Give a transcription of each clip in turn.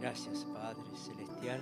Gracias, Padre Celestial.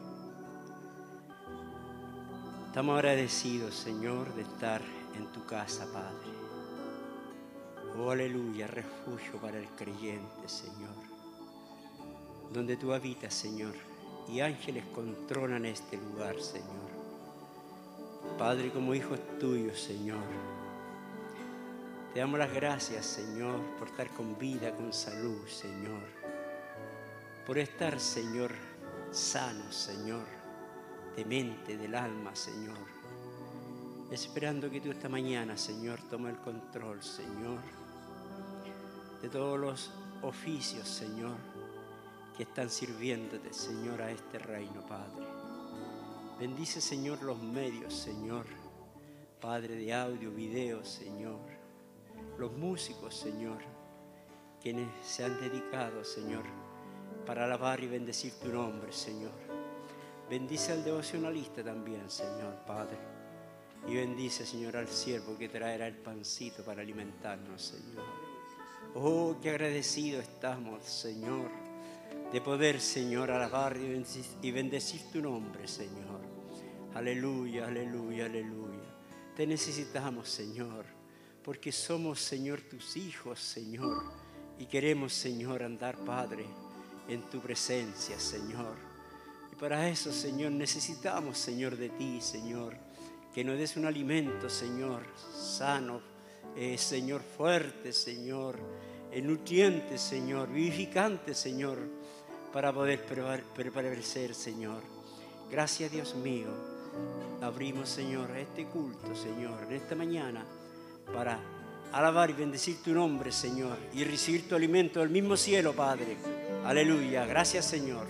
Estamos agradecidos, Señor, de estar en tu casa, Padre. Oh, aleluya, refugio para el creyente, Señor. Donde tú habitas, Señor, y ángeles controlan este lugar, Señor. Padre, como hijos tuyos, Señor, te damos las gracias, Señor, por estar con vida, con salud, Señor. Por estar, Señor, sanos, Señor, de mente, del alma, Señor. Esperando que tú esta mañana, Señor, tome el control, Señor, de todos los oficios, Señor, que están sirviéndote, Señor, a este reino, Padre. Bendice, Señor, los medios, Señor, Padre, de audio, video, Señor. Los músicos, Señor, quienes se han dedicado, Señor, para alabar y bendecir tu nombre, Señor. Bendice al devocionalista también, Señor, Padre. Y bendice, Señor, al siervo que traerá el pancito para alimentarnos, Señor. Oh, qué agradecido estamos, Señor, de poder, Señor, alabar y bendecir tu nombre, Señor. Aleluya, aleluya, aleluya. Te necesitamos, Señor, porque somos, Señor, tus hijos, Señor. Y queremos, Señor, andar, Padre, en tu presencia, Señor. Y para eso, Señor, necesitamos, Señor, de ti, Señor, que nos des un alimento, Señor, sano, Señor, fuerte, Señor, nutriente, Señor, vivificante, Señor, para poder prevalecer, Señor. Gracias, Dios mío. Abrimos, Señor, este culto, Señor, en esta mañana, para alabar y bendecir tu nombre, Señor, y recibir tu alimento del mismo cielo, Padre. Aleluya. Gracias, Señor.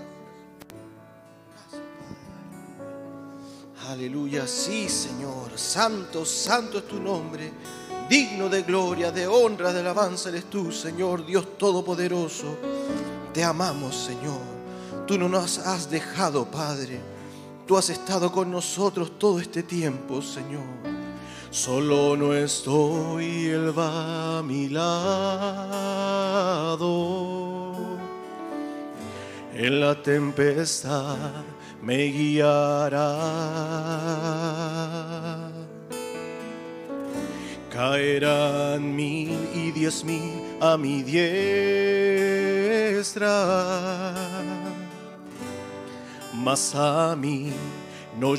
Aleluya. Sí, Señor. Santo, santo es tu nombre. Digno de gloria, de honra, de alabanza eres tú, Señor, Dios Todopoderoso. Te amamos, Señor. Tú no nos has dejado, Padre. Tú has estado con nosotros todo este tiempo, Señor. Solo no estoy, Él va a mi lado. En la tempestad me guiará. Caerán 1000 y 10.000 a mi diestra, mas a mí no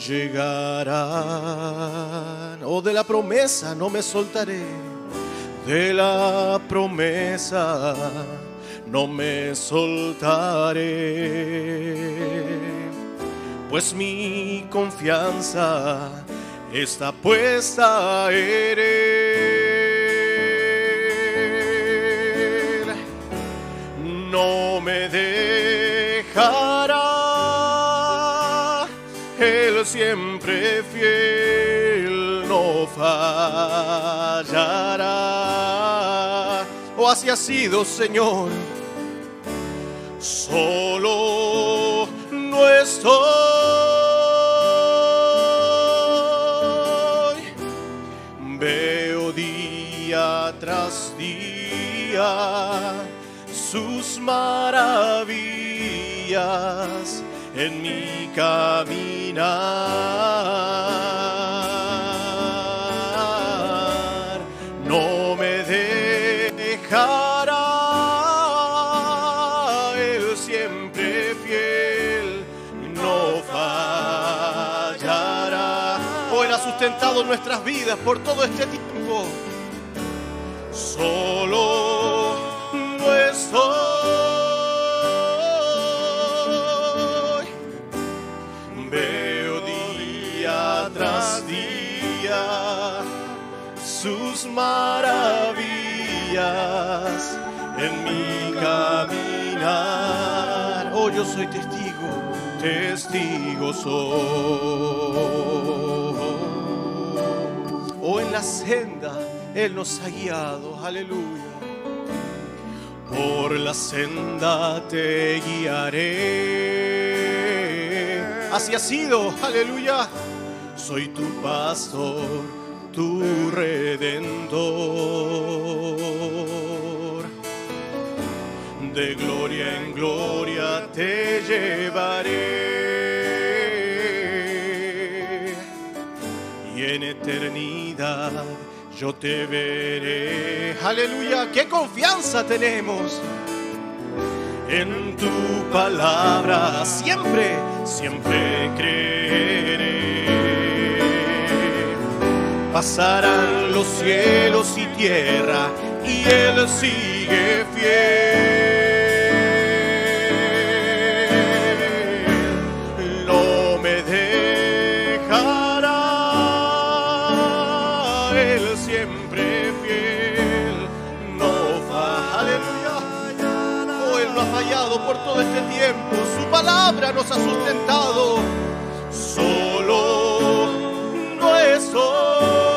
llegarán. Oh, de la promesa no me soltaré, de la promesa no me soltaré, pues mi confianza está puesta en Él. No me dejará, Él siempre fiel no fallará. Oh, así ha sido, Señor. Solo no estoy, veo día tras día sus maravillas en mi caminar. No me dejará, Él siempre fiel no fallará. Oh, Él ha sustentado nuestras vidas por todo este tiempo. Solo no estoy, veo día tras día sus maravillas en mi caminar. Oh, yo soy testigo, testigo soy. Oh, en la senda Él nos ha guiado, aleluya. Por la senda te guiaré. Así ha sido, aleluya. Soy tu pastor, tu redentor. De gloria en gloria te llevaré, y en eternidad yo te veré. Aleluya, qué confianza tenemos en tu palabra. Siempre, siempre creeré. Pasarán los cielos y tierra, y Él sigue fiel. No me dejará, Él siempre fiel. No falla. Aleluya. Oh, Él no ha fallado por todo este tiempo. Su palabra nos ha sustentado. Solo no es hoy.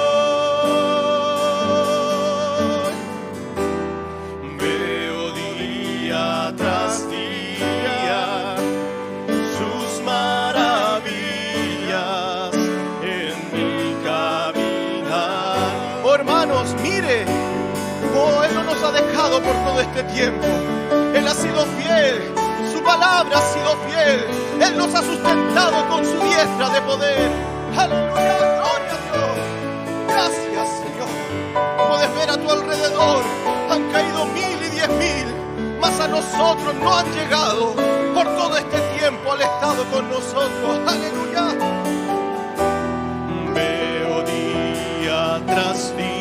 Mire, oh, Él no nos ha dejado por todo este tiempo. Él ha sido fiel, su palabra ha sido fiel. Él nos ha sustentado con su diestra de poder. Aleluya, gloria a Dios. Gracias, Señor. Puedes ver a tu alrededor, han caído 1000 y 10.000, mas a nosotros no han llegado. Por todo este tiempo han estado con nosotros. Aleluya. Veo día tras día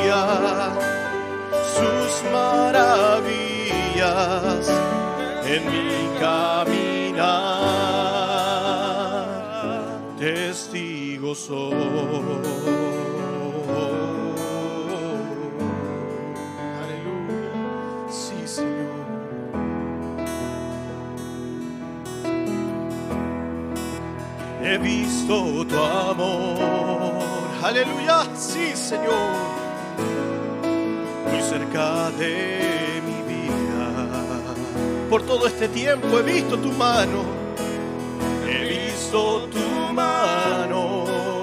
sus maravillas en mi caminar, testigo soy. Aleluya, sí, Señor. He visto tu amor, aleluya, sí, Señor, muy cerca de mi vida. Por todo este tiempo he visto tu mano, he visto tu mano,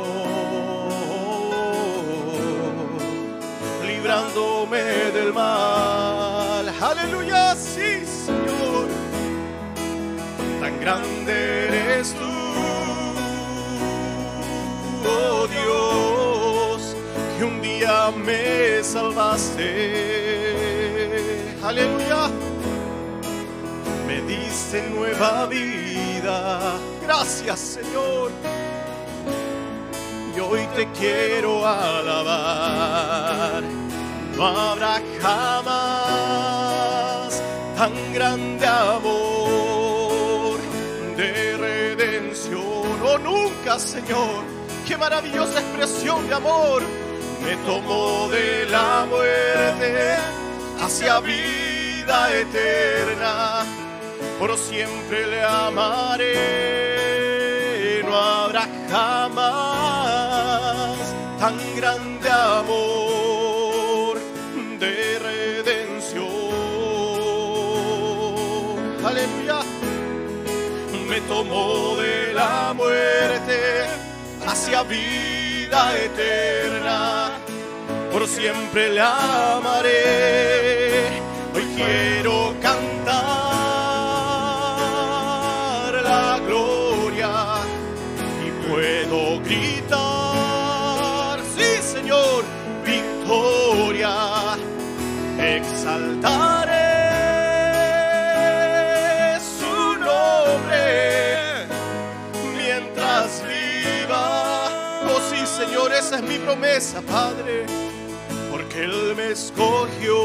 librándome del mal. Aleluya, sí, Señor, tan grande eres tú, oh Dios, que un día me salvaste. Aleluya, me diste nueva vida. Gracias, Señor. Y hoy te quiero alabar. No habrá jamás tan grande amor de redención. Oh, nunca, Señor. Qué maravillosa expresión de amor. Me tomó de la muerte hacia vida eterna. Por siempre le amaré. No habrá jamás tan grande amor de redención. Aleluya. Me tomó de la muerte hacia vida eterna, por siempre le amaré. Hoy quiero cantar la gloria y puedo gritar, sí, Señor, victoria, exaltaré su nombre mientras viva. Oh sí, Señor, esa es mi promesa, Padre, porque Él me escogió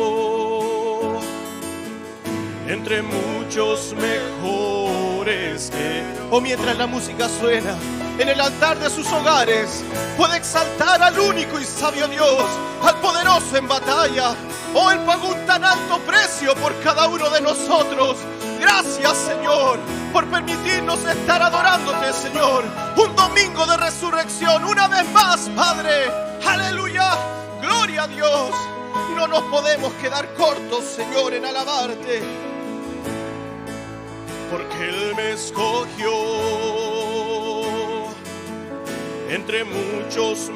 entre muchos mejores que... Oh, mientras la música suena en el altar de sus hogares, puede exaltar al único y sabio Dios, al poderoso en batalla. Oh, Él pagó un tan alto precio por cada uno de nosotros. Gracias, Señor, por permitirnos estar adorándote, Señor. Un domingo de resurrección, una vez más, Padre. Aleluya, gloria a Dios. No nos podemos quedar cortos, Señor, en alabarte, porque Él me escogió entre muchos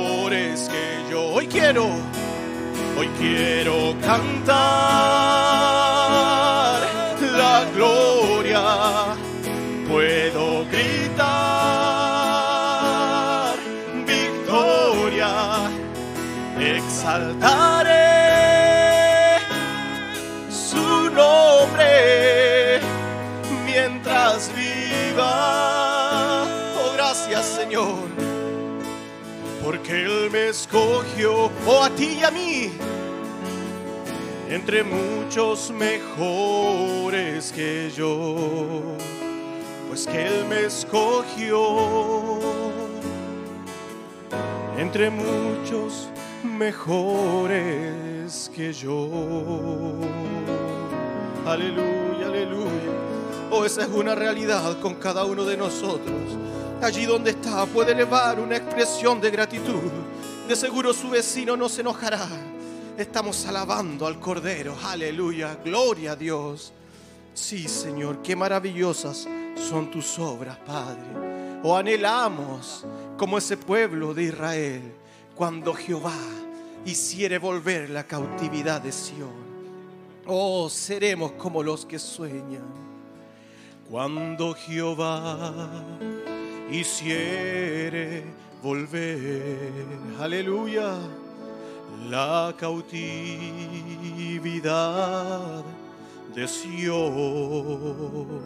mejores que yo. Hoy quiero cantar exaltaré su nombre mientras viva. Oh, gracias, Señor, porque Él me escogió, oh, a ti y a mí, entre muchos mejores que yo, pues que Él me escogió entre muchos mejores que yo. Aleluya, aleluya. Oh, esa es una realidad con cada uno de nosotros. Allí donde está puede elevar una expresión de gratitud. De seguro su vecino no se enojará. Estamos alabando al Cordero. Aleluya, gloria a Dios. Sí, Señor, qué maravillosas son tus obras, Padre. Oh, anhelamos como ese pueblo de Israel cuando Jehová hiciere volver la cautividad de Sión. Oh, seremos como los que sueñan. Cuando Jehová hiciere volver, aleluya, la cautividad de Sión,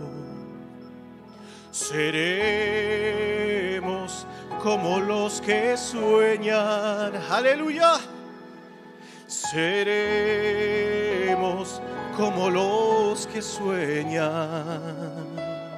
seremos como los que sueñan, aleluya, seremos como los que sueñan.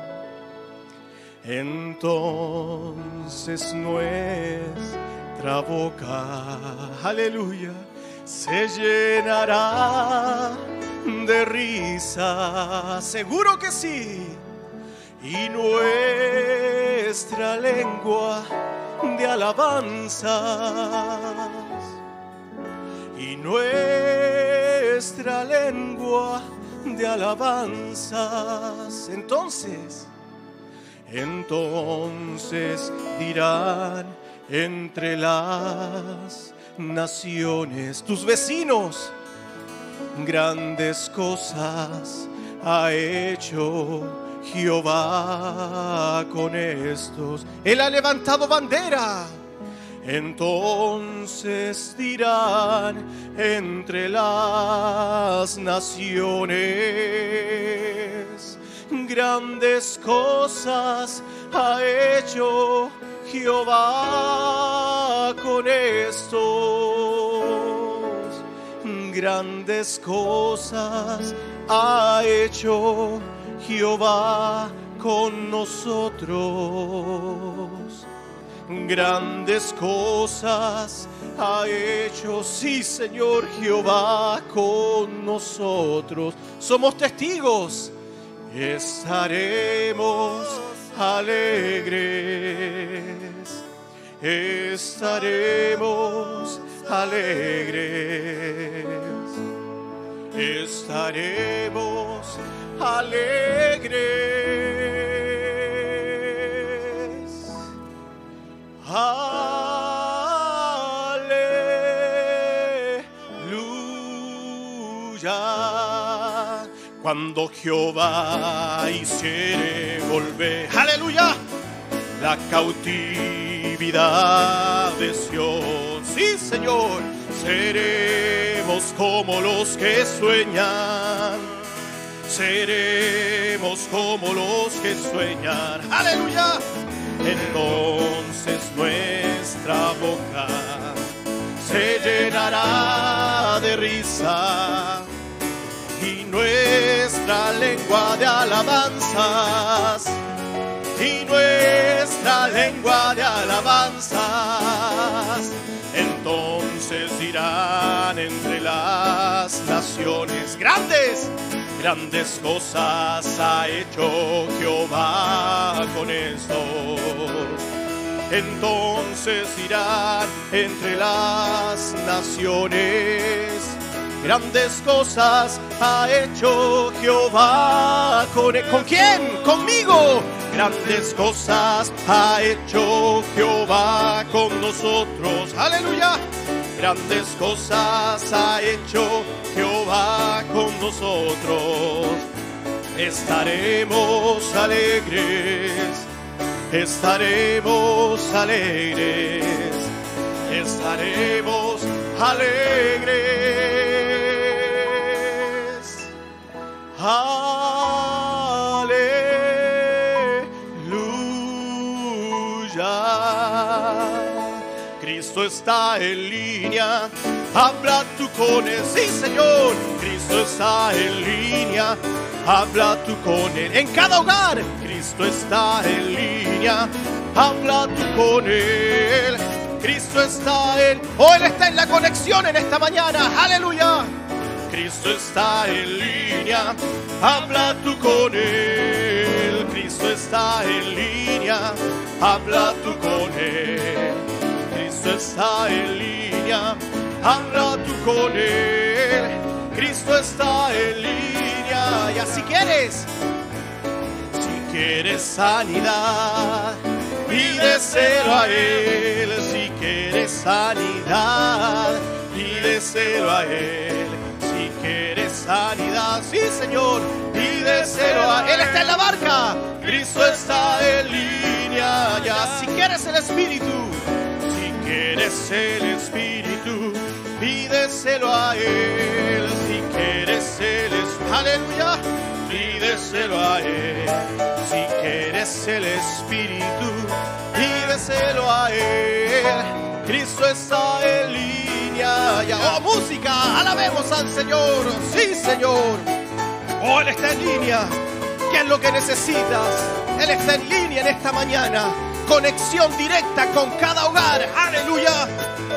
Entonces nuestra boca, aleluya, se llenará de risa, seguro que sí, y nuestra lengua de alabanzas, y nuestra lengua de alabanzas. Entonces dirán entre las naciones, tus vecinos, grandes cosas ha hecho Jehová con estos. Él ha levantado bandera. Entonces dirán entre las naciones, grandes cosas ha hecho Jehová con estos. Grandes cosas ha hecho Jehová con nosotros. Grandes cosas ha hecho, sí, Señor, Jehová con nosotros. Somos testigos. Estaremos alegres. Estaremos alegres. Estaremos alegres. Aleluya. Cuando Jehová hiciere volver, aleluya, la cautividad de Sión, sí, Señor, seremos como los que sueñan. Seremos como los que sueñan, aleluya. Entonces nuestra boca se llenará de risa y nuestra lengua de alabanzas, y nuestra lengua de alabanzas. Entonces dirán entre las naciones, grandes cosas ha hecho Jehová con estos. Entonces dirán entre las naciones, grandes cosas ha hecho Jehová ¿con quién? Conmigo. Grandes cosas ha hecho Jehová con nosotros. Aleluya. Grandes cosas ha hecho Jehová con nosotros. Estaremos alegres. Estaremos alegres. Estaremos alegres. Aleluya. Cristo está en línea, habla tú con él. Sí, Señor, Cristo está en línea, habla tú con él. En cada hogar, Cristo está en línea, habla tú con él. Cristo está en... Oh, Él está en la conexión en esta mañana. Aleluya. Cristo está en línea, habla tú con él. Cristo está en línea, habla tú con él. Cristo está en línea, habla tú con él. Cristo está en línea. Y así quieres, si quieres sanidad, pídeselo a él. Si quieres sanidad, pídeselo a él. Si quieres sanidad, sí, Señor, pídeselo a él. Él está en la barca, Cristo está en línea. Ya, si quieres el Espíritu, si quieres el Espíritu, pídeselo a él. Si quieres el Espíritu, aleluya, pídeselo a él. Si quieres el Espíritu, pídeselo a él. Cristo está en línea. Ya, oh, música, alabemos al Señor. Sí, Señor. Oh, Él está en línea. ¿Qué es lo que necesitas? Él está en línea en esta mañana. Conexión directa con cada hogar. Aleluya.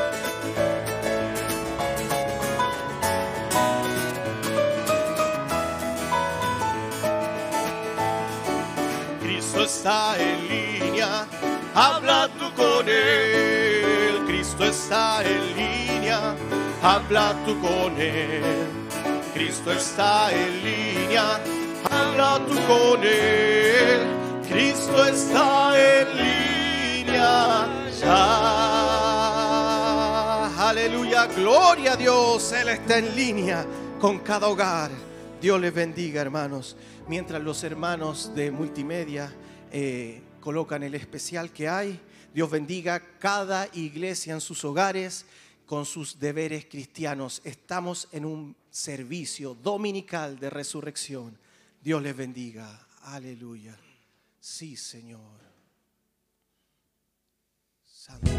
Cristo está en línea, habla tú con él. Cristo está en línea, habla tú con él. Cristo está en línea, habla tú con él. Cristo está en línea ya. Aleluya, gloria a Dios. Él está en línea con cada hogar. Dios les bendiga, hermanos. Mientras los hermanos de multimedia colocan el especial que hay, Dios bendiga cada iglesia en sus hogares con sus deberes cristianos. Estamos en un servicio dominical de resurrección. Dios les bendiga. Aleluya. Sí, Señor. Santo.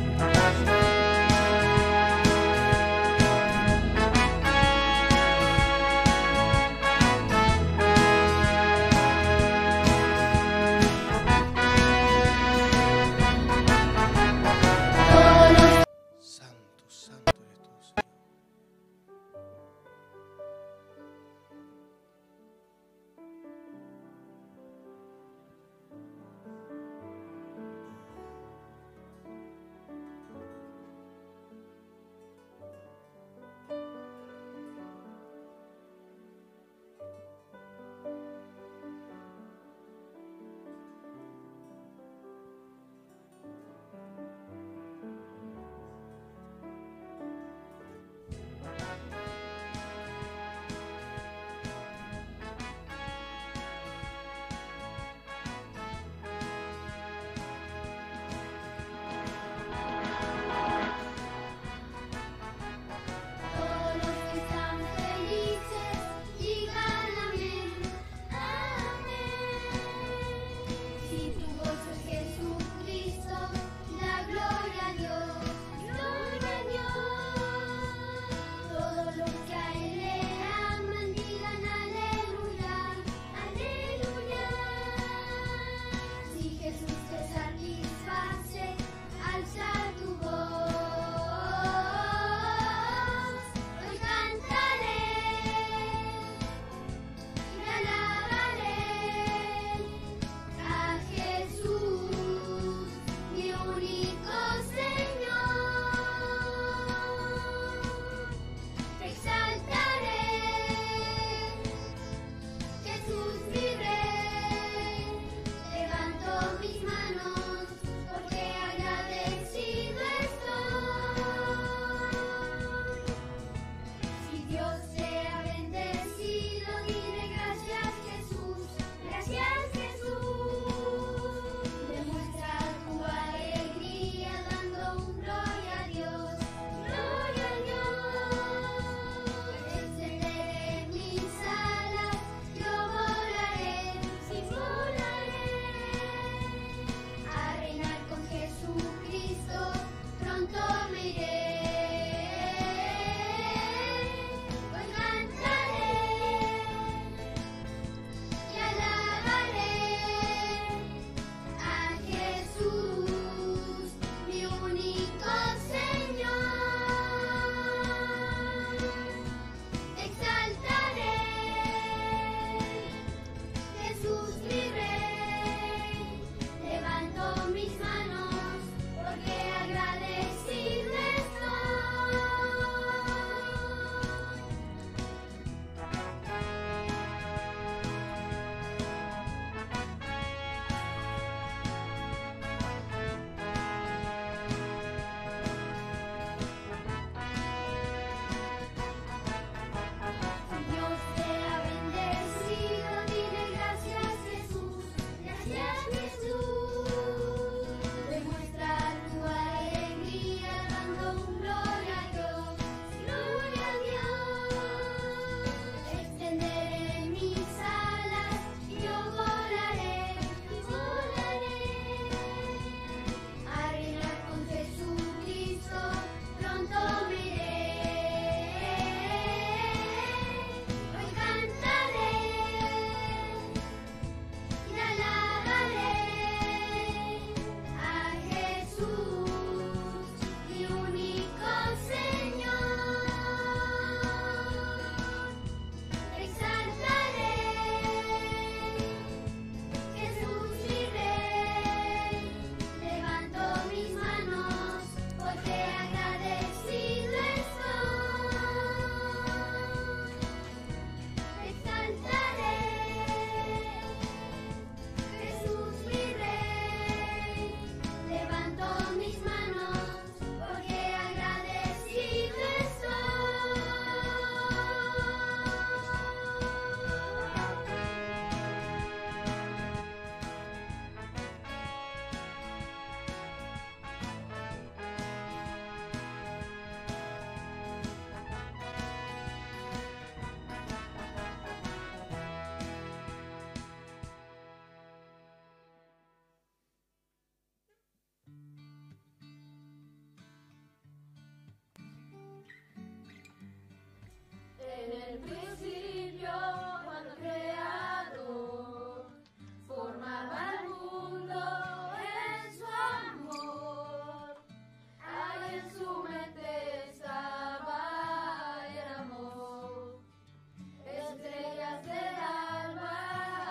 el principio, cuando el Creador formaba el mundo en su amor, ahí en su mente estaba el amor, estrellas del alba,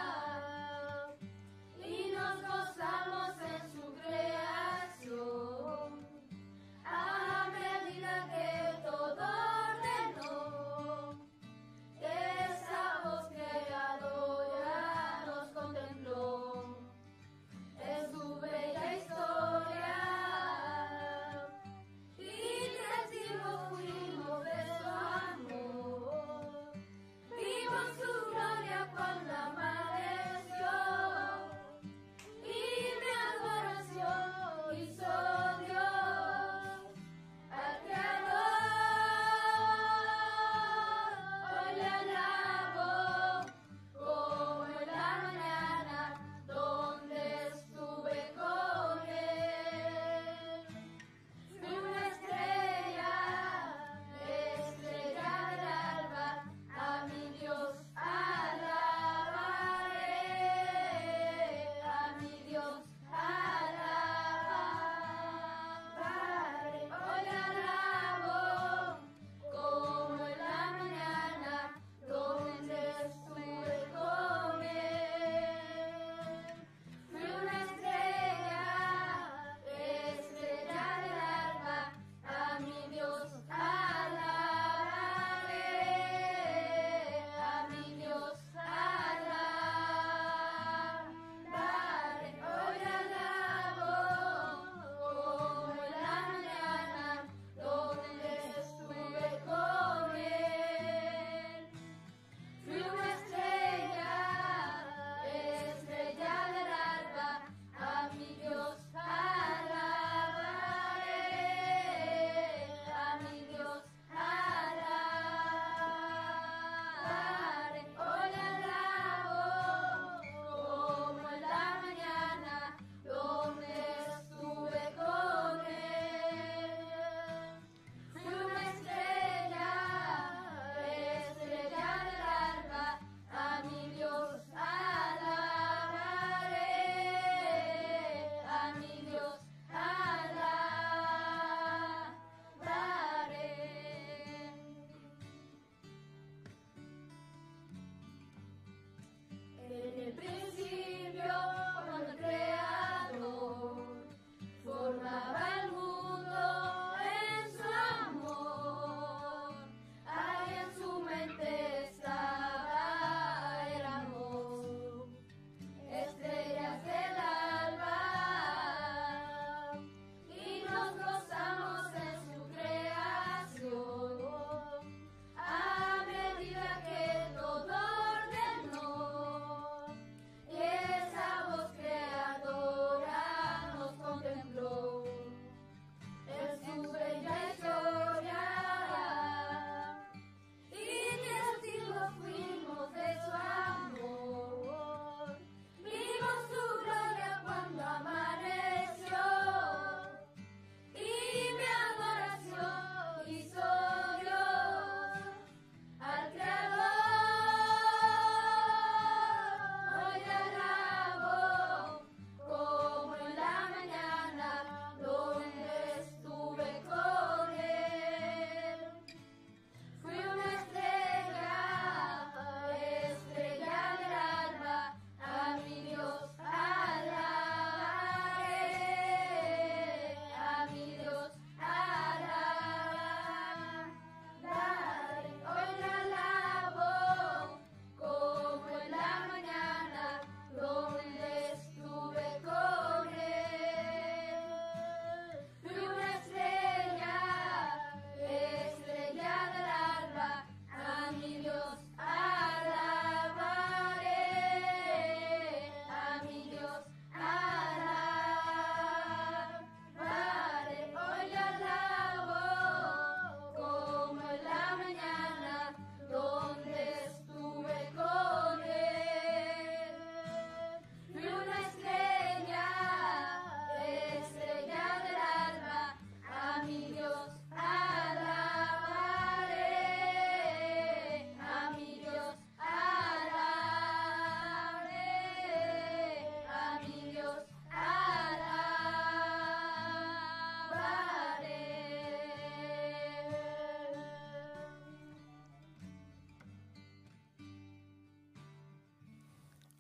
y nos gozamos en su creación, a medida que todo ordenó,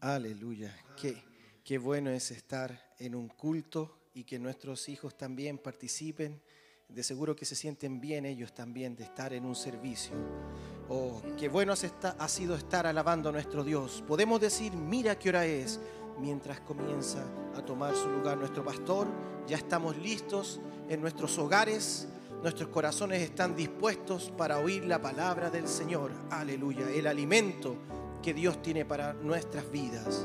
Aleluya. Qué bueno es estar en un culto y que nuestros hijos también participen. De seguro que se sienten bien ellos también de estar en un servicio. Oh, qué bueno ha sido estar alabando a nuestro Dios. Podemos decir, mira qué hora es, mientras comienza a tomar su lugar nuestro pastor. Ya estamos listos en nuestros hogares. Nuestros corazones están dispuestos para oír la palabra del Señor. Aleluya. El alimento que Dios tiene para nuestras vidas.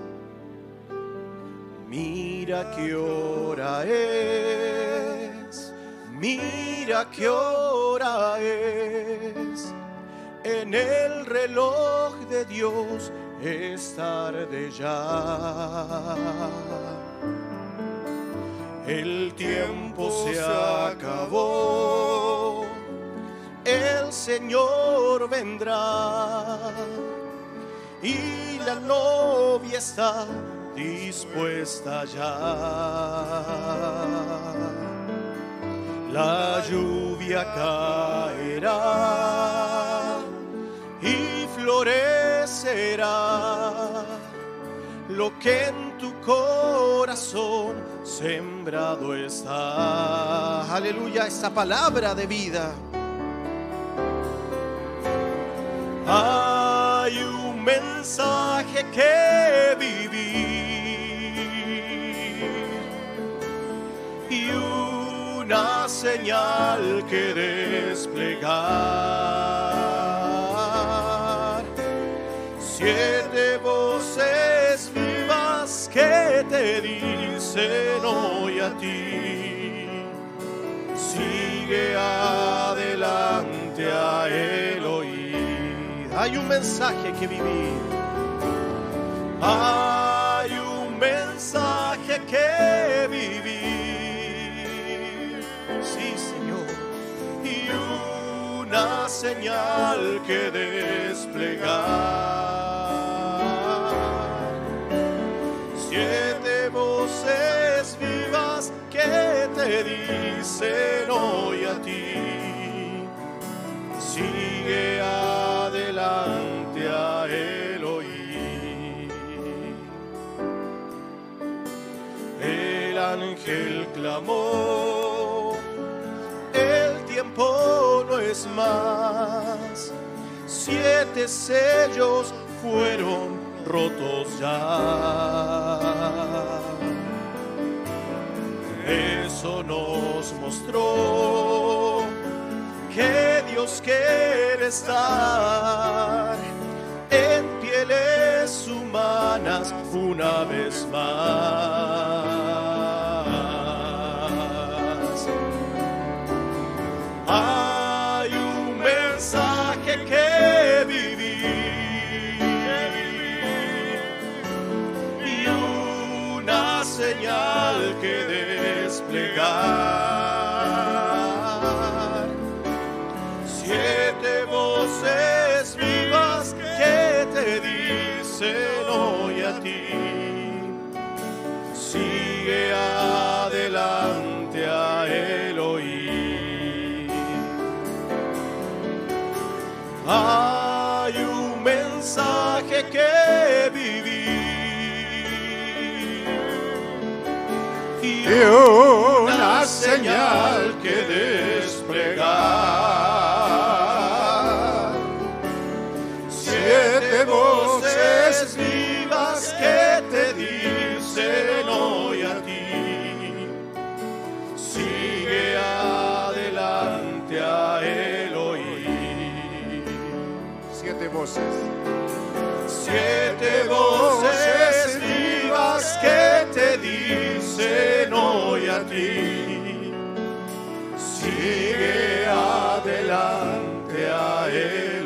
Mira qué hora es. Mira qué hora es. En el reloj de Dios es tarde ya. El tiempo se acabó. El Señor vendrá. Y la novia está dispuesta ya. La lluvia caerá y florecerá lo que en tu corazón sembrado está. Aleluya, esa palabra de vida. Hay un mensaje que vivir y una señal que desplegar. 7 voces vivas que te dicen hoy a ti: sigue adelante, a Él oír. Hay un mensaje que vivir. Hay un mensaje que vivir. Sí, Señor. Y una señal que desplegar. 7 voces vivas que te dicen hoy a ti: sigue adelante, a Él oír. El ángel clamó: el tiempo no es más. 7 sellos fueron rotos ya. Eso nos mostró que Dios quiere estar en pieles humanas una vez más. Hay un mensaje que vivir y una señal que desplegar. 7 voces vivas que te dicen hoy a ti: sigue adelante, a Él oír. Hay un mensaje que vivir y una señal que desplegar. 7 voces vivas que te dicen hoy a ti: sigue adelante, a Él oír. 7 voces. 7 voces vivas que te dicen hoy a ti: sigue adelante, a Él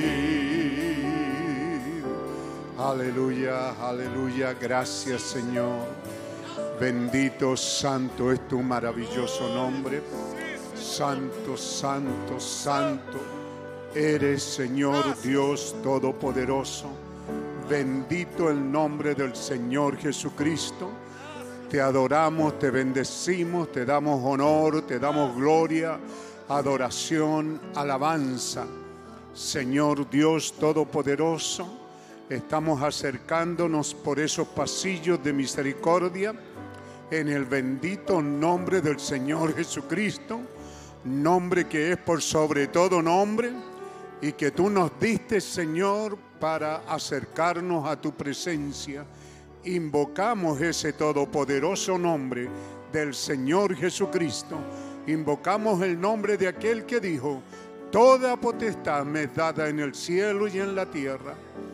oír. Aleluya, aleluya. Gracias, Señor. Bendito, santo es tu maravilloso nombre. Santo, santo, santo eres, Señor Dios Todopoderoso. Bendito el nombre del Señor Jesucristo. Te adoramos, te bendecimos, te damos honor, te damos gloria, adoración, alabanza. Señor Dios Todopoderoso, estamos acercándonos por esos pasillos de misericordia en el bendito nombre del Señor Jesucristo, nombre que es por sobre todo nombre y que tú nos diste, Señor, para acercarnos a tu presencia. Invocamos ese todopoderoso nombre del Señor Jesucristo. Invocamos el nombre de aquel que dijo: toda potestad me es dada en el cielo y en la tierra.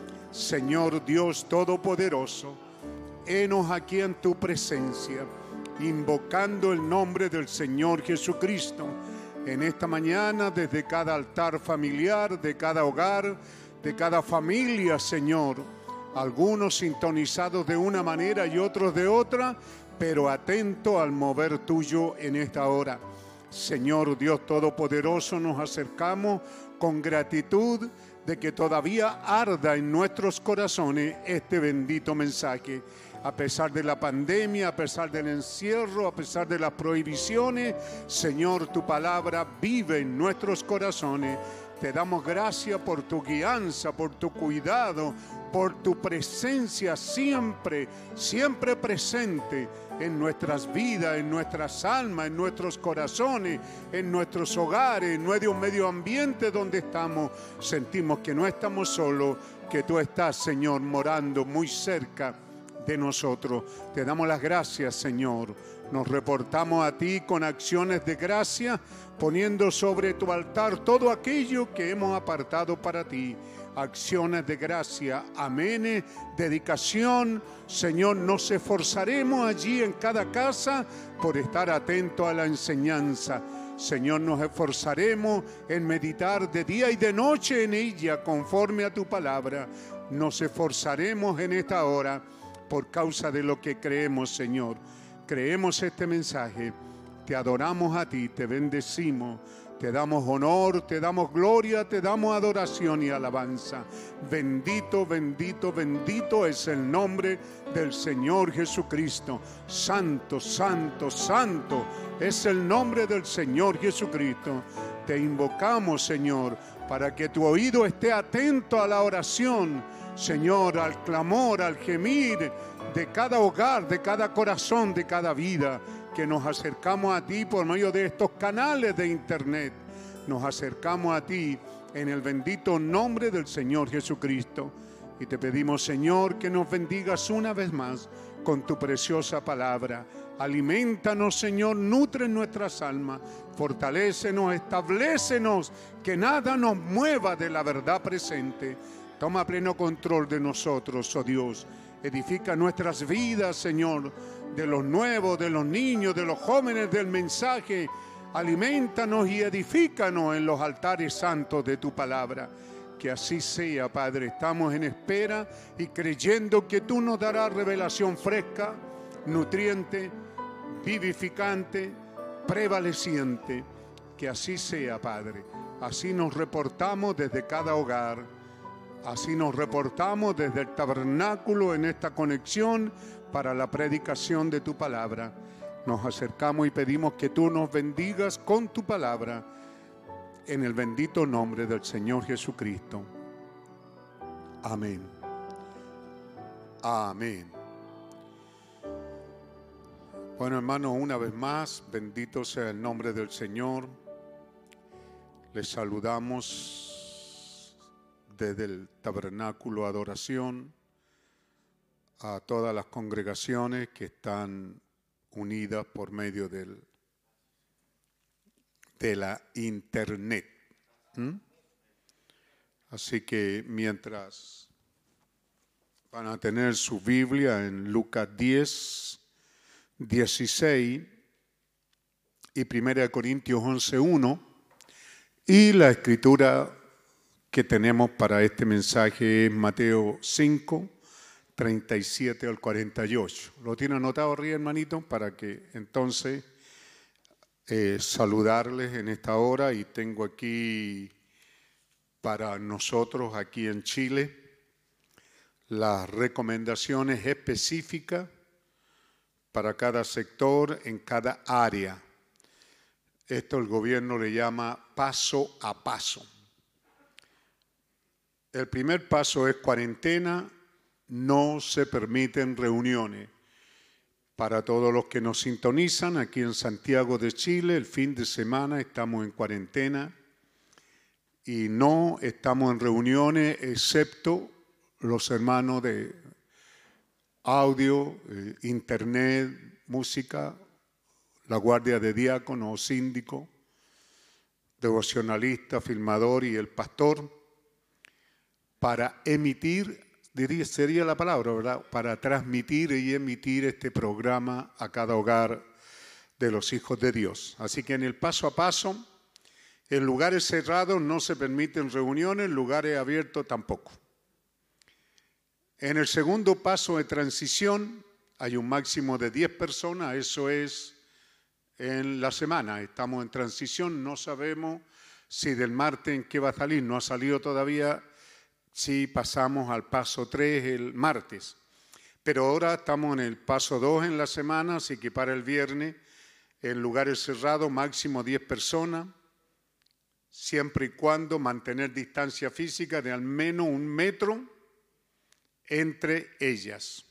Señor Dios Todopoderoso, henos aquí en tu presencia, invocando el nombre del Señor Jesucristo. En esta mañana, desde cada altar familiar, de cada hogar, de cada familia, Señor, algunos sintonizados de una manera y otros de otra, pero atento al mover tuyo en esta hora. Señor Dios Todopoderoso, nos acercamos con gratitud de que todavía arda en nuestros corazones este bendito mensaje. A pesar de la pandemia, a pesar del encierro, a pesar de las prohibiciones, Señor, tu palabra vive en nuestros corazones. Te damos gracias por tu guianza, por tu cuidado, por tu presencia siempre, siempre presente en nuestras vidas, en nuestras almas, en nuestros corazones, en nuestros hogares, en medio ambiente donde estamos. Sentimos que no estamos solos, que tú estás, Señor, morando muy cerca de nosotros. Te damos las gracias, Señor. Nos reportamos a ti con acciones de gracia, poniendo sobre tu altar todo aquello que hemos apartado para ti. Acciones de gracia, amén, dedicación. Señor, nos esforzaremos allí en cada casa por estar atento a la enseñanza. Señor, nos esforzaremos en meditar de día y de noche en ella conforme a tu palabra. Nos esforzaremos en esta hora por causa de lo que creemos, Señor. Creemos este mensaje, te adoramos a ti, te bendecimos, te damos honor, te damos gloria, te damos adoración y alabanza. Bendito, bendito, bendito es el nombre del Señor Jesucristo. Santo, santo, santo es el nombre del Señor Jesucristo. Te invocamos, Señor, para que tu oído esté atento a la oración, Señor, al clamor, al gemir de cada hogar, de cada corazón, de cada vida, que nos acercamos a ti por medio de estos canales de internet. Nos acercamos a ti en el bendito nombre del Señor Jesucristo. Y te pedimos, Señor, que nos bendigas una vez más con tu preciosa palabra. Aliméntanos, Señor, nutre nuestras almas, fortalécenos, establécenos, que nada nos mueva de la verdad presente. Toma pleno control de nosotros, oh Dios. Edifica nuestras vidas, Señor, de los nuevos, de los niños, de los jóvenes del mensaje. Aliméntanos y edifícanos en los altares santos de tu palabra. Que así sea, Padre. Estamos en espera y creyendo que tú nos darás revelación fresca, nutriente, vivificante, prevaleciente. Que así sea, Padre. Así nos reportamos desde cada hogar. Así nos reportamos desde el tabernáculo en esta conexión para la predicación de tu palabra. Nos acercamos y pedimos que tú nos bendigas con tu palabra en el bendito nombre del Señor Jesucristo. Amén. Amén. Bueno, hermanos, una vez más, bendito sea el nombre del Señor. Les saludamos desde el tabernáculo adoración a todas las congregaciones que están unidas por medio de la internet. Así que mientras van a tener su Biblia en Lucas 10, 16 y 1 Corintios 11:1, y la escritura que tenemos para este mensaje es Mateo 5, 37 al 48. ¿Lo tiene anotado arriba, hermanito? Para que entonces saludarles en esta hora. Y tengo aquí para nosotros aquí en Chile las recomendaciones específicas para cada sector en cada área. Esto el gobierno le llama paso a paso. El primer paso es cuarentena, no se permiten reuniones. Para todos los que nos sintonizan, aquí en Santiago de Chile, el fin de semana estamos en cuarentena y no estamos en reuniones, excepto los hermanos de audio, internet, música, la guardia de diácono o síndico, devocionalista, filmador y el pastor, para emitir, sería la palabra, ¿verdad? Para transmitir y emitir este programa a cada hogar de los hijos de Dios. Así que en el paso a paso, en lugares cerrados no se permiten reuniones, en lugares abiertos tampoco. En el segundo paso de transición hay un máximo de 10 personas, eso es en la semana. Estamos en transición, no sabemos si del martes en qué va a salir, no ha salido todavía. Si pasamos al paso 3 el martes. Pero ahora estamos en el paso 2 en la semana, así que para el viernes, en lugares cerrados, máximo 10 personas, siempre y cuando mantener distancia física de al menos 1 metro entre ellas.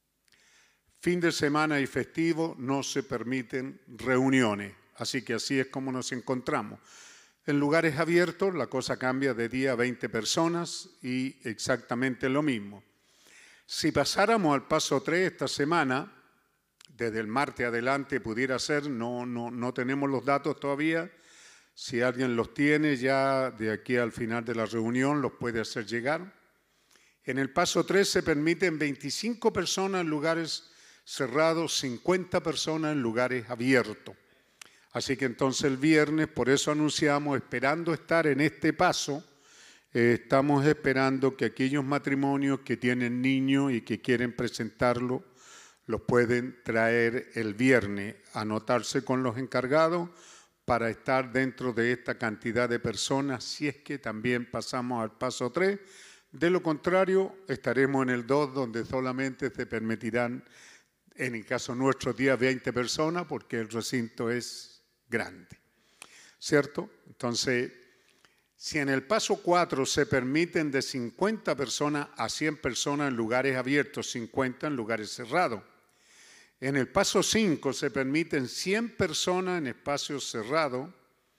Fin de semana y festivo no se permiten reuniones, así que así es como nos encontramos. En lugares abiertos la cosa cambia de día a 20 personas y exactamente lo mismo. Si pasáramos al paso 3 esta semana, desde el martes adelante pudiera ser, no tenemos los datos todavía. Si alguien los tiene ya de aquí al final de la reunión los puede hacer llegar. En el paso 3 se permiten 25 personas en lugares cerrados, 50 personas en lugares abiertos. Así que entonces el viernes, por eso anunciamos, esperando estar en este paso, estamos esperando que aquellos matrimonios que tienen niños y que quieren presentarlo, los pueden traer el viernes, anotarse con los encargados para estar dentro de esta cantidad de personas, si es que también pasamos al paso 3. De lo contrario, estaremos en el 2, donde solamente se permitirán, en el caso nuestro, 20 personas, porque el recinto es grande, ¿cierto? Entonces, si en el paso 4 se permiten de 50 personas a 100 personas en lugares abiertos, 50 en lugares cerrados. En el paso 5 se permiten 100 personas en espacios cerrados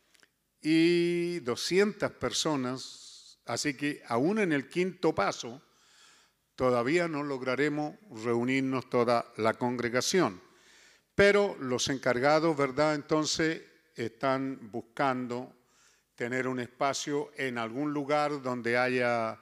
y 200 personas, así que aún en el quinto paso todavía no lograremos reunirnos toda la congregación. Pero los encargados, ¿verdad? Entonces están buscando tener un espacio en algún lugar donde haya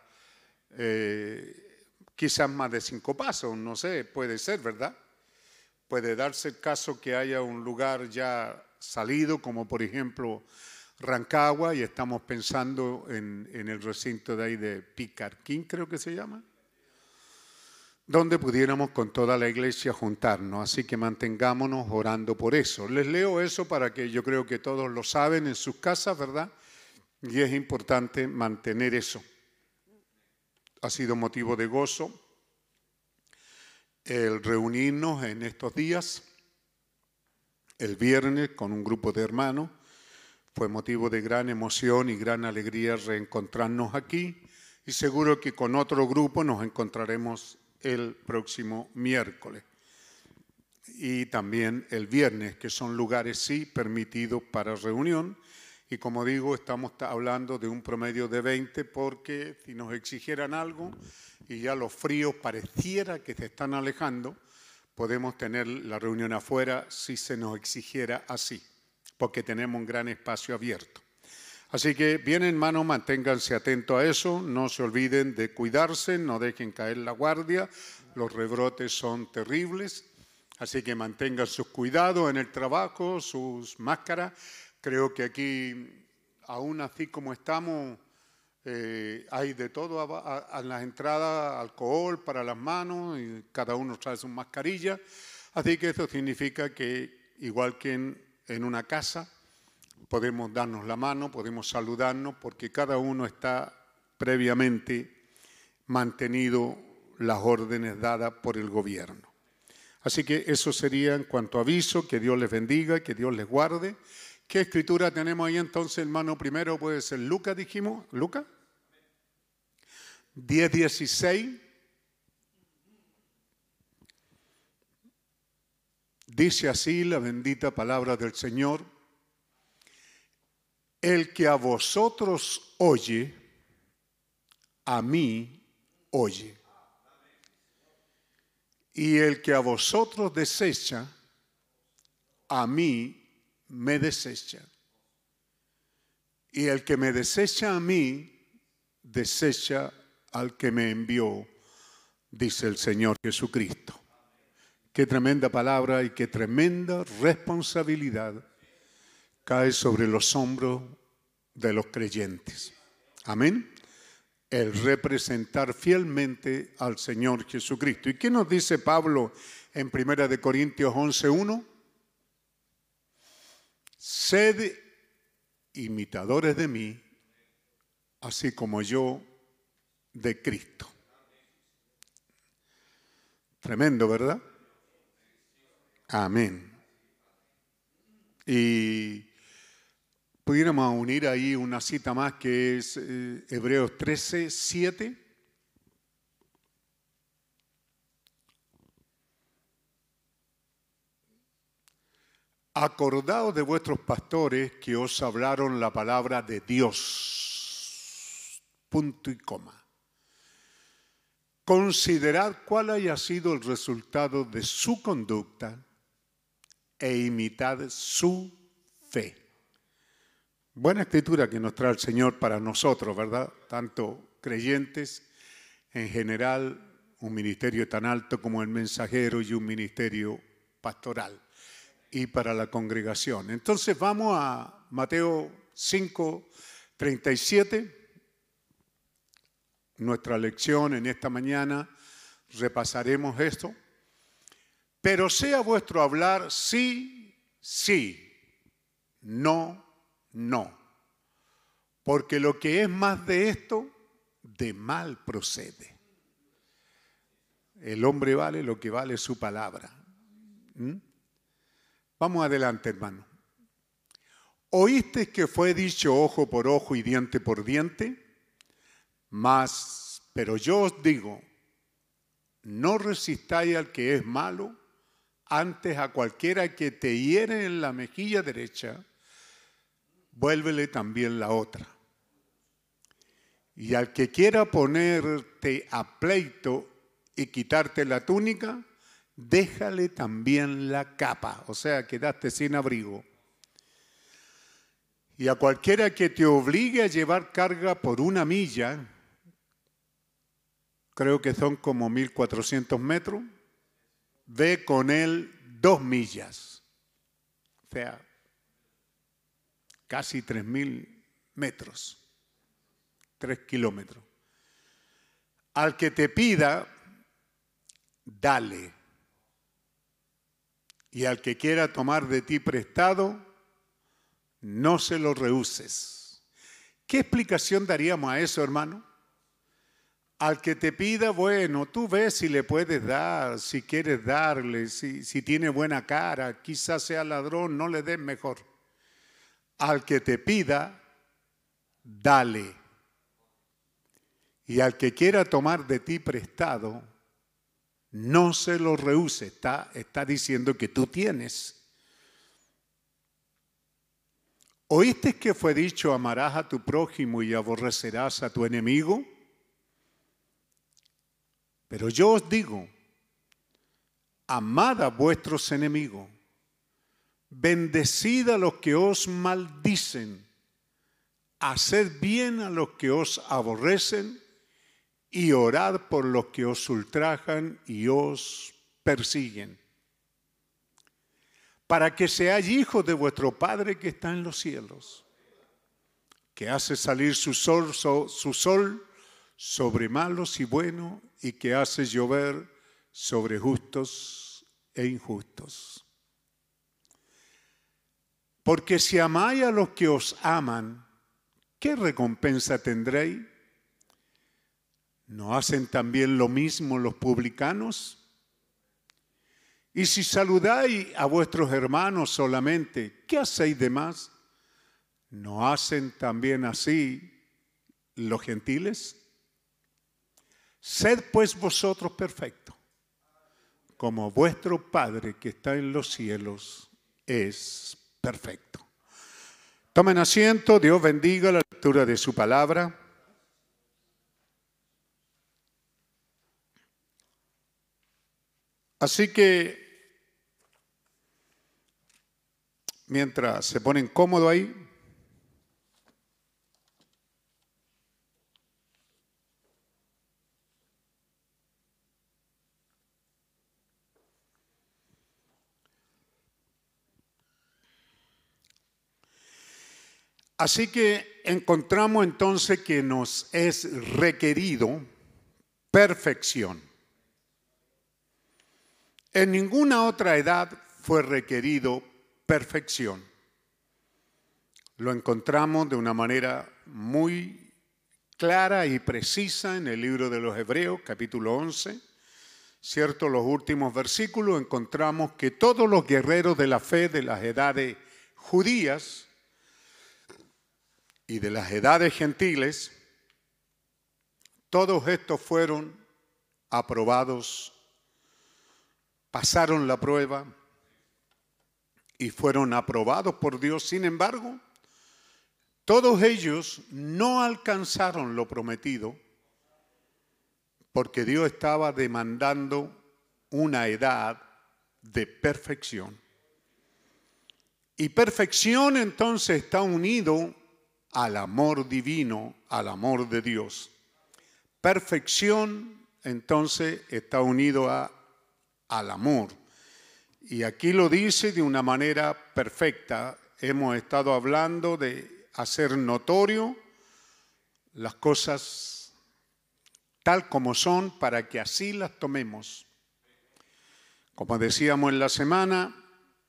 quizás más de 5 pasos, no sé, puede ser, ¿verdad? Puede darse el caso que haya un lugar ya salido, como por ejemplo Rancagua, y estamos pensando en el recinto de ahí de Picarquín, creo que se llama, donde pudiéramos con toda la iglesia juntarnos. Así que mantengámonos orando por eso. Les leo eso para que yo creo que todos lo saben en sus casas, ¿verdad? Y es importante mantener eso. Ha sido motivo de gozo el reunirnos en estos días. El viernes con un grupo de hermanos fue motivo de gran emoción y gran alegría reencontrarnos aquí. Y seguro que con otro grupo nos encontraremos el próximo miércoles y también el viernes, que son lugares sí permitidos para reunión. Y como digo, estamos hablando de un promedio de 20 porque si nos exigieran algo y ya los fríos pareciera que se están alejando, podemos tener la reunión afuera si se nos exigiera así, porque tenemos un gran espacio abierto. Así que bien, hermanos, manténganse atentos a eso, no se olviden de cuidarse, no dejen caer la guardia, los rebrotes son terribles, así que mantengan sus cuidados en el trabajo, sus máscaras. Creo que aquí, aún así como estamos, hay de todo a las entradas, alcohol para las manos, y cada uno trae su mascarilla, así que eso significa que, igual que en una casa, podemos darnos la mano, podemos saludarnos, porque cada uno está previamente mantenido las órdenes dadas por el gobierno. Así que eso sería en cuanto a aviso. Que Dios les bendiga, que Dios les guarde. ¿Qué escritura tenemos ahí entonces, hermano? Primero puede ser Lucas, dijimos. ¿Lucas? 10:16 dice así la bendita palabra del Señor: el que a vosotros oye, a mí oye. Y el que a vosotros desecha, a mí me desecha. Y el que me desecha a mí, desecha al que me envió, dice el Señor Jesucristo. Qué tremenda palabra y qué tremenda responsabilidad cae sobre los hombros de los creyentes. Amén. El representar fielmente al Señor Jesucristo. ¿Y qué nos dice Pablo en 1 Corintios 11:1? Sed imitadores de mí, así como yo de Cristo. Tremendo, ¿verdad? Amén. Y pudiéramos unir ahí una cita más que es Hebreos 13:7. Acordaos de vuestros pastores que os hablaron la palabra de Dios. Punto y coma. Considerad cuál haya sido el resultado de su conducta e imitad su fe. Buena escritura que nos trae el Señor para nosotros, ¿verdad? Tanto creyentes en general, un ministerio tan alto como el mensajero y un ministerio pastoral, y para la congregación. Entonces vamos a Mateo 5:37. Nuestra lección en esta mañana repasaremos esto. Pero sea vuestro hablar sí, sí, no, no. Porque lo que es más de esto, de mal procede. El hombre vale lo que vale su palabra. Vamos adelante, hermano. ¿Oísteis que fue dicho ojo por ojo y diente por diente? Pero yo os digo, no resistáis al que es malo, antes a cualquiera que te hiere en la mejilla derecha, vuélvele también la otra. Y al que quiera ponerte a pleito y quitarte la túnica, déjale también la capa, o sea, quedaste sin abrigo. Y a cualquiera que te obligue a llevar carga por 1 milla, creo que son como 1400 metros, ve con él 2 millas, o sea, casi 3000 metros, 3 kilómetros. Al que te pida, dale. Y al que quiera tomar de ti prestado, no se lo rehuses. ¿Qué explicación daríamos a eso, hermano? Al que te pida, bueno, tú ves si le puedes dar, si quieres darle, si tiene buena cara, quizás sea ladrón, no le des mejor. Al que te pida, dale. Y al que quiera tomar de ti prestado, no se lo rehúse. Está diciendo que tú tienes. ¿Oíste que fue dicho, amarás a tu prójimo y aborrecerás a tu enemigo? Pero yo os digo, amad a vuestros enemigos, bendecid a los que os maldicen, haced bien a los que os aborrecen y orad por los que os ultrajan y os persiguen, para que seáis hijos de vuestro Padre que está en los cielos, que hace salir su sol sobre malos y buenos, y que hace llover sobre justos e injustos. Porque si amáis a los que os aman, ¿qué recompensa tendréis? ¿No hacen también lo mismo los publicanos? Y si saludáis a vuestros hermanos solamente, ¿qué hacéis de más? ¿No hacen también así los gentiles? Sed pues vosotros perfectos, como vuestro Padre que está en los cielos es perfecto. Tomen asiento, Dios bendiga la lectura de su palabra. Así que, mientras se ponen cómodos ahí, así que encontramos entonces que nos es requerido perfección. En ninguna otra edad fue requerido perfección. Lo encontramos de una manera muy clara y precisa en el libro de los Hebreos, capítulo 11. Cierto, los últimos versículos encontramos que todos los guerreros de la fe de las edades judías y de las edades gentiles, todos estos fueron aprobados, pasaron la prueba y fueron aprobados por Dios. Sin embargo, todos ellos no alcanzaron lo prometido porque Dios estaba demandando una edad de perfección. Y perfección entonces está unido al amor divino, al amor de Dios. Perfección entonces está unido al amor. Y aquí lo dice de una manera perfecta. Hemos estado hablando de hacer notorio las cosas tal como son para que así las tomemos. Como decíamos en la semana,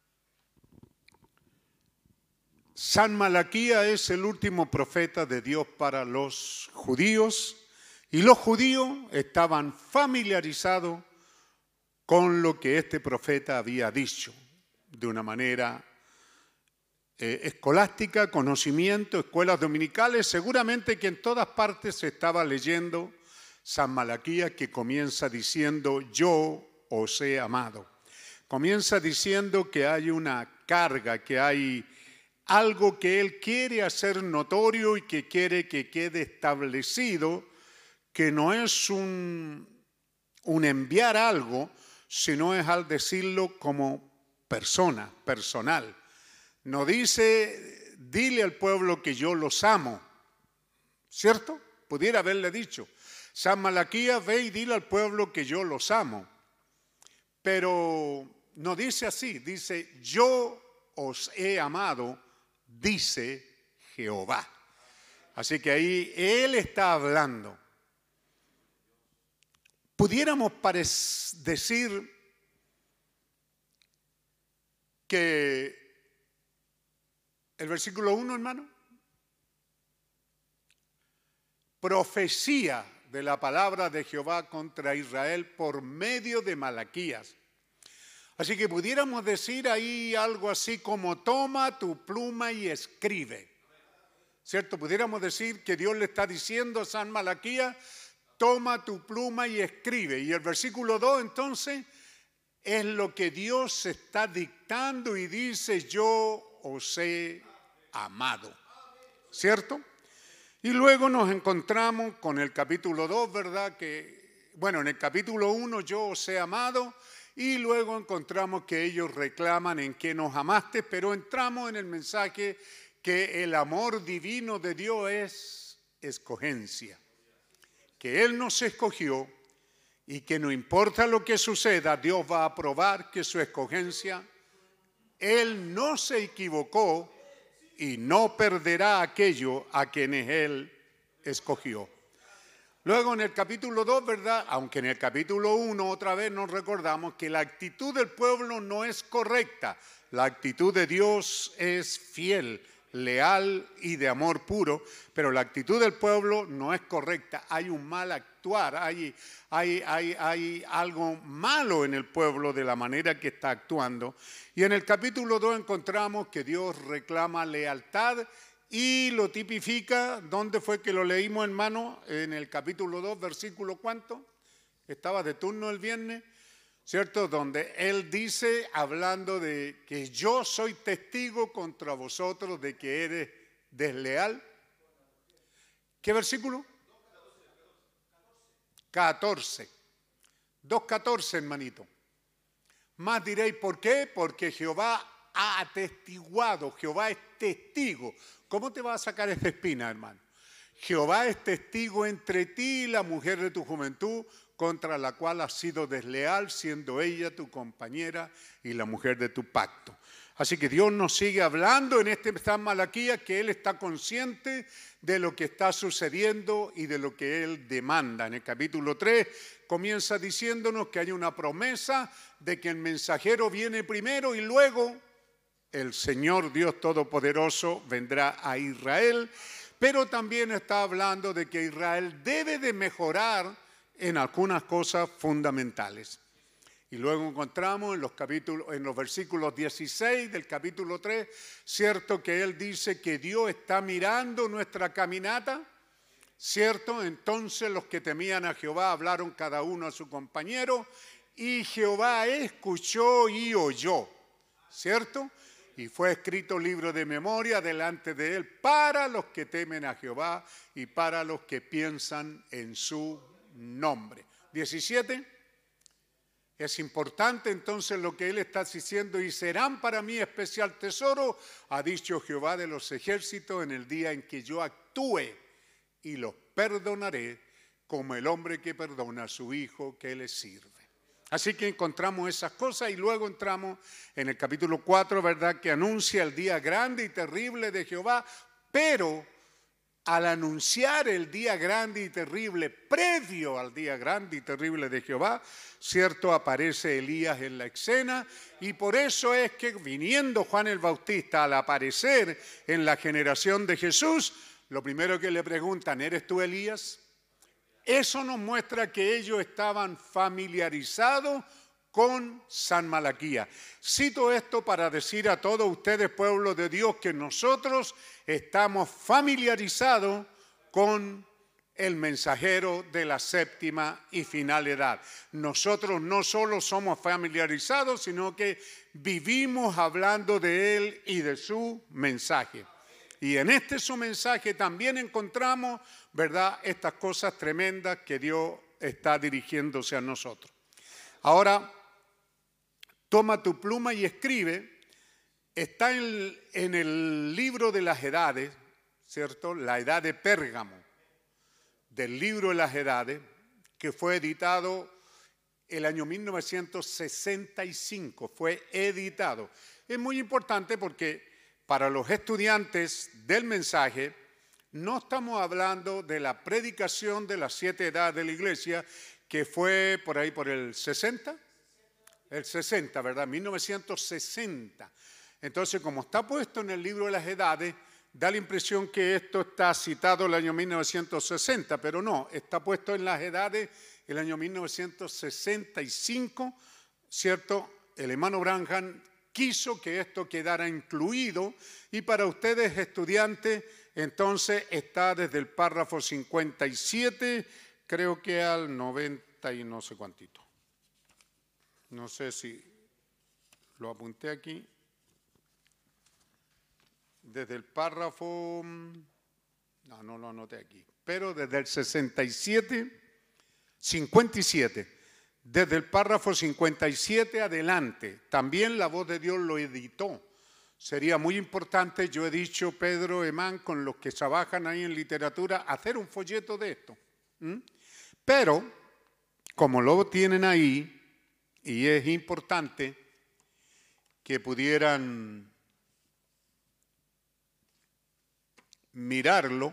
San Malaquías es el último profeta de Dios para los judíos y los judíos estaban familiarizados con lo que este profeta había dicho de una manera escolástica, conocimiento, escuelas dominicales. Seguramente que en todas partes se estaba leyendo San Malaquías, que comienza diciendo: yo os he amado. Comienza diciendo que hay una carga, que hay algo que él quiere hacer notorio y que quiere que quede establecido, que no es un enviar algo, sino es al decirlo como persona, personal. No dice, dile al pueblo que yo los amo, ¿cierto? Pudiera haberle dicho, San Malaquías, ve y dile al pueblo que yo los amo. Pero no dice así, dice, yo os he amado, dice Jehová. Así que ahí él está hablando. Pudiéramos decir que el versículo 1, hermano, profecía de la palabra de Jehová contra Israel por medio de Malaquías. Así que pudiéramos decir ahí algo así como: toma tu pluma y escribe. ¿Cierto? Pudiéramos decir que Dios le está diciendo a San Malaquías: toma tu pluma y escribe. Y el versículo 2 entonces es lo que Dios está dictando y dice: yo os he amado. ¿Cierto? Y luego nos encontramos con el capítulo 2, ¿verdad? En el capítulo 1 yo os he amado. Y luego encontramos que ellos reclaman en qué nos amaste, pero entramos en el mensaje que el amor divino de Dios es escogencia. Que Él nos escogió y que no importa lo que suceda, Dios va a probar que su escogencia, Él no se equivocó y no perderá aquello a quienes Él escogió. Luego en el capítulo 2, ¿verdad? Aunque en el capítulo 1 otra vez nos recordamos que la actitud del pueblo no es correcta. La actitud de Dios es fiel, leal y de amor puro, pero la actitud del pueblo no es correcta. Hay un mal actuar, hay algo malo en el pueblo de la manera que está actuando. Y en el capítulo 2 encontramos que Dios reclama lealtad y lo tipifica. ¿Dónde fue que lo leímos, hermano? En el capítulo 2, versículo ¿cuánto? Estaba de turno el viernes, ¿cierto? Donde él dice, hablando de que yo soy testigo contra vosotros de que eres desleal. ¿Qué versículo? 14. 2:14, hermanito. Más diréis, ¿por qué? Porque Jehová ha atestiguado, Jehová es testigo. ¿Cómo te va a sacar esta espina, hermano? Jehová es testigo entre ti y la mujer de tu juventud, contra la cual has sido desleal, siendo ella tu compañera y la mujer de tu pacto. Así que Dios nos sigue hablando en esta Malaquías, que Él está consciente de lo que está sucediendo y de lo que Él demanda. En el capítulo 3 comienza diciéndonos que hay una promesa de que el mensajero viene primero y luego el Señor Dios Todopoderoso vendrá a Israel, pero también está hablando de que Israel debe de mejorar en algunas cosas fundamentales. Y luego encontramos en los versículos 16 del capítulo 3, cierto que Él dice que Dios está mirando nuestra caminata, cierto. Entonces los que temían a Jehová hablaron cada uno a su compañero, y Jehová escuchó y oyó, cierto. Y fue escrito libro de memoria delante de Él para los que temen a Jehová y para los que piensan en su nombre. 17. Es importante entonces lo que Él está diciendo, y serán para mí especial tesoro, ha dicho Jehová de los ejércitos, en el día en que yo actúe, y los perdonaré como el hombre que perdona a su hijo que le sirve. Así que encontramos esas cosas y luego entramos en el capítulo 4, ¿verdad? Que anuncia el día grande y terrible de Jehová, pero al anunciar el día grande y terrible, previo al día grande y terrible de Jehová, cierto, aparece Elías en la escena, y por eso es que viniendo Juan el Bautista al aparecer en la generación de Jesús, lo primero que le preguntan, ¿eres tú Elías? Eso nos muestra que ellos estaban familiarizados con San Malaquías. Cito esto para decir a todos ustedes, pueblo de Dios, que nosotros estamos familiarizados con el mensajero de la séptima y final edad. Nosotros no solo somos familiarizados, sino que vivimos hablando de él y de su mensaje. Y en su mensaje también encontramos, ¿verdad?, estas cosas tremendas que Dios está dirigiéndose a nosotros. Ahora, toma tu pluma y escribe. Está en el libro de las edades, ¿cierto? La edad de Pérgamo, del libro de las edades, que fue editado el año 1965, fue editado. Es muy importante porque para los estudiantes del mensaje, no estamos hablando de la predicación de las 7 edades de la iglesia, que fue por ahí por el 60, ¿verdad? 1960. Entonces, como está puesto en el libro de las edades, da la impresión que esto está citado el año 1960, pero no, está puesto en las edades el año 1965, ¿cierto? El hermano Branham quiso que esto quedara incluido, y para ustedes estudiantes entonces está desde el párrafo 57, creo que al 90 y no sé cuántito. No sé si lo apunté aquí. Desde el párrafo, no lo anoté aquí, pero desde el 57, desde el párrafo 57 adelante, también la Voz de Dios lo editó. Sería muy importante, yo he dicho, Pedro, Emán, con los que trabajan ahí en literatura, hacer un folleto de esto. Pero, como lo tienen ahí, y es importante que pudieran mirarlo,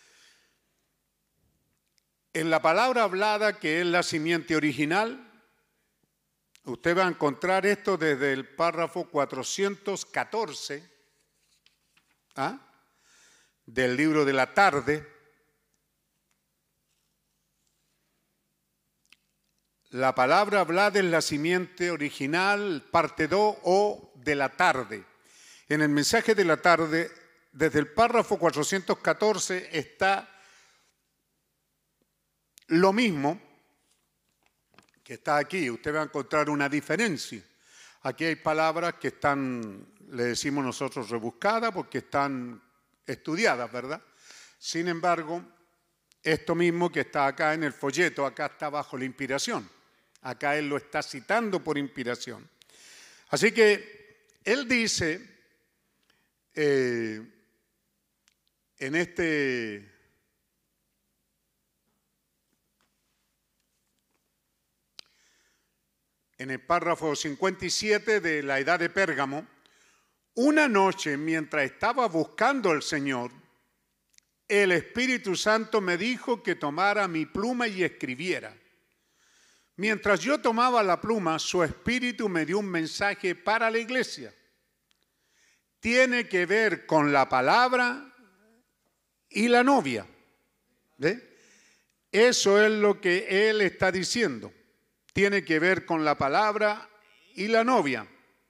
en la palabra hablada, que es la simiente original, usted va a encontrar esto desde el párrafo 414 del libro de la tarde. La palabra hablada es la simiente original, parte 2 o de la tarde. En el mensaje de la tarde desde el párrafo 414 está lo mismo que está aquí. Usted va a encontrar una diferencia. Aquí hay palabras que están, le decimos nosotros, rebuscadas porque están estudiadas, ¿verdad? Sin embargo, esto mismo que está acá en el folleto, acá está bajo la inspiración. Acá él lo está citando por inspiración. Así que él dice en el párrafo 57 de la Edad de Pérgamo: una noche, mientras estaba buscando al Señor, el Espíritu Santo me dijo que tomara mi pluma y escribiera. Mientras yo tomaba la pluma, su Espíritu me dio un mensaje para la iglesia. Tiene que ver con la palabra y la novia. ¿Ve? Eso es lo que él está diciendo. Tiene que ver con la palabra y la novia.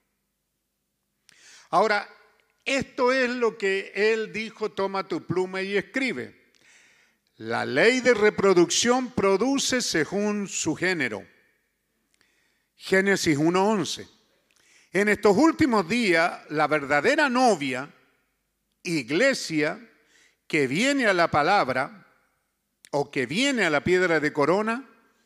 Ahora, esto es lo que él dijo: toma tu pluma y escribe. La ley de reproducción produce según su género. Génesis 1:11. En estos últimos días, la verdadera novia, iglesia, que viene a la palabra o que viene a la piedra de corona,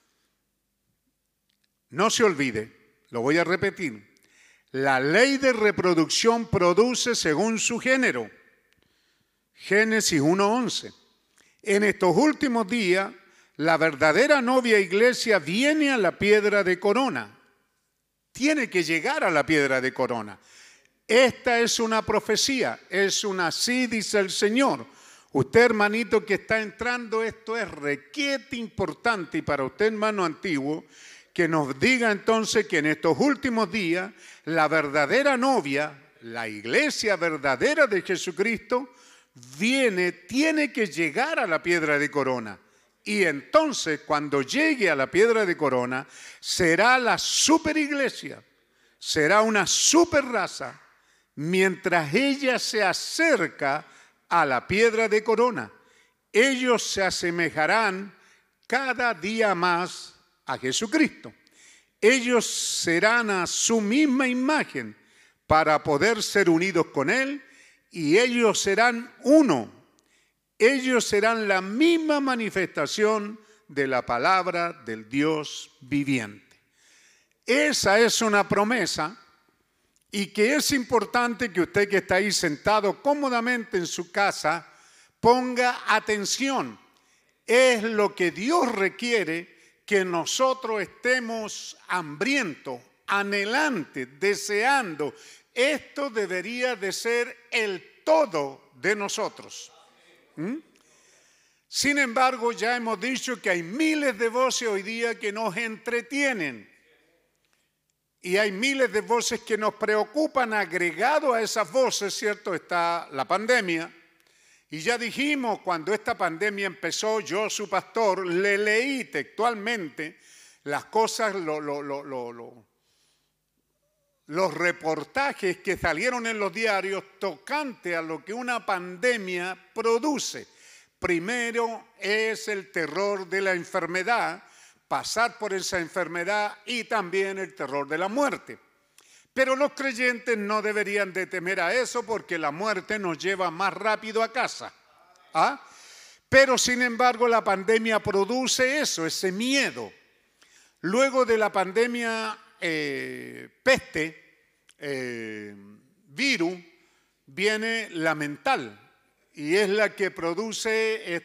no se olvide, lo voy a repetir. La ley de reproducción produce según su género. Génesis 1:11. En estos últimos días, la verdadera novia iglesia viene a la piedra de corona. Tiene que llegar a la piedra de corona. Esta es una profecía, es una así dice el Señor. Usted, hermanito, que está entrando, esto es requete importante, y para usted, hermano antiguo, que nos diga entonces que en estos últimos días la verdadera novia, la iglesia verdadera de Jesucristo, tiene que llegar a la piedra de corona. Y entonces, cuando llegue a la piedra de corona, será la superiglesia, será una super raza, mientras ella se acerca a la piedra de corona. Ellos se asemejarán cada día más a Jesucristo. Ellos serán a su misma imagen para poder ser unidos con Él, y ellos serán uno. Ellos serán la misma manifestación de la palabra del Dios viviente. Esa es una promesa, y que es importante que usted, que está ahí sentado cómodamente en su casa, ponga atención. Es lo que Dios requiere, que nosotros estemos hambrientos, anhelantes, deseando. Esto debería de ser el todo de nosotros. Sin embargo, ya hemos dicho que hay miles de voces hoy día que nos entretienen. Y hay miles de voces que nos preocupan. Agregado a esas voces, ¿cierto?, está la pandemia. Y ya dijimos, cuando esta pandemia empezó, yo, su pastor, le leí textualmente las cosas, los reportajes que salieron en los diarios tocante a lo que una pandemia produce. Primero es el terror de la enfermedad, pasar por esa enfermedad, y también el terror de la muerte. Pero los creyentes no deberían de temer a eso, porque la muerte nos lleva más rápido a casa. Pero sin embargo la pandemia produce eso, ese miedo. Luego de la pandemia virus, viene la mental, y es la que produce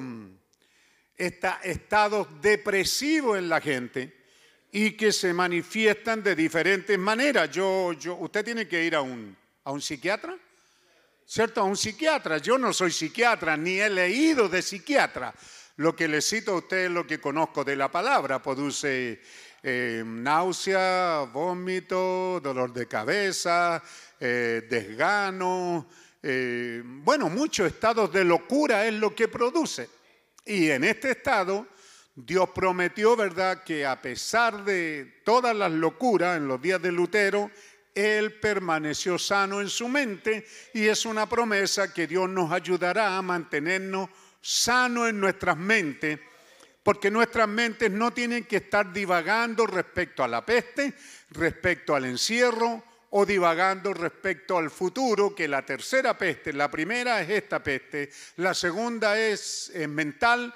estados depresivos en la gente, y que se manifiestan de diferentes maneras. Usted tiene que ir a un psiquiatra, ¿cierto? A un psiquiatra. Yo no soy psiquiatra, ni he leído de psiquiatra. Lo que le cito a usted es lo que conozco de la palabra. Produce náusea, vómito, dolor de cabeza, desgano. Bueno, muchos estados de locura es lo que produce. Y en este estado, Dios prometió, ¿verdad?, que a pesar de todas las locuras en los días de Lutero, él permaneció sano en su mente, y es una promesa que Dios nos ayudará a mantenernos sanos en nuestras mentes, porque nuestras mentes no tienen que estar divagando respecto a la peste, respecto al encierro, o divagando respecto al futuro, que la tercera peste, la primera es esta peste, la segunda es mental,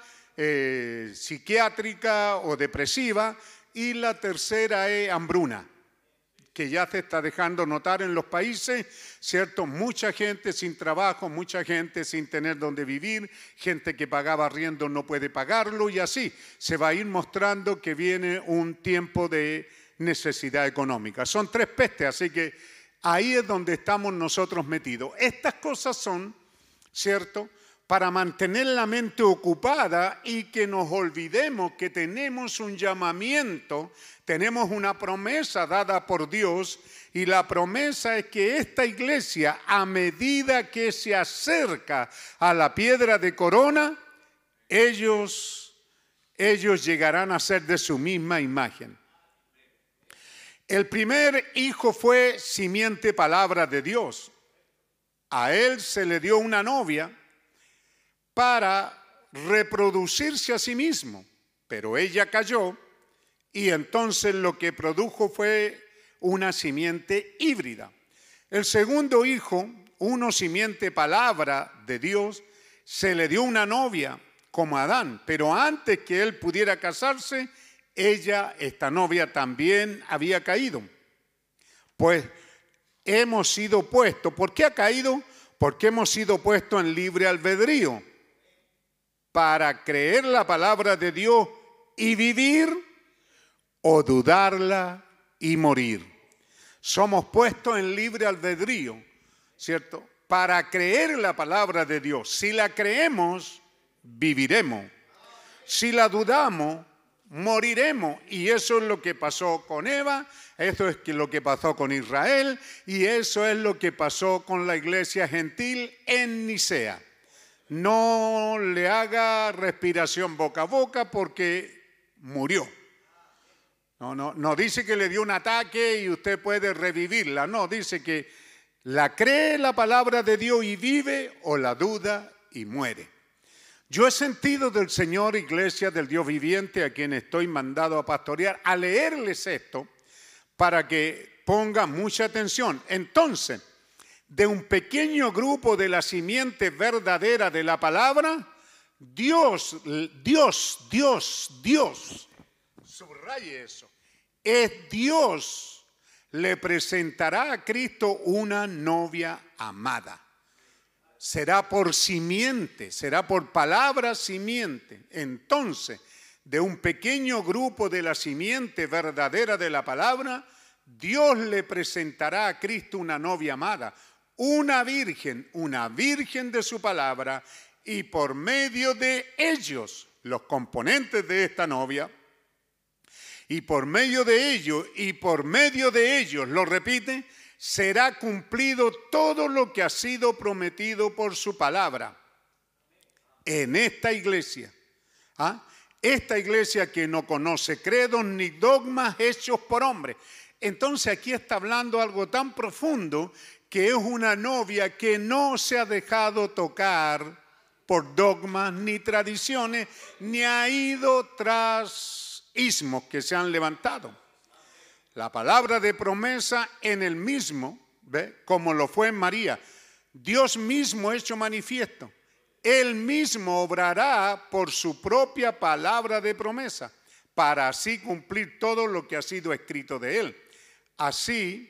psiquiátrica o depresiva, y la tercera es hambruna, que ya se está dejando notar en los países, ¿cierto? Mucha gente sin trabajo, mucha gente sin tener donde vivir, gente que pagaba arriendo no puede pagarlo, y así se va a ir mostrando que viene un tiempo de necesidad económica. Son 3 pestes, así que ahí es donde estamos nosotros metidos. Estas cosas son, ¿cierto?, para mantener la mente ocupada y que nos olvidemos que tenemos un llamamiento, tenemos una promesa dada por Dios, y la promesa es que esta iglesia, a medida que se acerca a la piedra de corona, ellos llegarán a ser de su misma imagen. El primer hijo fue simiente palabra de Dios. A él se le dio una novia para reproducirse a sí mismo, pero ella cayó, y entonces lo que produjo fue una simiente híbrida. El segundo hijo, uno simiente palabra de Dios, se le dio una novia como Adán, pero antes que él pudiera casarse, esta novia también había caído. Pues hemos sido puestos. ¿Por qué ha caído? Porque hemos sido puestos en libre albedrío para creer la palabra de Dios y vivir, o dudarla y morir. Somos puestos en libre albedrío, ¿cierto?, para creer la palabra de Dios. Si la creemos, viviremos. Si la dudamos, moriremos. Y eso es lo que pasó con Eva, eso es lo que pasó con Israel, y eso es lo que pasó con la iglesia gentil en Nicea. No le haga respiración boca a boca, porque murió. No dice que le dio un ataque y usted puede revivirla. No, dice que la cree la palabra de Dios y vive, o la duda y muere. Yo he sentido del Señor, iglesia del Dios viviente, a quien estoy mandado a pastorear, a leerles esto para que pongan mucha atención. Entonces, de un pequeño grupo de la simiente verdadera de la palabra, Dios, subraye eso, es Dios, le presentará a Cristo una novia amada. Será por simiente, será por palabra simiente. Entonces, de un pequeño grupo de la simiente verdadera de la palabra, Dios le presentará a Cristo una novia amada, una virgen de su palabra, y por medio de ellos, los componentes de esta novia, y por medio de ellos, lo repite, será cumplido todo lo que ha sido prometido por su palabra en esta iglesia. Esta iglesia que no conoce credos ni dogmas hechos por hombres. Entonces aquí está hablando algo tan profundo, que es una novia que no se ha dejado tocar por dogmas ni tradiciones, ni ha ido tras ismos que se han levantado. La palabra de promesa en el mismo, ¿ve?, como lo fue en María, Dios mismo hecho manifiesto. Él mismo obrará por su propia palabra de promesa, para así cumplir todo lo que ha sido escrito de Él. Así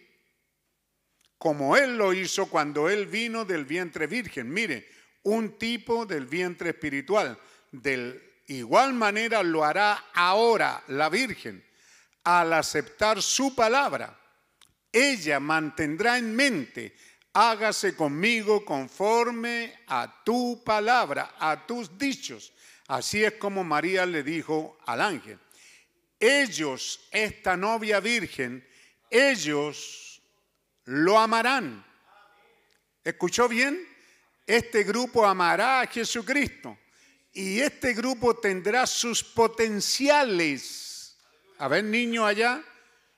como Él lo hizo cuando Él vino del vientre virgen. Mire, un tipo del vientre espiritual. De igual manera lo hará ahora la Virgen. Al aceptar su palabra, ella mantendrá en mente: hágase conmigo conforme a tu palabra, a tus dichos. Así es como María le dijo al ángel. Ellos, esta novia virgen, ellos lo amarán. ¿Escuchó bien? Este grupo amará a Jesucristo, y este grupo tendrá sus potenciales. A ver, niños allá,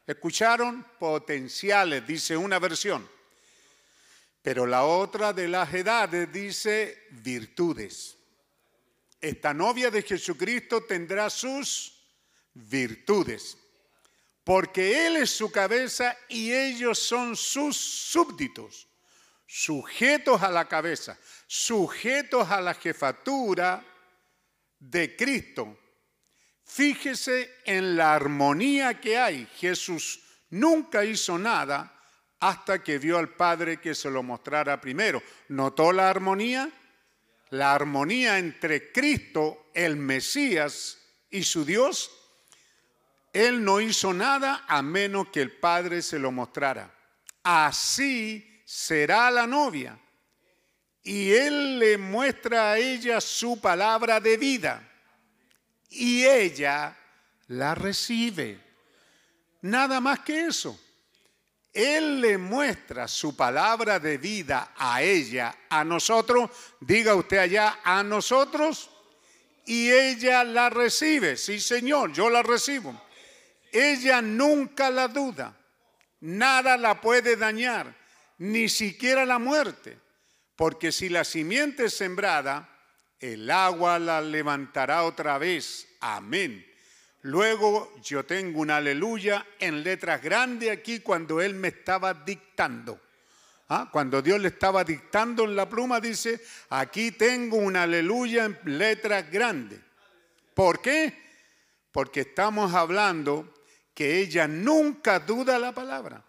¿Escucharon? Potenciales, dice una versión. Pero la otra de las edades dice virtudes. Esta novia de Jesucristo tendrá sus virtudes, porque Él es su cabeza y ellos son sus súbditos, sujetos a la cabeza, sujetos a la jefatura de Cristo. Fíjese en la armonía que hay. Jesús nunca hizo nada hasta que vio al Padre que se lo mostrara primero. ¿Notó la armonía? La armonía entre Cristo, el Mesías, y su Dios. Él no hizo nada a menos que el Padre se lo mostrara. Así será la novia. Y Él le muestra a ella su palabra de vida. Y ella la recibe. Nada más que eso. Él le muestra su palabra de vida a ella, a nosotros, diga usted allá, a nosotros, y ella la recibe. Sí, Señor, yo la recibo. Ella nunca la duda, nada la puede dañar, ni siquiera la muerte, porque si la simiente es sembrada, el agua la levantará otra vez. Amén. Luego yo tengo un aleluya en letras grandes aquí cuando Él me estaba dictando. Cuando Dios le estaba dictando en la pluma, dice, aquí tengo un aleluya en letras grandes. ¿Por qué? Porque estamos hablando que ella nunca duda la palabra.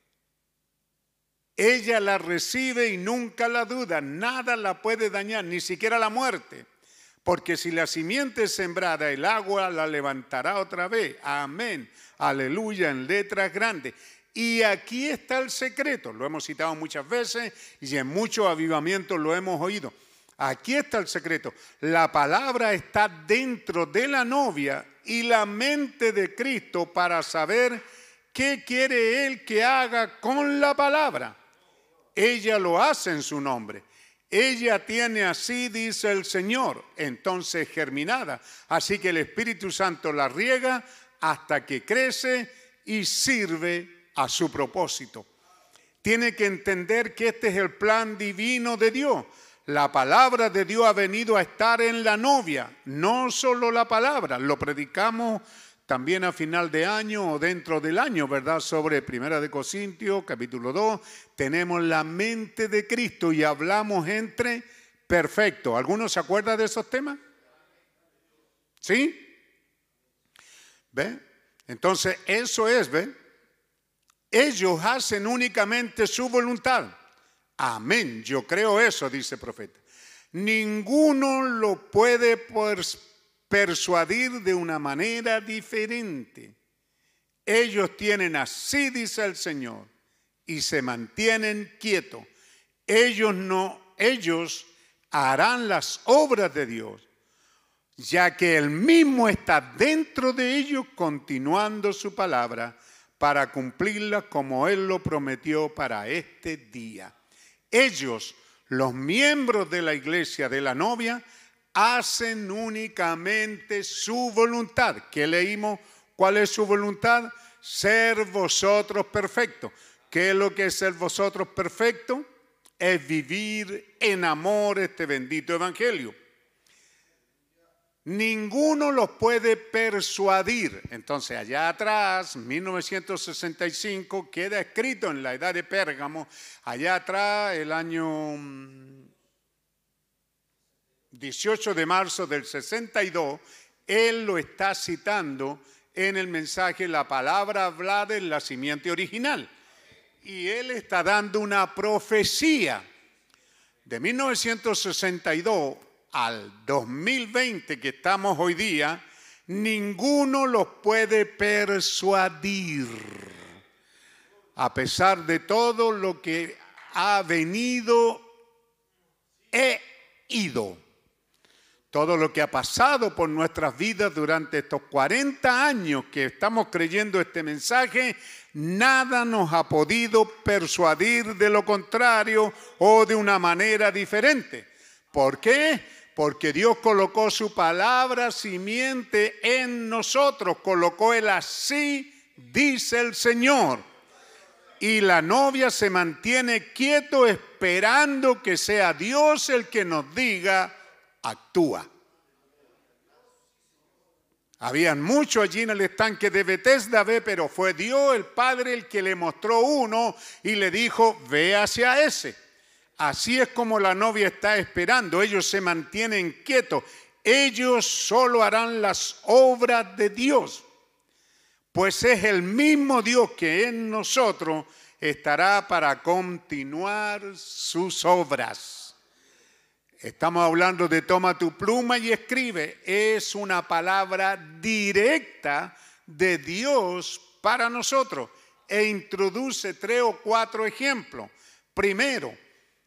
Ella la recibe y nunca la duda. Nada la puede dañar, ni siquiera la muerte. Porque si la simiente es sembrada, el agua la levantará otra vez. Amén. Aleluya en letras grandes. Y aquí está el secreto. Lo hemos citado muchas veces y en muchos avivamientos lo hemos oído. Aquí está el secreto. La palabra está dentro de la novia y la mente de Cristo para saber qué quiere Él que haga con la palabra. Ella lo hace en su nombre. Ella tiene así, dice el Señor, entonces germinada. Así que el Espíritu Santo la riega hasta que crece y sirve a su propósito. Tiene que entender que este es el plan divino de Dios. La palabra de Dios ha venido a estar en la novia, no solo la palabra. Lo predicamos también a final de año o dentro del año, ¿verdad? Sobre 1 Corintios, capítulo 2, tenemos la mente de Cristo y hablamos entre perfectos. ¿Alguno se acuerda de esos temas? ¿Sí? ¿Ve? Entonces, eso es, ¿ve? Ellos hacen únicamente su voluntad. Amén, yo creo eso, dice el profeta. Ninguno lo puede persuadir de una manera diferente. Ellos tienen así, dice el Señor, y se mantienen quietos. Ellos harán las obras de Dios, ya que Él mismo está dentro de ellos, continuando su palabra para cumplirla como Él lo prometió para este día. Ellos, los miembros de la iglesia de la novia, hacen únicamente su voluntad. ¿Qué leímos? ¿Cuál es su voluntad? Ser vosotros perfectos. ¿Qué es lo que es ser vosotros perfectos? Es vivir en amor este bendito evangelio. Ninguno los puede persuadir. Entonces allá atrás, 1965, queda escrito en la edad de Pérgamo, allá atrás, el año 18 de marzo del 62, él lo está citando en el mensaje, la palabra hablada en la simiente original. Y él está dando una profecía de 1962 al 2020 que estamos hoy día. Ninguno los puede persuadir, a pesar de todo lo que ha venido e ido. Todo lo que ha pasado por nuestras vidas durante estos 40 años que estamos creyendo este mensaje, nada nos ha podido persuadir de lo contrario o de una manera diferente. ¿Por qué? Porque Dios colocó su palabra simiente en nosotros, colocó el así dice el Señor. Y la novia se mantiene quieto esperando que sea Dios el que nos diga, actúa. Habían muchos allí en el estanque de Betesda, pero fue Dios el Padre el que le mostró uno y le dijo, ve hacia ese. Así es como la novia está esperando. Ellos se mantienen quietos. Ellos solo harán las obras de Dios. Pues es el mismo Dios que en nosotros estará para continuar sus obras. Estamos hablando de toma tu pluma y escribe. Es una palabra directa de Dios para nosotros. E introduce 3 o 4 ejemplos. Primero,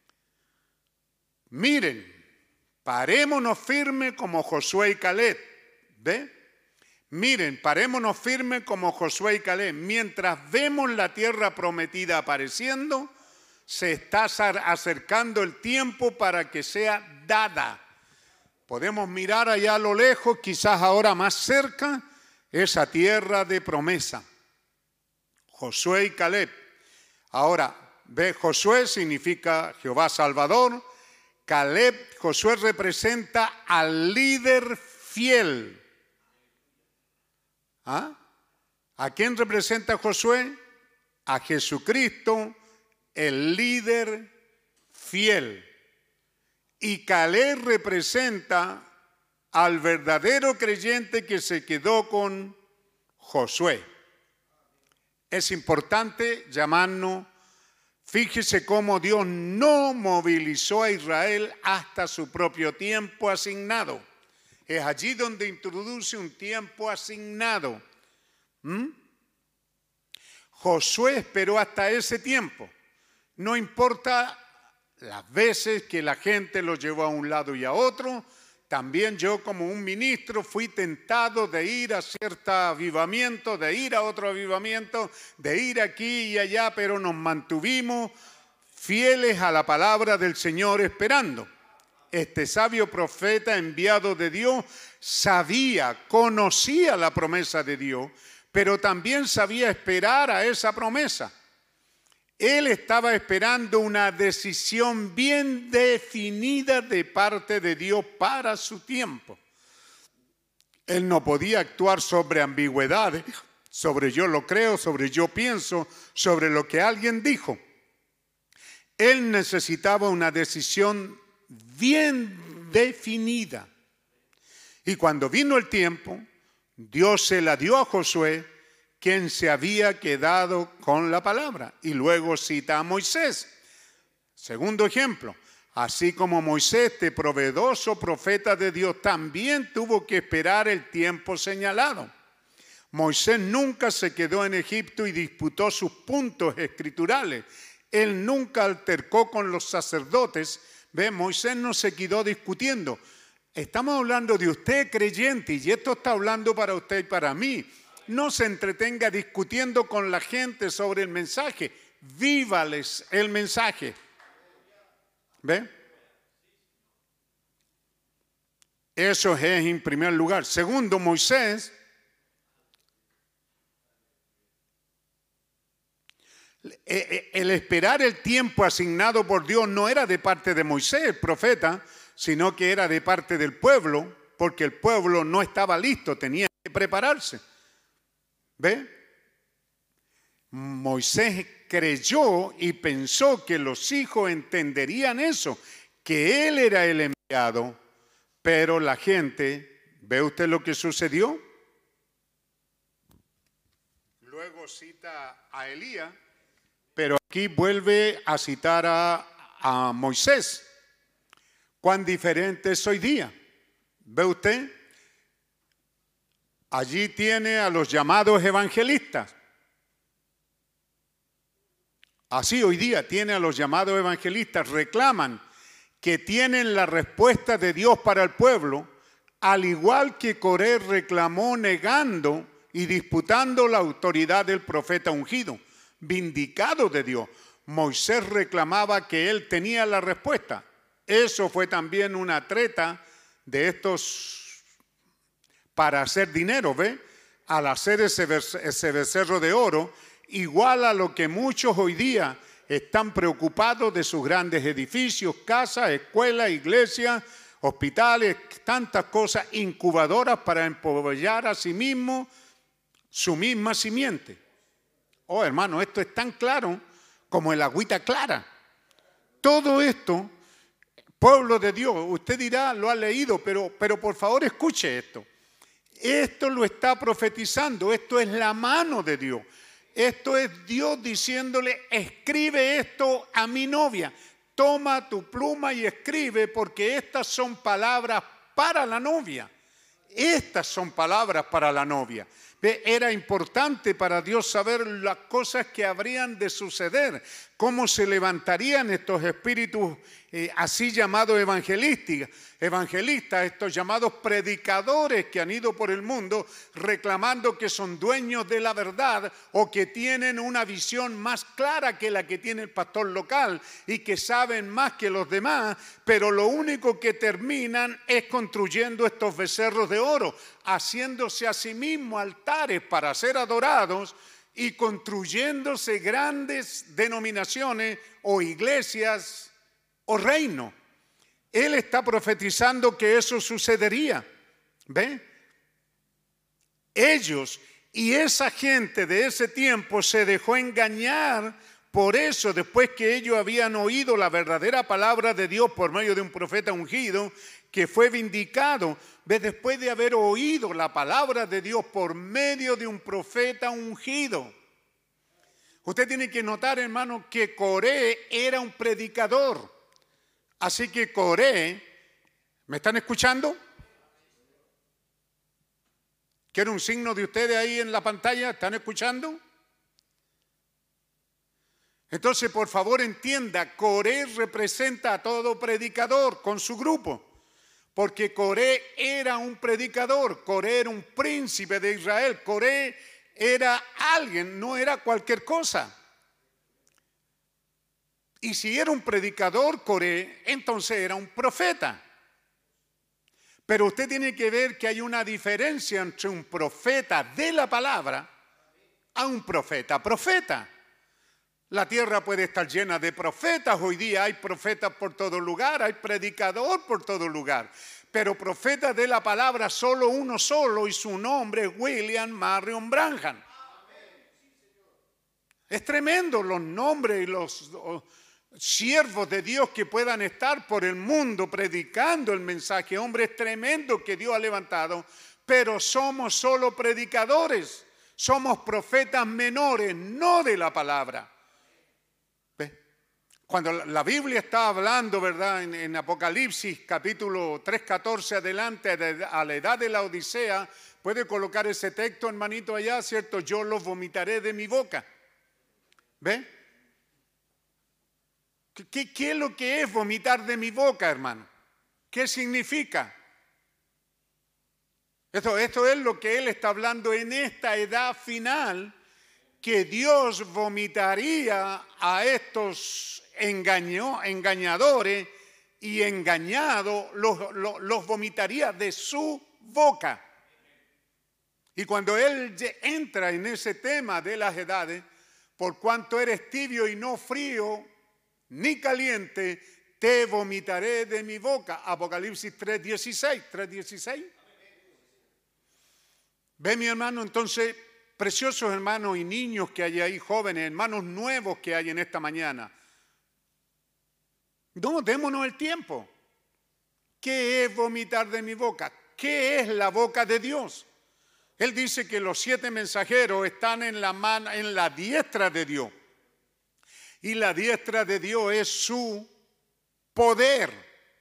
miren, parémonos firmes como Josué y Caleb. ¿Ve? Miren, parémonos firmes como Josué y Caleb. Mientras vemos la tierra prometida apareciendo, se está acercando el tiempo para que sea dada. Podemos mirar allá a lo lejos, quizás ahora más cerca, esa tierra de promesa. Josué y Caleb. Ahora, ve, Josué significa Jehová Salvador. Caleb, Josué representa al líder fiel. ¿Ah? ¿A quién representa Josué? A Jesucristo, el líder fiel. Y Caleb representa al verdadero creyente que se quedó con Josué. Es importante llamarnos, fíjese cómo Dios no movilizó a Israel hasta su propio tiempo asignado. Es allí donde introduce un tiempo asignado. Josué esperó hasta ese tiempo. No importa las veces que la gente lo llevó a un lado y a otro, también yo como un ministro fui tentado de ir a cierto avivamiento, de ir a otro avivamiento, de ir aquí y allá, pero nos mantuvimos fieles a la palabra del Señor esperando. Este sabio profeta enviado de Dios conocía la promesa de Dios, pero también sabía esperar a esa promesa. Él estaba esperando una decisión bien definida de parte de Dios para su tiempo. Él no podía actuar sobre ambigüedades, sobre yo lo creo, sobre yo pienso, sobre lo que alguien dijo. Él necesitaba una decisión bien definida. Y cuando vino el tiempo, Dios se la dio a Josué, quien se había quedado con la palabra. Y luego cita a Moisés. Segundo ejemplo, así como Moisés, este proveedoso profeta de Dios, también tuvo que esperar el tiempo señalado. Moisés nunca se quedó en Egipto y disputó sus puntos escriturales. Él nunca altercó con los sacerdotes. ¿Ve? Moisés no se quedó discutiendo. Estamos hablando de usted creyente y esto está hablando para usted y para mí. No se entretenga discutiendo con la gente sobre el mensaje. Vívales el mensaje. ¿Ve? Eso es en primer lugar. Segundo, Moisés, el esperar el tiempo asignado por Dios no era de parte de Moisés, el profeta, sino que era de parte del pueblo, porque el pueblo no estaba listo, tenía que prepararse. ¿Ve? Moisés creyó y pensó que los hijos entenderían eso, que él era el enviado, pero la gente, ¿ve usted lo que sucedió? Luego cita a Elías, pero aquí vuelve a citar a Moisés. Cuán diferente es hoy día. ¿Ve usted? Allí tiene a los llamados evangelistas. Así hoy día tiene a los llamados evangelistas. Reclaman que tienen la respuesta de Dios para el pueblo, al igual que Coré reclamó negando y disputando la autoridad del profeta ungido, vindicado de Dios. Moisés reclamaba que él tenía la respuesta. Eso fue también una treta de estos para hacer dinero, ¿ve? al hacer ese becerro de oro, igual a lo que muchos hoy día están preocupados de sus grandes edificios, casas, escuelas, iglesias, hospitales, tantas cosas, incubadoras para empollar a sí mismo su misma simiente. Oh, hermano, esto es tan claro como el agüita clara. Todo esto, pueblo de Dios, usted dirá, lo ha leído, pero por favor escuche esto. Esto lo está profetizando, esto es la mano de Dios. Esto es Dios diciéndole, escribe esto a mi novia. Toma tu pluma y escribe, porque estas son palabras para la novia. Estas son palabras para la novia. Era importante para Dios saber las cosas que habrían de suceder, cómo se levantarían estos espíritus así llamados evangelistas, estos llamados predicadores que han ido por el mundo reclamando que son dueños de la verdad o que tienen una visión más clara que la que tiene el pastor local y que saben más que los demás, pero lo único que terminan es construyendo estos becerros de oro, haciéndose a sí mismos altares para ser adorados y construyéndose grandes denominaciones o iglesias o reino. Él está profetizando que eso sucedería. ¿Ve? Ellos y esa gente de ese tiempo se dejó engañar. Por eso, después que ellos habían oído la verdadera palabra de Dios por medio de un profeta ungido, que fue vindicado, ¿ve? Después de haber oído la palabra de Dios por medio de un profeta ungido. Usted tiene que notar, hermano, que Coré era un predicador. Así que Coré, ¿me están escuchando? ¿Quiero un signo de ustedes ahí en la pantalla? ¿Están escuchando? Entonces, por favor, entienda, Coré representa a todo predicador con su grupo. Porque Coré era un predicador, Coré era un príncipe de Israel, Coré era alguien, no era cualquier cosa. Y si era un predicador, Coré, entonces era un profeta. Pero usted tiene que ver que hay una diferencia entre un profeta de la palabra a un profeta. La tierra puede estar llena de profetas. Hoy día hay profetas por todo lugar, hay predicador por todo lugar. Pero profeta de la palabra solo uno solo, y su nombre es William Marion Branham. Es tremendo los nombres y los siervos de Dios que puedan estar por el mundo predicando el mensaje. Hombre, es tremendo que Dios ha levantado, pero somos solo predicadores. Somos profetas menores, no de la palabra. Cuando la Biblia está hablando, ¿verdad? En Apocalipsis, capítulo 3:14 adelante, a la edad de la Odisea, puede colocar ese texto, hermanito, allá, ¿cierto? Yo los vomitaré de mi boca. ¿Ve? ¿Qué es lo que es vomitar de mi boca, hermano? ¿Qué significa? Esto es lo que él está hablando en esta edad final, que Dios vomitaría a estos engañadores y engañados, los vomitaría de su boca. Y cuando él entra en ese tema de las edades, por cuanto eres tibio y no frío ni caliente, te vomitaré de mi boca. Apocalipsis 3:16. ¿Ve, mi hermano? Entonces, preciosos hermanos y niños que hay ahí, jóvenes, hermanos nuevos que hay en esta mañana, no, démonos el tiempo. ¿Qué es vomitar de mi boca? ¿Qué es la boca de Dios? Él dice que los 7 mensajeros están en la diestra de Dios. Y la diestra de Dios es su poder.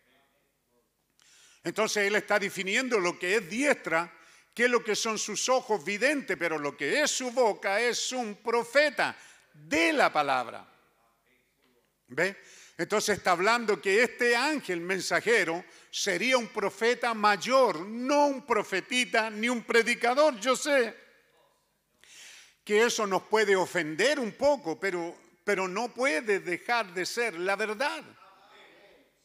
Entonces él está definiendo lo que es diestra, qué es lo que son sus ojos videntes, pero lo que es su boca es un profeta de la palabra. ¿Ve? Entonces está hablando que este ángel mensajero sería un profeta mayor, no un profetita ni un predicador. Yo sé que eso nos puede ofender un poco, pero no puede dejar de ser la verdad.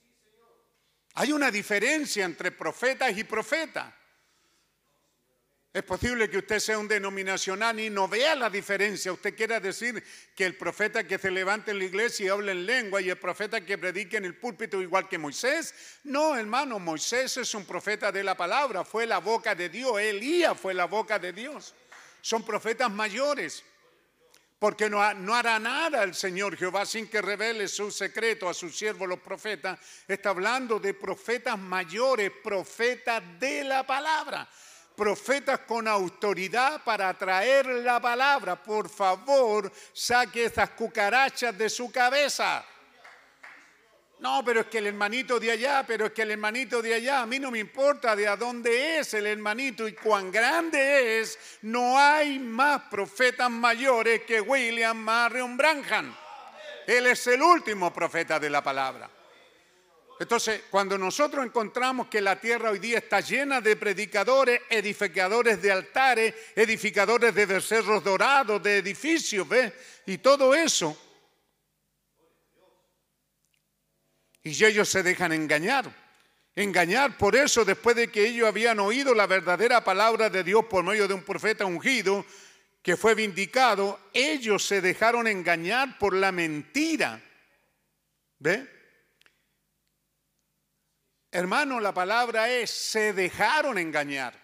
Hay una diferencia entre profetas y profetas. Es posible que usted sea un denominacional y no vea la diferencia. Usted quiera decir que el profeta que se levante en la iglesia y hable en lengua y el profeta que predique en el púlpito igual que Moisés. No, hermano, Moisés es un profeta de la palabra, fue la boca de Dios. Elías fue la boca de Dios. Son profetas mayores. Porque no hará nada el Señor Jehová sin que revele su secreto a sus siervos los profetas. Está hablando de profetas mayores, profetas de la palabra. Profetas con autoridad para traer la palabra. Por favor, saque esas cucarachas de su cabeza. No, pero es que el hermanito de allá, pero es que el hermanito de allá, a mí no me importa de a dónde es el hermanito y cuán grande es. No hay más profetas mayores que William Marion Branham. Él es el último profeta de la palabra. Entonces, cuando nosotros encontramos que la tierra hoy día está llena de predicadores, edificadores de altares, edificadores de becerros dorados, de edificios, ¿ves? Y todo eso. Y ellos se dejan engañar. Engañar, por eso, después de que ellos habían oído la verdadera palabra de Dios por medio de un profeta ungido, que fue vindicado, ellos se dejaron engañar por la mentira. ¿Ve? Hermano, la palabra es, se dejaron engañar.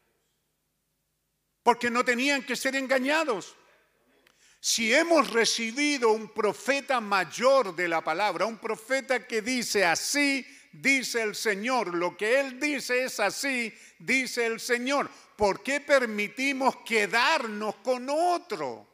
Porque no tenían que ser engañados. Si hemos recibido un profeta mayor de la palabra, un profeta que dice así, dice el Señor, lo que Él dice es así, dice el Señor, ¿por qué permitimos quedarnos con otro?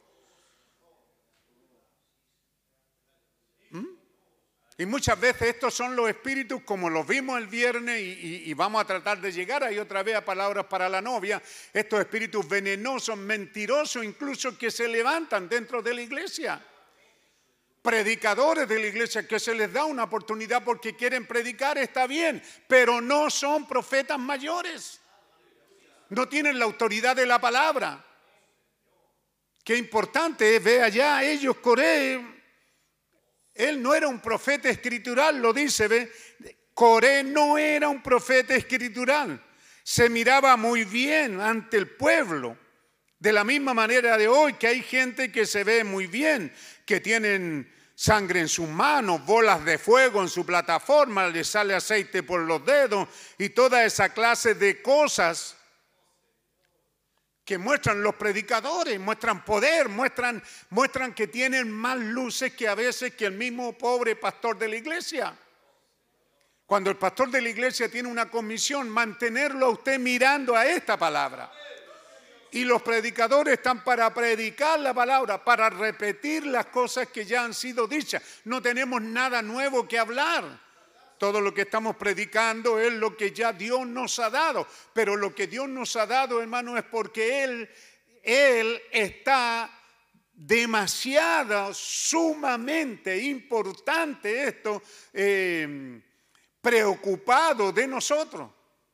Y muchas veces estos son los espíritus, como los vimos el viernes, y vamos a tratar de llegar ahí otra vez a palabras para la novia, estos espíritus venenosos, mentirosos, incluso que se levantan dentro de la iglesia. Predicadores de la iglesia que se les da una oportunidad porque quieren predicar, está bien, pero no son profetas mayores. No tienen la autoridad de la palabra. Qué importante es, ve allá, ellos, Coré. Él no era un profeta escritural, lo dice, ¿ve? Coré no era un profeta escritural. Se miraba muy bien ante el pueblo. De la misma manera de hoy, que hay gente que se ve muy bien, que tienen sangre en sus manos, bolas de fuego en su plataforma, les sale aceite por los dedos y toda esa clase de cosas que muestran los predicadores, muestran poder, muestran que tienen más luces que a veces que el mismo pobre pastor de la iglesia. Cuando el pastor de la iglesia tiene una comisión, mantenerlo a usted mirando a esta palabra. Y los predicadores están para predicar la palabra, para repetir las cosas que ya han sido dichas. No tenemos nada nuevo que hablar. Todo lo que estamos predicando es lo que ya Dios nos ha dado. Pero lo que Dios nos ha dado, hermano, es porque Él está demasiado, sumamente importante esto, preocupado de nosotros.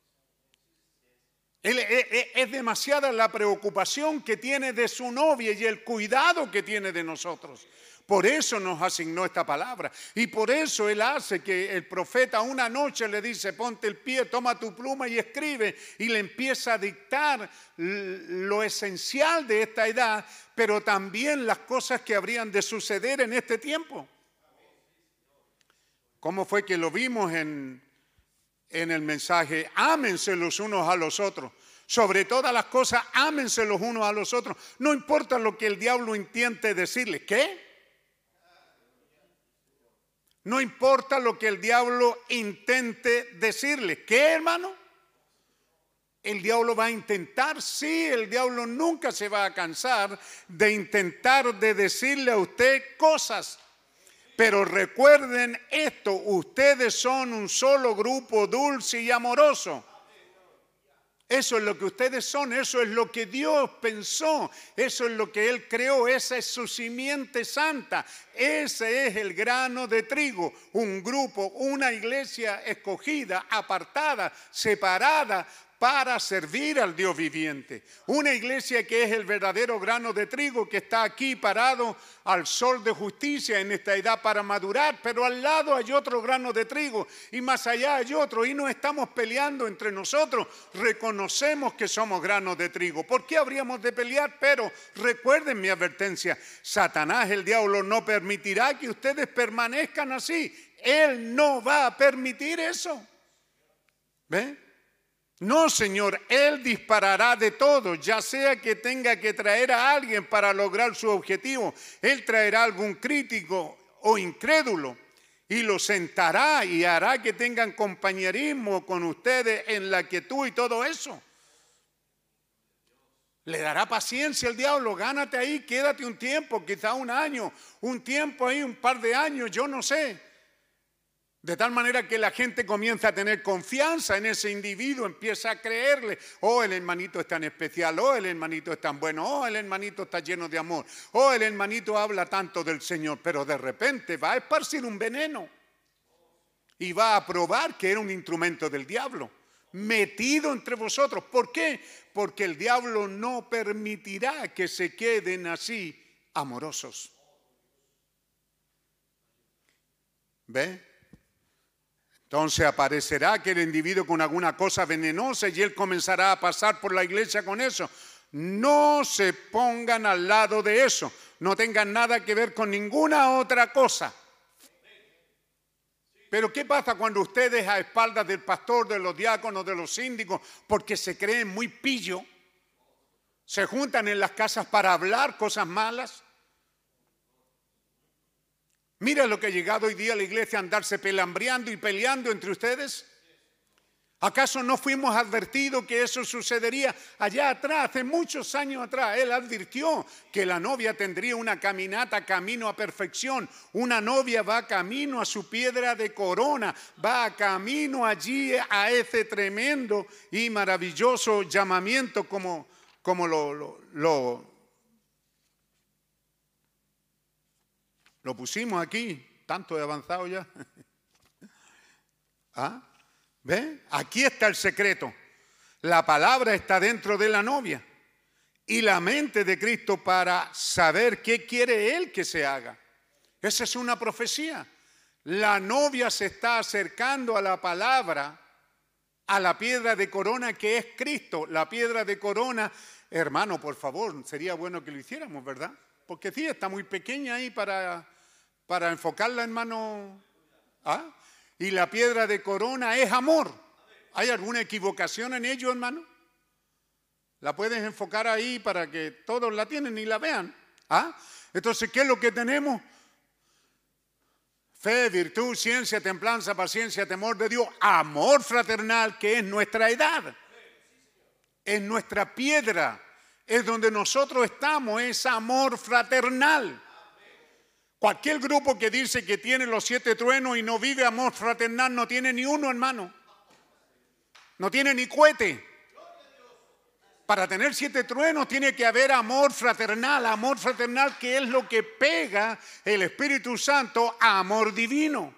Es demasiada la preocupación que tiene de su novia y el cuidado que tiene de nosotros. Por eso nos asignó esta palabra. Y por eso Él hace que el profeta una noche le dice, ponte el pie, toma tu pluma y escribe. Y le empieza a dictar lo esencial de esta edad, pero también las cosas que habrían de suceder en este tiempo. ¿Cómo fue que lo vimos en el mensaje? Ámense los unos a los otros. Sobre todas las cosas, ámense los unos a los otros. No importa lo que el diablo intente decirles. ¿Qué? No importa lo que el diablo intente decirle. ¿Qué, hermano? El diablo va a intentar, sí, el diablo nunca se va a cansar de intentar de decirle a usted cosas. Pero recuerden esto, ustedes son un solo grupo dulce y amoroso. Eso es lo que ustedes son, eso es lo que Dios pensó, eso es lo que Él creó, esa es su simiente santa, ese es el grano de trigo, un grupo, una iglesia escogida, apartada, separada para servir al Dios viviente. Una iglesia que es el verdadero grano de trigo que está aquí parado al sol de justicia en esta edad para madurar, pero al lado hay otro grano de trigo y más allá hay otro, y no estamos peleando entre nosotros. Reconocemos que somos granos de trigo. ¿Por qué habríamos de pelear? Pero recuerden mi advertencia: Satanás, el diablo, no permitirá que ustedes permanezcan así. Él no va a permitir eso. ¿Ve? No, Señor, Él disparará de todo, ya sea que tenga que traer a alguien para lograr su objetivo. Él traerá algún crítico o incrédulo y lo sentará y hará que tengan compañerismo con ustedes en la quietud y todo eso. Le dará paciencia al diablo: gánate ahí, quédate un tiempo, quizá un año, un tiempo ahí, un par de años, yo no sé. De tal manera que la gente comienza a tener confianza en ese individuo, empieza a creerle: oh, el hermanito es tan especial, oh, el hermanito es tan bueno, oh, el hermanito está lleno de amor, oh, el hermanito habla tanto del Señor. Pero de repente va a esparcir un veneno y va a probar que era un instrumento del diablo metido entre vosotros. ¿Por qué? Porque el diablo no permitirá que se queden así amorosos. ¿Ve? Entonces aparecerá aquel individuo con alguna cosa venenosa y él comenzará a pasar por la iglesia con eso. No se pongan al lado de eso. No tengan nada que ver con ninguna otra cosa. Pero ¿qué pasa cuando ustedes, a espaldas del pastor, de los diáconos, de los síndicos, porque se creen muy pillo, se juntan en las casas para hablar cosas malas? Mira lo que ha llegado hoy día a la iglesia, a andarse pelambreando y peleando entre ustedes. ¿Acaso no fuimos advertidos que eso sucedería allá atrás, hace muchos años atrás? Él advirtió que la novia tendría una caminata camino a perfección. Una novia va camino a su piedra de corona, va camino allí a ese tremendo y maravilloso llamamiento como lo pusimos aquí, tanto de avanzado ya. ¿Ah? ¿Ve? Aquí está el secreto. La palabra está dentro de la novia y la mente de Cristo para saber qué quiere Él que se haga. Esa es una profecía. La novia se está acercando a la palabra, a la piedra de corona que es Cristo. La piedra de corona, hermano, por favor, sería bueno que lo hiciéramos, ¿verdad? Porque sí, está muy pequeña ahí para enfocarla, hermano. ¿Ah? Y la piedra de corona es amor. ¿Hay alguna equivocación en ello, hermano? La puedes enfocar ahí para que todos la tienen y la vean. ¿Ah? Entonces, ¿qué es lo que tenemos? Fe, virtud, ciencia, templanza, paciencia, temor de Dios. Amor fraternal, que es nuestra edad. Es nuestra piedra. Es donde nosotros estamos, es amor fraternal. Cualquier grupo que dice que tiene los 7 truenos y no vive amor fraternal no tiene ni uno, hermano. No tiene ni cohete. Para tener 7 truenos tiene que haber amor fraternal que es lo que pega el Espíritu Santo a amor divino.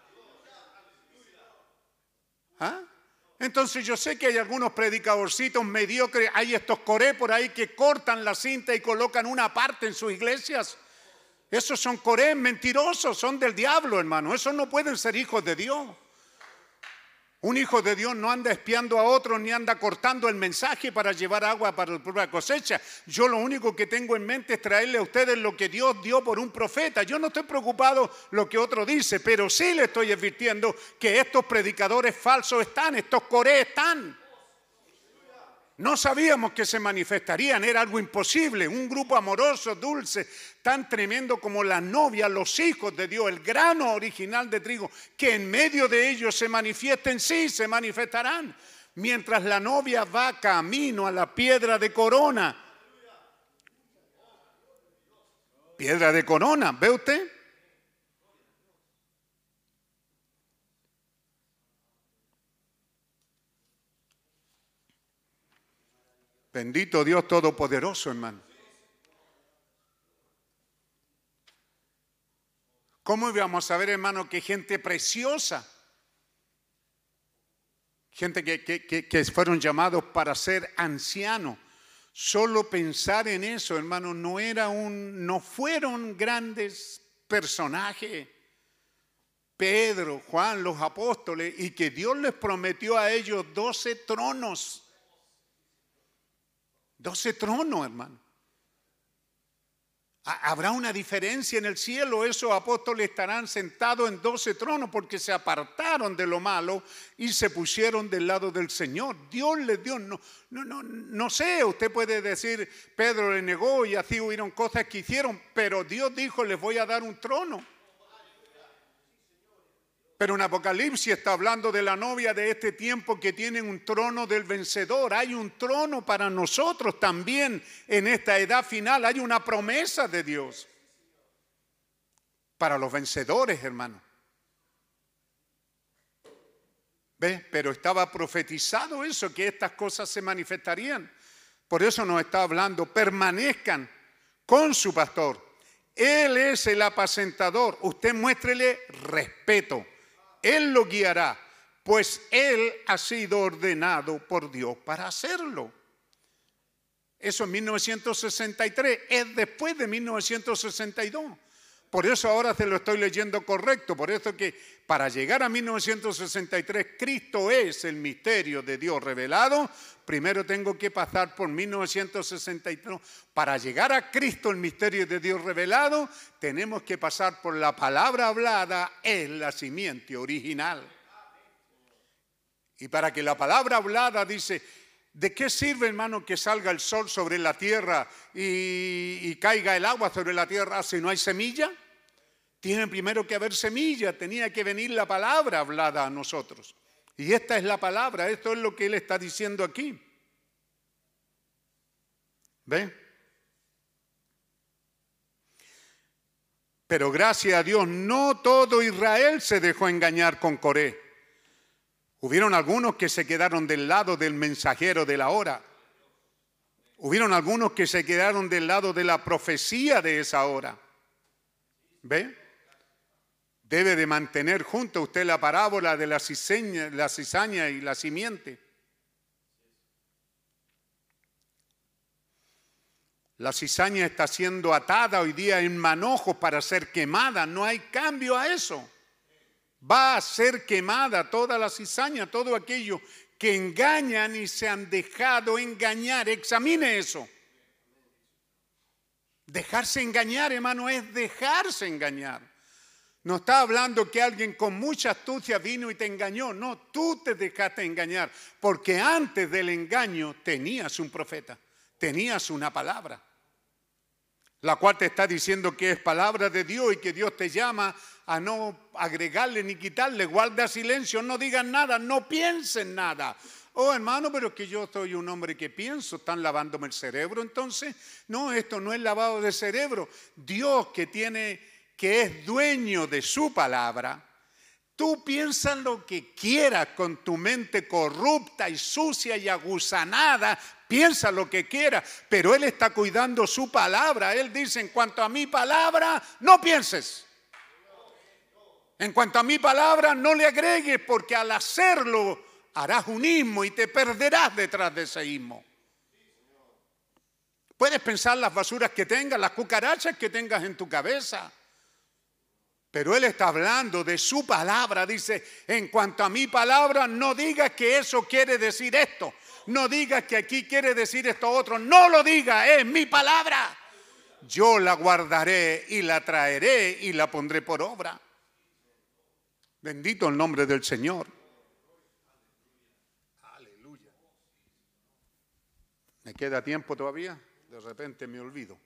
¿Ah? Entonces yo sé que hay algunos predicadorcitos mediocres, hay estos coré por ahí que cortan la cinta y colocan una parte en sus iglesias. Esos son corés mentirosos, son del diablo, hermano. Esos no pueden ser hijos de Dios. Un hijo de Dios no anda espiando a otro ni anda cortando el mensaje para llevar agua para la propia cosecha. Yo lo único que tengo en mente es traerle a ustedes lo que Dios dio por un profeta. Yo no estoy preocupado lo que otro dice, pero sí le estoy advirtiendo que estos predicadores falsos están, estos corés están. No sabíamos que se manifestarían, era algo imposible. Un grupo amoroso, dulce, tan tremendo como la novia, los hijos de Dios, el grano original de trigo, que en medio de ellos se manifiesten, sí, se manifestarán. Mientras la novia va camino a la piedra de corona. Piedra de corona, ¿ve usted? Bendito Dios Todopoderoso, hermano. ¿Cómo íbamos a ver, hermano, que gente preciosa, gente que fueron llamados para ser ancianos. Solo pensar en eso, hermano, no fueron grandes personajes. Pedro, Juan, los apóstoles, y que Dios les prometió a ellos 12 tronos. 12 tronos, hermano. Habrá una diferencia en el cielo. Esos apóstoles estarán sentados en 12 tronos porque se apartaron de lo malo y se pusieron del lado del Señor. Dios les dio, no sé, usted puede decir, Pedro le negó y así hubieron cosas que hicieron, pero Dios dijo, les voy a dar un trono. Pero en Apocalipsis está hablando de la novia de este tiempo que tiene un trono del vencedor. Hay un trono para nosotros también en esta edad final. Hay una promesa de Dios para los vencedores, hermano. ¿Ve? Pero estaba profetizado eso, que estas cosas se manifestarían. Por eso nos está hablando, permanezcan con su pastor. Él es el apacentador. Usted muéstrele respeto. Él lo guiará, pues Él ha sido ordenado por Dios para hacerlo. Eso en 1963, es después de 1962. Por eso ahora se lo estoy leyendo correcto. Por eso que para llegar a 1963, Cristo es el misterio de Dios revelado. Primero tengo que pasar por 1963. Para llegar a Cristo, el misterio de Dios revelado, tenemos que pasar por la palabra hablada, es la simiente original. Y para que la palabra hablada dice, ¿de qué sirve, hermano, que salga el sol sobre la tierra y caiga el agua sobre la tierra si no hay semilla? Tiene primero que haber semilla, tenía que venir la palabra hablada a nosotros. Y esta es la palabra, esto es lo que Él está diciendo aquí. ¿Ve? Pero gracias a Dios, no todo Israel se dejó engañar con Coré. Hubieron algunos que se quedaron del lado del mensajero de la hora. Hubieron algunos que se quedaron del lado de la profecía de esa hora. ¿Ve? Debe de mantener junto a usted la parábola de la cizaña y la simiente. La cizaña está siendo atada hoy día en manojos para ser quemada. No hay cambio a eso. Va a ser quemada toda la cizaña, todo aquello que engañan y se han dejado engañar. Examine eso. Dejarse engañar, hermano, es dejarse engañar. No está hablando que alguien con mucha astucia vino y te engañó. No, tú te dejaste engañar. Porque antes del engaño tenías un profeta, tenías una palabra, la cual te está diciendo que es palabra de Dios y que Dios te llama a no agregarle ni quitarle. Guarda silencio, no digas nada, no pienses nada. Oh, hermano, pero es que yo soy un hombre que pienso, ¿están lavándome el cerebro entonces? No, esto no es lavado de cerebro. Dios que es dueño de su palabra, tú piensas lo que quieras con tu mente corrupta y sucia y agusanada, piensa lo que quieras, pero Él está cuidando su palabra. Él dice, en cuanto a mi palabra, no pienses. En cuanto a mi palabra, no le agregues, porque al hacerlo harás un ismo y te perderás detrás de ese ismo. Puedes pensar las basuras que tengas, las cucarachas que tengas en tu cabeza, pero Él está hablando de su palabra. Dice, en cuanto a mi palabra, no digas que eso quiere decir esto. No digas que aquí quiere decir esto otro. No lo digas, es mi palabra. Yo la guardaré y la traeré y la pondré por obra. Bendito el nombre del Señor. Aleluya. ¿Me queda tiempo todavía? De repente me olvido.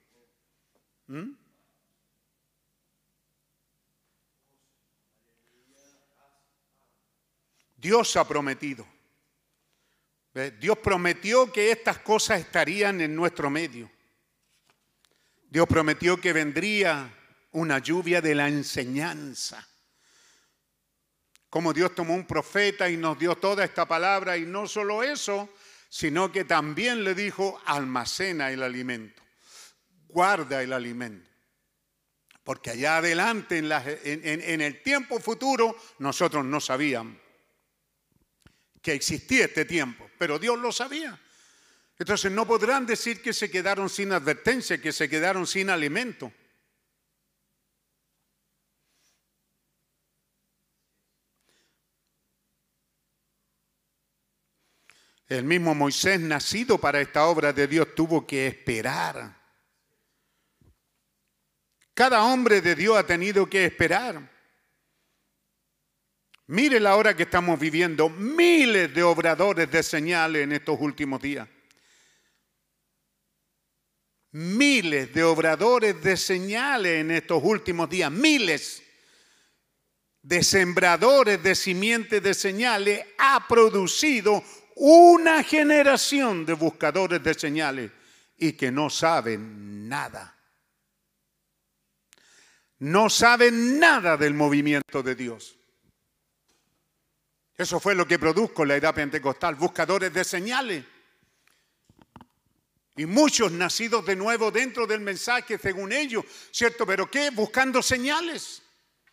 Dios ha prometido. Dios prometió que estas cosas estarían en nuestro medio. Dios prometió que vendría una lluvia de la enseñanza. Como Dios tomó un profeta y nos dio toda esta palabra, y no solo eso, sino que también le dijo, almacena el alimento, guarda el alimento. Porque allá adelante, en el tiempo futuro, nosotros no sabíamos que existía este tiempo, pero Dios lo sabía. Entonces no podrán decir que se quedaron sin advertencia, que se quedaron sin alimento. El mismo Moisés, nacido para esta obra de Dios, tuvo que esperar. Cada hombre de Dios ha tenido que esperar. Mire la hora que estamos viviendo, miles de obradores de señales en estos últimos días. Miles de obradores de señales en estos últimos días, miles de sembradores de simientes de señales ha producido una generación de buscadores de señales y que no saben nada. No saben nada del movimiento de Dios. Eso fue lo que produjo la edad pentecostal, buscadores de señales. Y muchos nacidos de nuevo dentro del mensaje, según ellos, ¿cierto? ¿Pero qué? Buscando señales.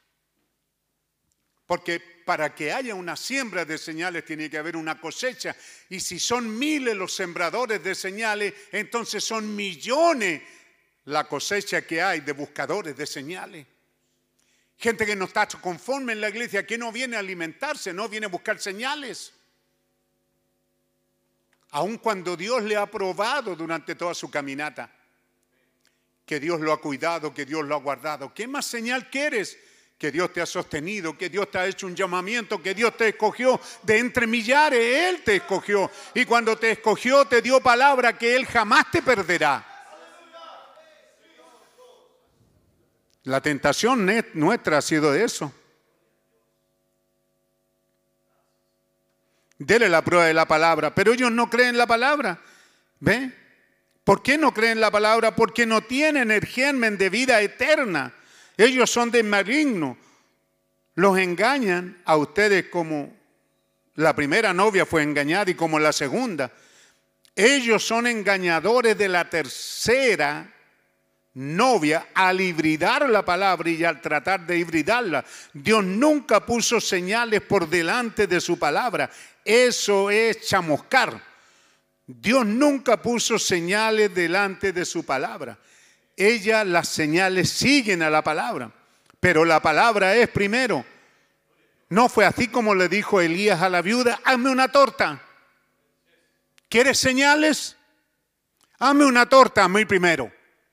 Porque para que haya una siembra de señales tiene que haber una cosecha. Y si son miles los sembradores de señales, entonces son millones la cosecha que hay de buscadores de señales. Gente que no está conforme en la iglesia, que no viene a alimentarse, no viene a buscar señales. Aun cuando Dios le ha probado durante toda su caminata, que Dios lo ha cuidado, que Dios lo ha guardado. ¿Qué más señal quieres? Que Dios te ha sostenido, que Dios te ha hecho un llamamiento, que Dios te escogió de entre millares. Él te escogió. Y cuando te escogió, te dio palabra que Él jamás te perderá. La tentación nuestra ha sido de eso. Dele la prueba de la palabra, pero ellos no creen la palabra. ¿Ve? ¿Por qué no creen la palabra? Porque no tienen el germen de vida eterna. Ellos son de maligno. Los engañan a ustedes como la primera novia fue engañada y como la segunda. Ellos son engañadores de la tercera novia al hibridar la palabra y al tratar de hibridarla. Dios nunca puso señales por delante de su palabra. Eso es chamuscar. Dios nunca puso señales delante de su palabra. Las señales siguen a la palabra, pero la palabra es primero. No fue así como le dijo Elías a la viuda: hazme una torta. ¿Quieres señales? Hazme una torta a mí primero.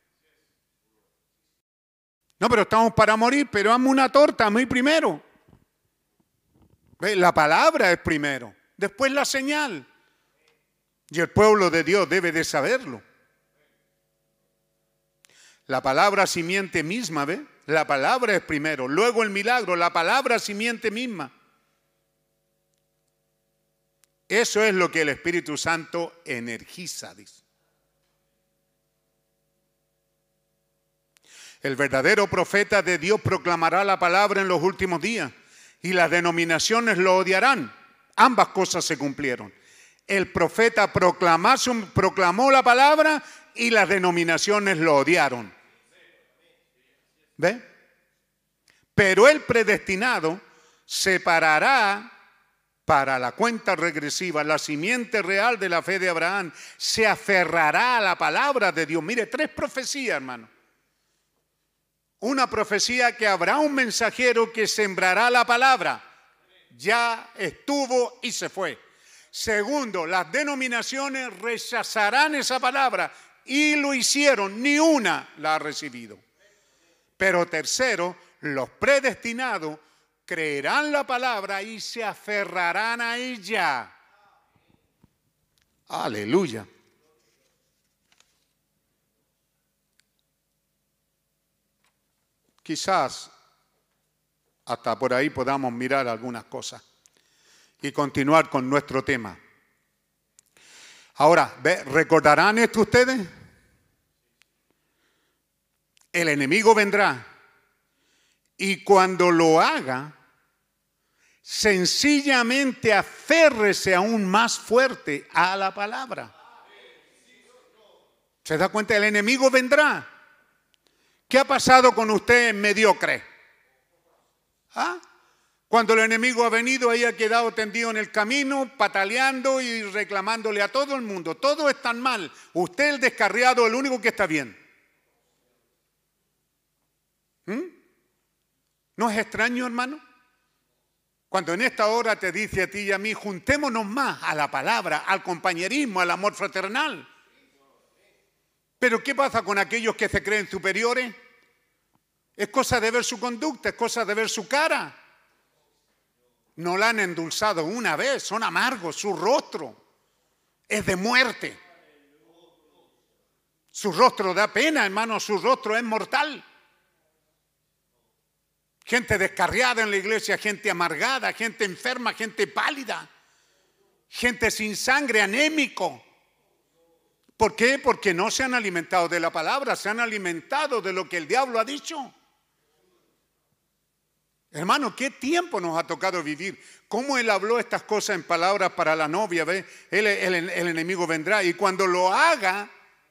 No, pero estamos para morir, pero hazme una torta a mí primero. ¿Ve? La palabra es primero, después la señal. Y el pueblo de Dios debe de saberlo. La palabra simiente misma, ¿ve? La palabra es primero, luego el milagro, la palabra simiente misma. Eso es lo que el Espíritu Santo energiza, dice. El verdadero profeta de Dios proclamará la palabra en los últimos días y las denominaciones lo odiarán. Ambas cosas se cumplieron. El profeta proclamó la palabra y las denominaciones lo odiaron. ¿Ve? Pero el predestinado separará para la cuenta regresiva, la simiente real de la fe de Abraham, se aferrará a la palabra de Dios. Mire, 3 profecías, hermano. Una profecía que habrá un mensajero que sembrará la palabra. Ya estuvo y se fue. Segundo, las denominaciones rechazarán esa palabra y lo hicieron, ni una la ha recibido. Pero tercero, los predestinados creerán la palabra y se aferrarán a ella. Aleluya. Quizás hasta por ahí podamos mirar algunas cosas y continuar con nuestro tema. Ahora, ¿recordarán esto ustedes? El enemigo vendrá y cuando lo haga, sencillamente aférrese aún más fuerte a la palabra. ¿Se da cuenta? El enemigo vendrá. ¿Qué ha pasado con usted mediocre? ¿Ah? Cuando el enemigo ha venido, ahí ha quedado tendido en el camino, pataleando y reclamándole a todo el mundo. Todos están mal. Usted, el descarriado, el único que está bien. ¿No es extraño, hermano? Cuando en esta hora te dice a ti y a mí, juntémonos más a la palabra, al compañerismo, al amor fraternal. Pero ¿qué pasa con aquellos que se creen superiores? Es cosa de ver su conducta, es cosa de ver su cara. No la han endulzado una vez, son amargos, su rostro es de muerte. Su rostro da pena, hermano, su rostro es mortal. Gente descarriada en la iglesia, gente amargada, gente enferma, gente pálida, gente sin sangre, anémico. ¿Por qué? Porque no se han alimentado de la palabra, se han alimentado de lo que el diablo ha dicho. Hermano, ¿qué tiempo nos ha tocado vivir? ¿Cómo él habló estas cosas en palabras para la novia? ¿Ve? El enemigo vendrá y cuando lo haga,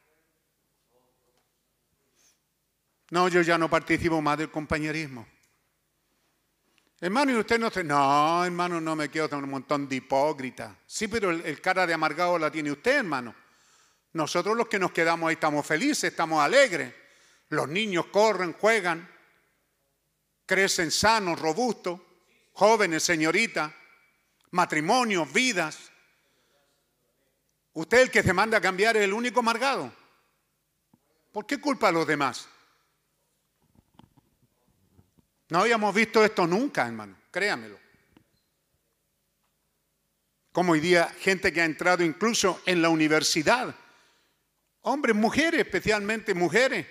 no, yo ya no participo más del compañerismo. Hermano, y usted no dice, no, hermano, no me quedo con un montón de hipócritas. Sí, pero el cara de amargado la tiene usted, hermano. Nosotros los que nos quedamos ahí estamos felices, estamos alegres. Los niños corren, juegan, crecen sanos, robustos, jóvenes, señoritas, matrimonios, vidas. Usted, el que se manda a cambiar, es el único amargado. ¿Por qué culpa a los demás? No habíamos visto esto nunca, hermano, créamelo. Como hoy día gente que ha entrado incluso en la universidad, hombres, mujeres, especialmente mujeres,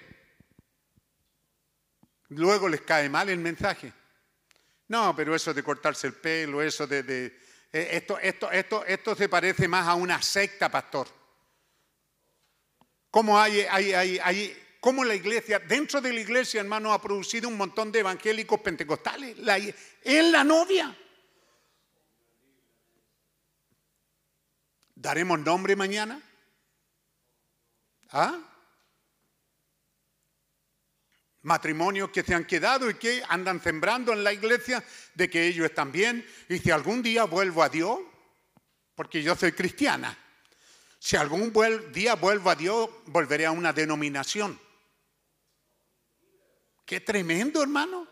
luego les cae mal el mensaje. No, pero eso de cortarse el pelo, eso esto se parece más a una secta, pastor. ¿Cómo cómo la iglesia, dentro de la iglesia, hermano, ha producido un montón de evangélicos pentecostales? En la novia. ¿Daremos nombre mañana? ¿Ah? Matrimonios que se han quedado y que andan sembrando en la iglesia de que ellos están bien. Y si algún día vuelvo a Dios, porque yo soy cristiana, si algún día vuelvo a Dios, volveré a una denominación. ¡Qué tremendo, hermano!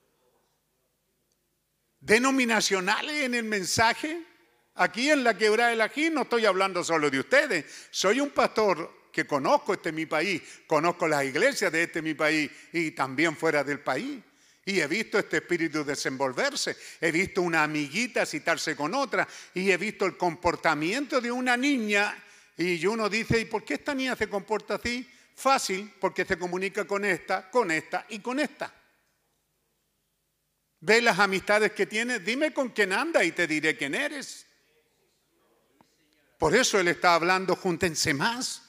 Denominacionales en el mensaje. Aquí en la Quebrada del Ají no estoy hablando solo de ustedes. Soy un pastor que conozco mi país, conozco las iglesias de mi país y también fuera del país. Y he visto este espíritu desenvolverse. He visto una amiguita citarse con otra y he visto el comportamiento de una niña. Y uno dice, ¿y por qué esta niña se comporta así? Fácil, porque se comunica con esta y con esta. ¿Ves las amistades que tiene? Dime con quién anda y te diré quién eres. Por eso él está hablando, júntense más.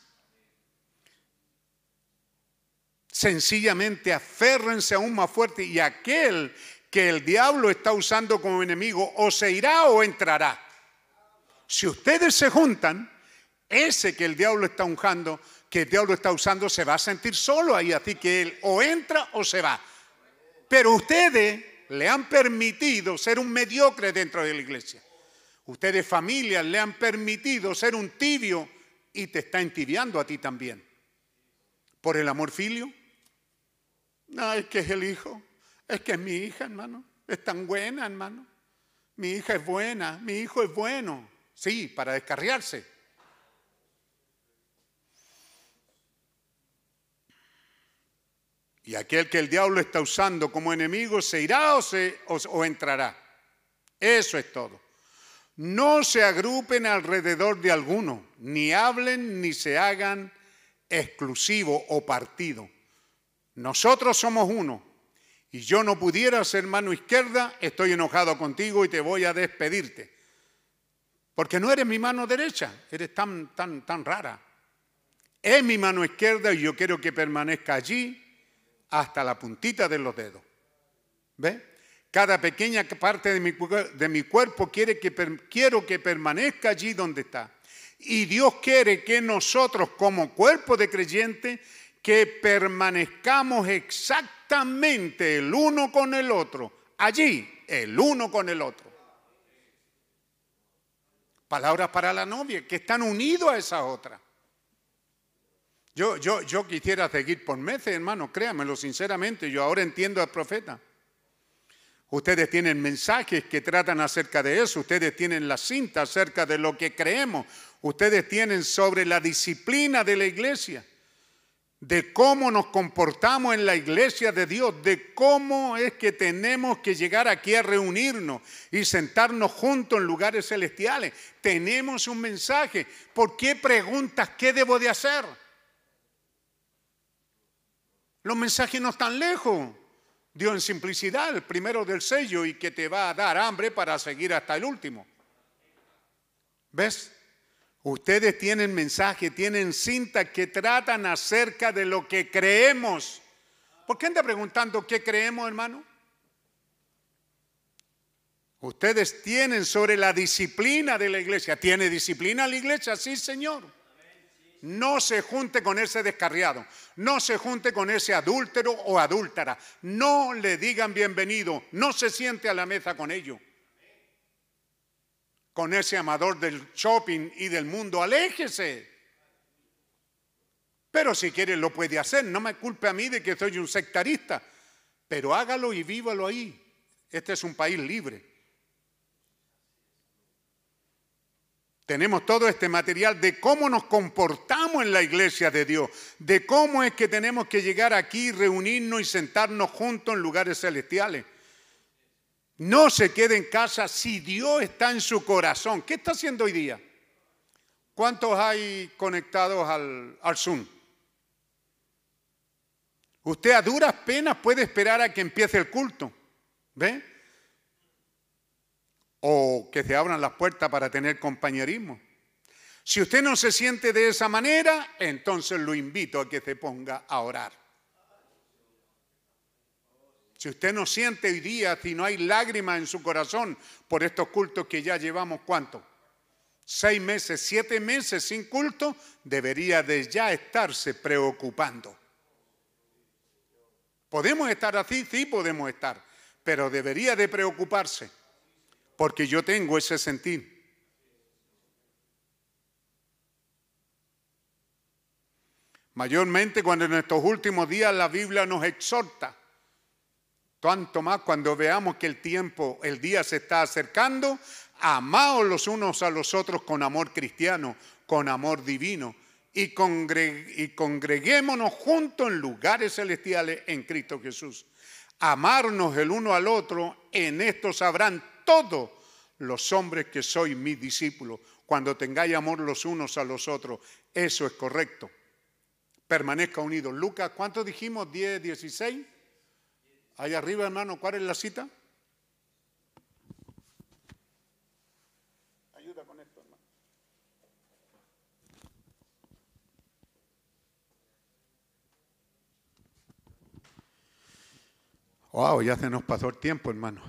Sencillamente aférrense aún más fuerte y aquel que el diablo está usando como enemigo o se irá o entrará. Si ustedes se juntan, ese que el diablo está usando se va a sentir solo ahí, así que él o entra o se va. Pero ustedes le han permitido ser un mediocre dentro de la iglesia. Ustedes, familias, le han permitido ser un tibio y te está entibiando a ti también. ¿Por el amor filio? No, es que es el hijo. Es que es mi hija, hermano. Es tan buena, hermano. Mi hija es buena. Mi hijo es bueno. Sí, para descarriarse. Y aquel que el diablo está usando como enemigo se irá o entrará. Eso es todo. No se agrupen alrededor de alguno, ni hablen ni se hagan exclusivo o partido. Nosotros somos uno. Y yo no pudiera ser mano izquierda, estoy enojado contigo y te voy a despedirte. Porque no eres mi mano derecha, eres tan rara. Es mi mano izquierda y yo quiero que permanezca allí hasta la puntita de los dedos. ¿Ve? Cada pequeña parte de mi cuerpo quiero que permanezca allí donde está. Y Dios quiere que nosotros como cuerpo de creyentes que permanezcamos exactamente el uno con el otro, allí, el uno con el otro. Palabras para la novia, que están unidos a esa otra. Yo quisiera seguir por meses, hermano, créanmelo sinceramente, yo ahora entiendo al profeta. Ustedes tienen mensajes que tratan acerca de eso, ustedes tienen la cinta acerca de lo que creemos, ustedes tienen sobre la disciplina de la iglesia, de cómo nos comportamos en la iglesia de Dios, de cómo es que tenemos que llegar aquí a reunirnos y sentarnos juntos en lugares celestiales. Tenemos un mensaje. ¿Por qué preguntas qué debo de hacer? Los mensajes no están lejos. Dios en simplicidad, el primero del sello, y que te va a dar hambre para seguir hasta el último. ¿Ves? Ustedes tienen mensaje, tienen cinta que tratan acerca de lo que creemos. ¿Por qué anda preguntando qué creemos, hermano? Ustedes tienen sobre la disciplina de la iglesia. ¿Tiene disciplina la iglesia? Sí, Señor. No se junte con ese descarriado. No se junte con ese adúltero o adúltera. No le digan bienvenido. No se siente a la mesa con ellos. Con ese amador del shopping y del mundo, aléjese. Pero si quiere lo puede hacer, no me culpe a mí de que soy un sectarista, pero hágalo y vívalo ahí. Este es un país libre. Tenemos todo este material de cómo nos comportamos en la iglesia de Dios, de cómo es que tenemos que llegar aquí, reunirnos y sentarnos juntos en lugares celestiales. No se quede en casa si Dios está en su corazón. ¿Qué está haciendo hoy día? ¿Cuántos hay conectados al Zoom? Usted a duras penas puede esperar a que empiece el culto. ¿Ve? O que se abran las puertas para tener compañerismo. Si usted no se siente de esa manera, entonces lo invito a que se ponga a orar. Si usted no siente hoy día, si no hay lágrimas en su corazón por estos cultos que ya llevamos, ¿cuánto? 6 meses, 7 meses sin culto, debería de ya estarse preocupando. ¿Podemos estar así? Sí, podemos estar, pero debería de preocuparse, porque yo tengo ese sentir. Mayormente cuando en estos últimos días la Biblia nos exhorta, tanto más cuando veamos que el día se está acercando, amaos los unos a los otros con amor cristiano, con amor divino, y congreguémonos juntos en lugares celestiales en Cristo Jesús. Amarnos el uno al otro, en esto sabrán todos los hombres que sois mis discípulos. Cuando tengáis amor los unos a los otros, eso es correcto. Permanezca unidos. Lucas, ¿cuánto dijimos? 10, 16. Ahí arriba, hermano, ¿cuál es la cita? Ayuda con esto, hermano. Wow, ya se nos pasó el tiempo, hermano.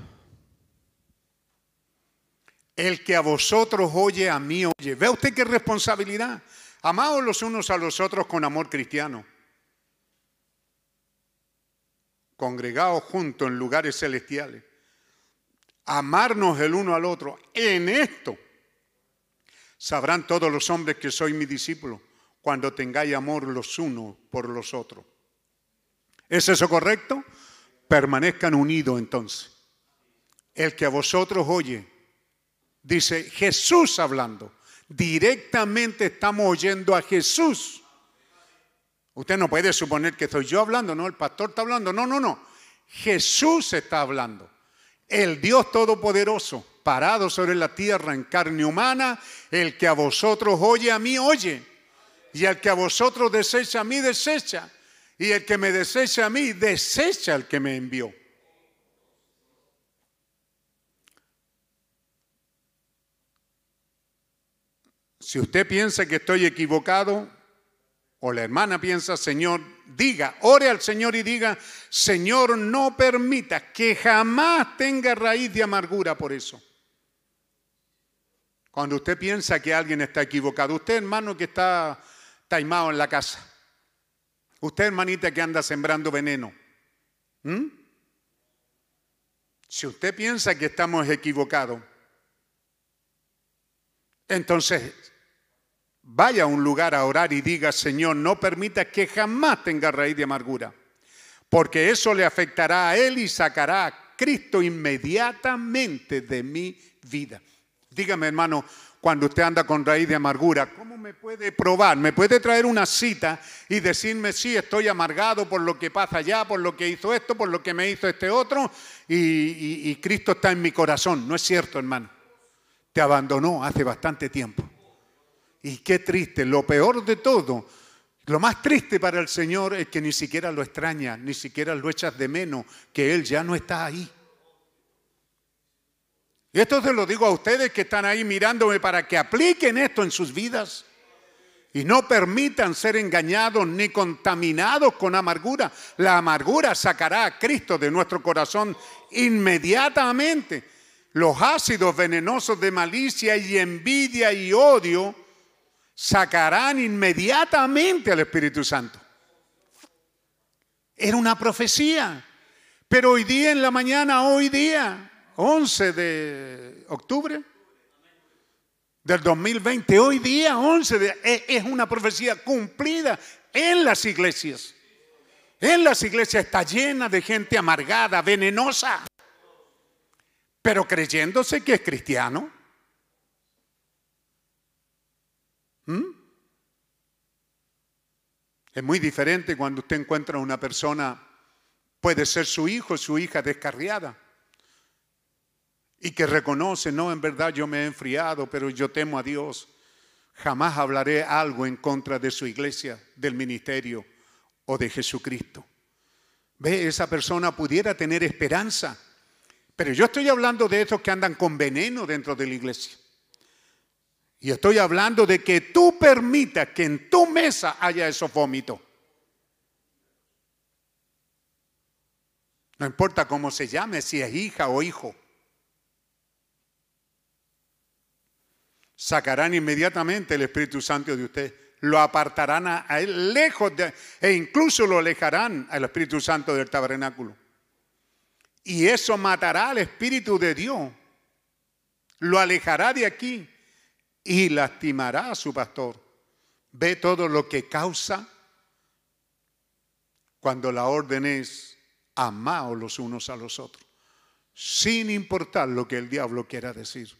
El que a vosotros oye, a mí oye. ¿Ve usted qué responsabilidad? Amaos los unos a los otros con amor cristiano. Congregados juntos en lugares celestiales. Amarnos el uno al otro. En esto sabrán todos los hombres que sois mis discípulos, cuando tengáis amor los unos por los otros. ¿Es eso correcto? Permanezcan unidos entonces. El que a vosotros oye, dice Jesús hablando. Directamente estamos oyendo a Jesús. Usted no puede suponer que soy yo hablando, no, el pastor está hablando. No. Jesús está hablando. El Dios Todopoderoso, parado sobre la tierra en carne humana, el que a vosotros oye, a mí oye. Y el que a vosotros desecha, a mí desecha. Y el que me desecha a mí, desecha al que me envió. Si usted piensa que estoy equivocado, o la hermana piensa, Señor, diga, ore al Señor y diga, Señor, no permita que jamás tenga raíz de amargura por eso. Cuando usted piensa que alguien está equivocado, usted, hermano, que está taimado en la casa, usted, hermanita, que anda sembrando veneno, Si usted piensa que estamos equivocados, entonces vaya a un lugar a orar y diga: Señor, no permita que jamás tenga raíz de amargura, porque eso le afectará a él y sacará a Cristo inmediatamente de mi vida. Dígame, hermano, cuando usted anda con raíz de amargura, ¿cómo me puede probar? ¿Me puede traer una cita y decirme: sí, estoy amargado por lo que pasa allá, por lo que hizo esto, por lo que me hizo este otro, y Cristo está en mi corazón? No es cierto, hermano. Te abandonó hace bastante tiempo. Y qué triste, lo peor de todo, lo más triste para el Señor es que ni siquiera lo extraña, ni siquiera lo echas de menos, que Él ya no está ahí. Y esto se lo digo a ustedes que están ahí mirándome, para que apliquen esto en sus vidas y no permitan ser engañados ni contaminados con amargura. La amargura sacará a Cristo de nuestro corazón inmediatamente. Los ácidos venenosos de malicia y envidia y odio sacarán inmediatamente al Espíritu Santo. Era una profecía, pero hoy día en la mañana, hoy día 11 de octubre del 2020, hoy día es una profecía cumplida en las iglesias. En las iglesias está llena de gente amargada, venenosa, pero creyéndose que es cristiano. Es muy diferente cuando usted encuentra a una persona, puede ser su hijo, su hija descarriada, y que reconoce: no, en verdad yo me he enfriado, pero yo temo a Dios. Jamás hablaré algo en contra de su iglesia, del ministerio o de Jesucristo. Ve, esa persona pudiera tener esperanza. Pero yo estoy hablando de esos que andan con veneno dentro de la iglesia. Y estoy hablando de que tú permitas que en tu mesa haya esos vómitos. No importa cómo se llame, si es hija o hijo. Sacarán inmediatamente el Espíritu Santo de usted. Lo apartarán a él lejos e incluso lo alejarán al Espíritu Santo del tabernáculo. Y eso matará al Espíritu de Dios. Lo alejará de aquí y lastimará a su pastor. Ve todo lo que causa cuando la orden es: amaos los unos a los otros, sin importar lo que el diablo quiera decir.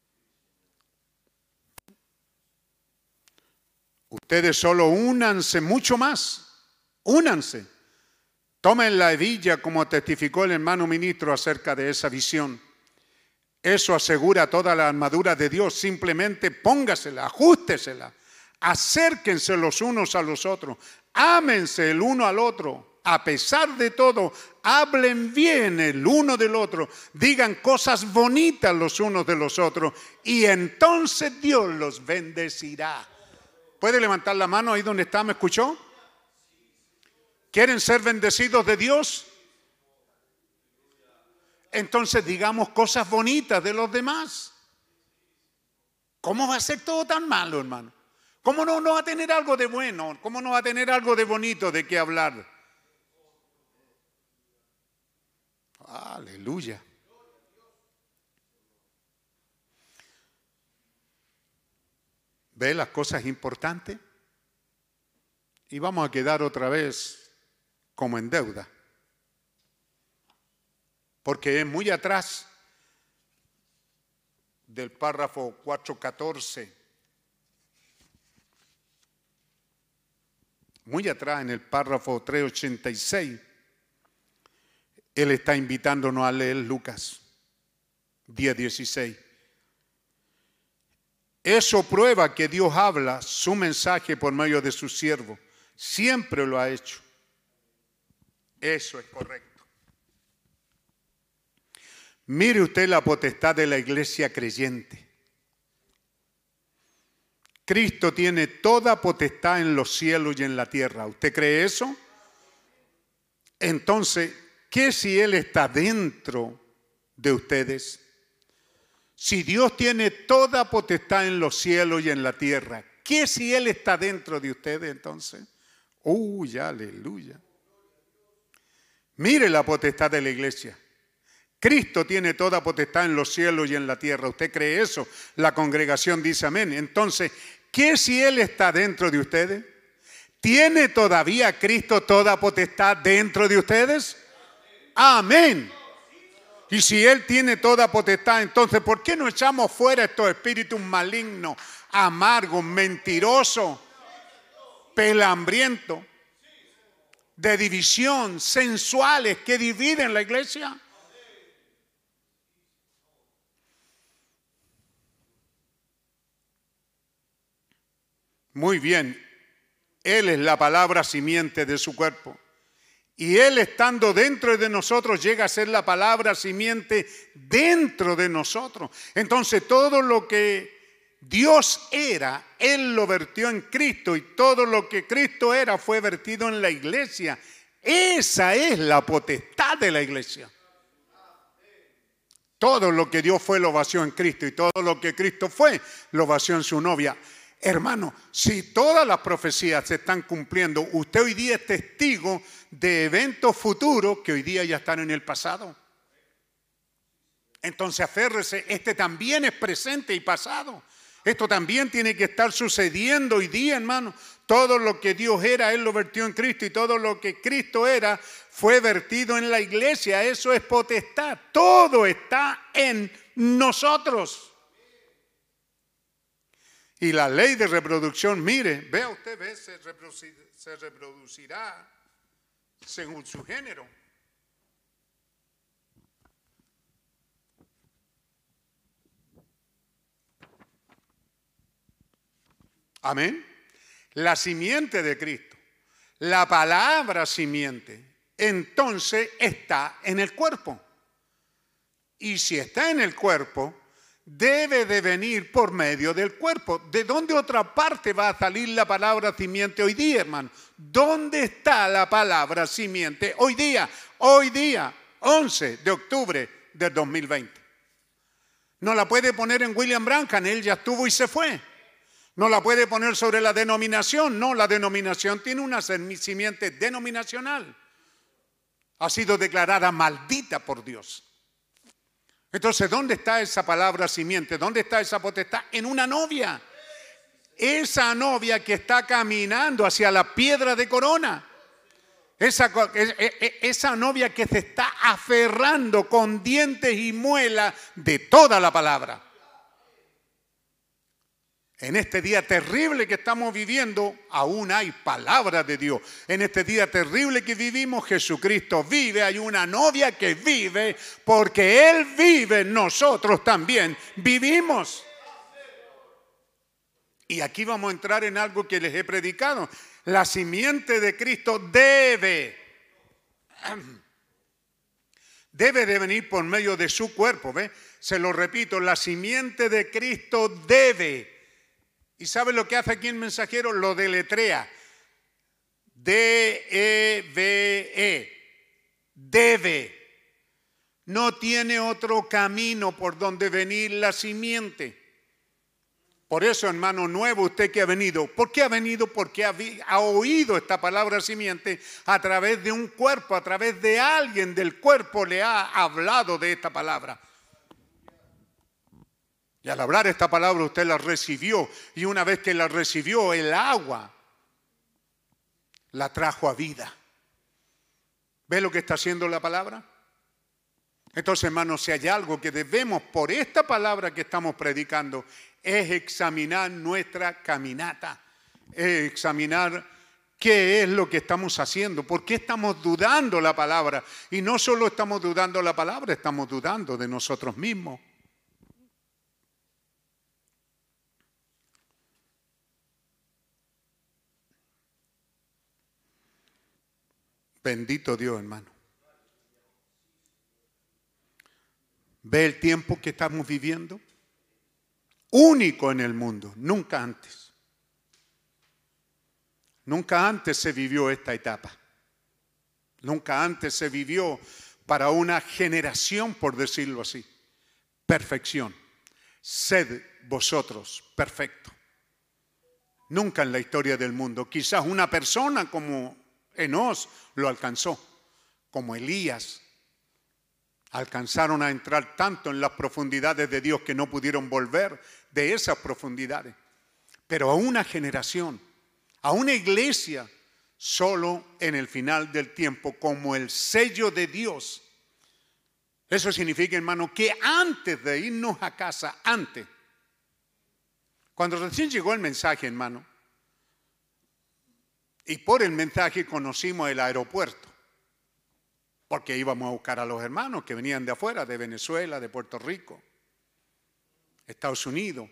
Ustedes solo únanse mucho más, únanse. Tomen la hebilla como testificó el hermano ministro acerca de esa visión. Eso asegura toda la armadura de Dios. Simplemente póngasela, ajústesela. Acérquense los unos a los otros. Ámense el uno al otro. A pesar de todo, hablen bien el uno del otro. Digan cosas bonitas los unos de los otros. Y entonces Dios los bendecirá. ¿Puede levantar la mano ahí donde está? ¿Me escuchó? ¿Quieren ser bendecidos de Dios? Entonces digamos cosas bonitas de los demás. ¿Cómo va a ser todo tan malo, hermano? ¿Cómo no va a tener algo de bueno? ¿Cómo no va a tener algo de bonito de qué hablar? Aleluya. ¿Ve las cosas importantes? Y vamos a quedar otra vez como en deuda. Porque es muy atrás del párrafo 4.14. Muy atrás en el párrafo 3.86. Él está invitándonos a leer Lucas 10.16. Eso prueba que Dios habla su mensaje por medio de su siervo. Siempre lo ha hecho. Eso es correcto. Mire usted la potestad de la iglesia creyente. Cristo tiene toda potestad en los cielos y en la tierra. ¿Usted cree eso? Entonces, ¿qué si Él está dentro de ustedes? Si Dios tiene toda potestad en los cielos y en la tierra, ¿qué si Él está dentro de ustedes entonces? ¡Uy, aleluya! Mire la potestad de la iglesia. Cristo tiene toda potestad en los cielos y en la tierra. ¿Usted cree eso? La congregación dice amén. Entonces, ¿qué si Él está dentro de ustedes? ¿Tiene todavía Cristo toda potestad dentro de ustedes? Amén. Y si Él tiene toda potestad, entonces, ¿por qué no echamos fuera estos espíritus malignos, amargos, mentirosos, pelambrientos, de división, sensuales, que dividen la iglesia? Muy bien, Él es la palabra simiente de su cuerpo. Y Él estando dentro de nosotros llega a ser la palabra simiente dentro de nosotros. Entonces todo lo que Dios era, Él lo vertió en Cristo, y todo lo que Cristo era fue vertido en la iglesia. Esa es la potestad de la iglesia. Todo lo que Dios fue lo vació en Cristo, y todo lo que Cristo fue lo vació en su novia. Hermano, si todas las profecías se están cumpliendo, usted hoy día es testigo de eventos futuros que hoy día ya están en el pasado. Entonces aférrese, este también es presente y pasado. Esto también tiene que estar sucediendo hoy día, hermano. Todo lo que Dios era, Él lo vertió en Cristo, y todo lo que Cristo era fue vertido en la iglesia. Eso es potestad. Todo está en nosotros. Y la ley de reproducción, mire, vea usted, ve, se reproducirá según su género. Amén. La simiente de Cristo, la palabra simiente, entonces está en el cuerpo. Y si está en el cuerpo, debe de venir por medio del cuerpo. ¿De dónde otra parte va a salir la palabra simiente hoy día, hermano? ¿Dónde está la palabra simiente hoy día? Hoy día, 11 de octubre del 2020. No la puede poner en William Branham, él ya estuvo y se fue. No la puede poner sobre la denominación. No, la denominación tiene una simiente denominacional. Ha sido declarada maldita por Dios. Entonces, ¿dónde está esa palabra simiente? ¿Dónde está esa potestad? En una novia. Esa novia que está caminando hacia la piedra de corona. Esa novia que se está aferrando con dientes y muelas de toda la palabra. En este día terrible que estamos viviendo, aún hay palabra de Dios. En este día terrible que vivimos, Jesucristo vive. Hay una novia que vive, porque Él vive, nosotros también vivimos. Y aquí vamos a entrar en algo que les he predicado. La simiente de Cristo debe de venir por medio de su cuerpo. ¿Ve? Se lo repito, la simiente de Cristo debe. ¿Y sabe lo que hace aquí el mensajero? Lo deletrea. D-E-V-E. Debe. No tiene otro camino por donde venir la simiente. Por eso, hermano nuevo, usted que ha venido. ¿Por qué ha venido? Porque ha oído esta palabra simiente a través de un cuerpo, a través de alguien del cuerpo le ha hablado de esta palabra. Y al hablar esta palabra usted la recibió, y una vez que la recibió, el agua la trajo a vida. ¿Ve lo que está haciendo la palabra? Entonces, hermanos, si hay algo que debemos por esta palabra que estamos predicando, es examinar nuestra caminata, es examinar qué es lo que estamos haciendo, por qué estamos dudando la palabra. Y no solo estamos dudando la palabra, estamos dudando de nosotros mismos. Bendito Dios, hermano. ¿Ve el tiempo que estamos viviendo? Único en el mundo, nunca antes. Nunca antes se vivió esta etapa. Nunca antes se vivió para una generación, por decirlo así. Perfección. Sed vosotros perfectos. Nunca en la historia del mundo. Quizás una persona como Enós lo alcanzó, como Elías. Alcanzaron a entrar tanto en las profundidades de Dios que no pudieron volver de esas profundidades. Pero a una generación, a una iglesia, solo en el final del tiempo, como el sello de Dios. Eso significa, hermano, que antes de irnos a casa, cuando recién llegó el mensaje, hermano, y por el mensaje conocimos el aeropuerto, porque íbamos a buscar a los hermanos que venían de afuera, de Venezuela, de Puerto Rico, Estados Unidos.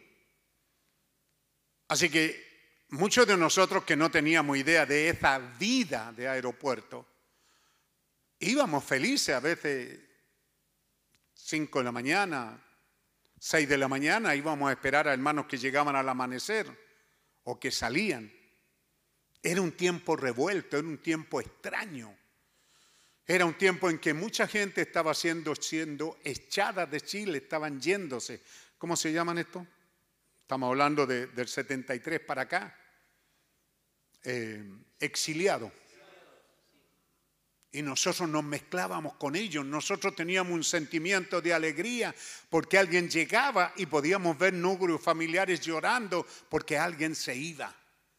Así que muchos de nosotros que no teníamos idea de esa vida de aeropuerto, íbamos felices a veces 5 de la mañana, 6 de la mañana, íbamos a esperar a hermanos que llegaban al amanecer o que salían. Era un tiempo revuelto, era un tiempo extraño. Era un tiempo en que mucha gente estaba siendo echada de Chile, estaban yéndose. ¿Cómo se llaman esto? Estamos hablando del 73 para acá. Exiliados. Y nosotros nos mezclábamos con ellos. Nosotros teníamos un sentimiento de alegría porque alguien llegaba y podíamos ver núcleos familiares llorando porque alguien se iba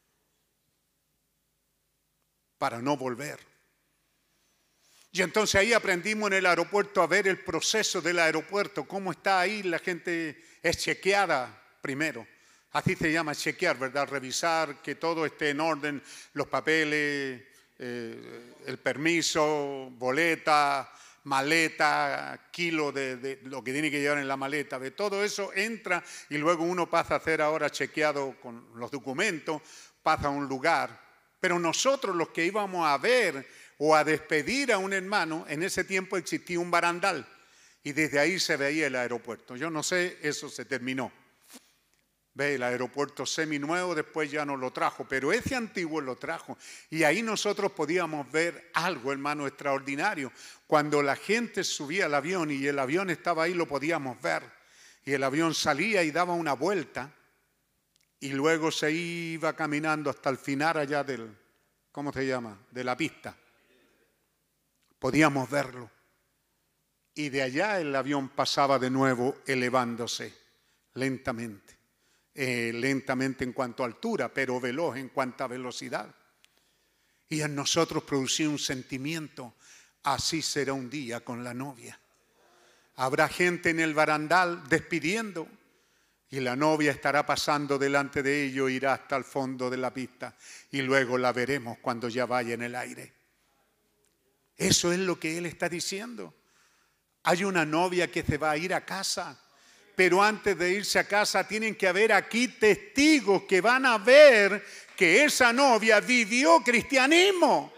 para no volver. Y entonces ahí aprendimos en el aeropuerto a ver el proceso del aeropuerto, cómo está ahí, la gente es chequeada primero. Así se llama chequear, ¿verdad? Revisar que todo esté en orden, los papeles, el permiso, boleta, maleta, kilo de lo que tiene que llevar en la maleta. De todo eso entra y luego uno pasa a ser ahora chequeado con los documentos, pasa a un lugar. Pero nosotros los que íbamos a ver o a despedir a un hermano, en ese tiempo existía un barandal y desde ahí se veía el aeropuerto. Yo no sé, eso se terminó. Ve, el aeropuerto seminuevo después ya no lo trajo, pero ese antiguo lo trajo. Y ahí nosotros podíamos ver algo, hermano, extraordinario. Cuando la gente subía al avión y el avión estaba ahí, lo podíamos ver. Y el avión salía y daba una vuelta y luego se iba caminando hasta el final allá del, ¿cómo se llama?, de la pista. Podíamos verlo. Y de allá el avión pasaba de nuevo elevándose lentamente. Lentamente en cuanto a altura, pero veloz en cuanto a velocidad. Y en nosotros producía un sentimiento, así será un día con la novia. Habrá gente en el barandal despidiendo y la novia estará pasando delante de ellos, irá hasta el fondo de la pista y luego la veremos cuando ya vaya en el aire. Eso es lo que él está diciendo. Hay una novia que se va a ir a casa. Pero antes de irse a casa tienen que haber aquí testigos que van a ver que esa novia vivió cristianismo.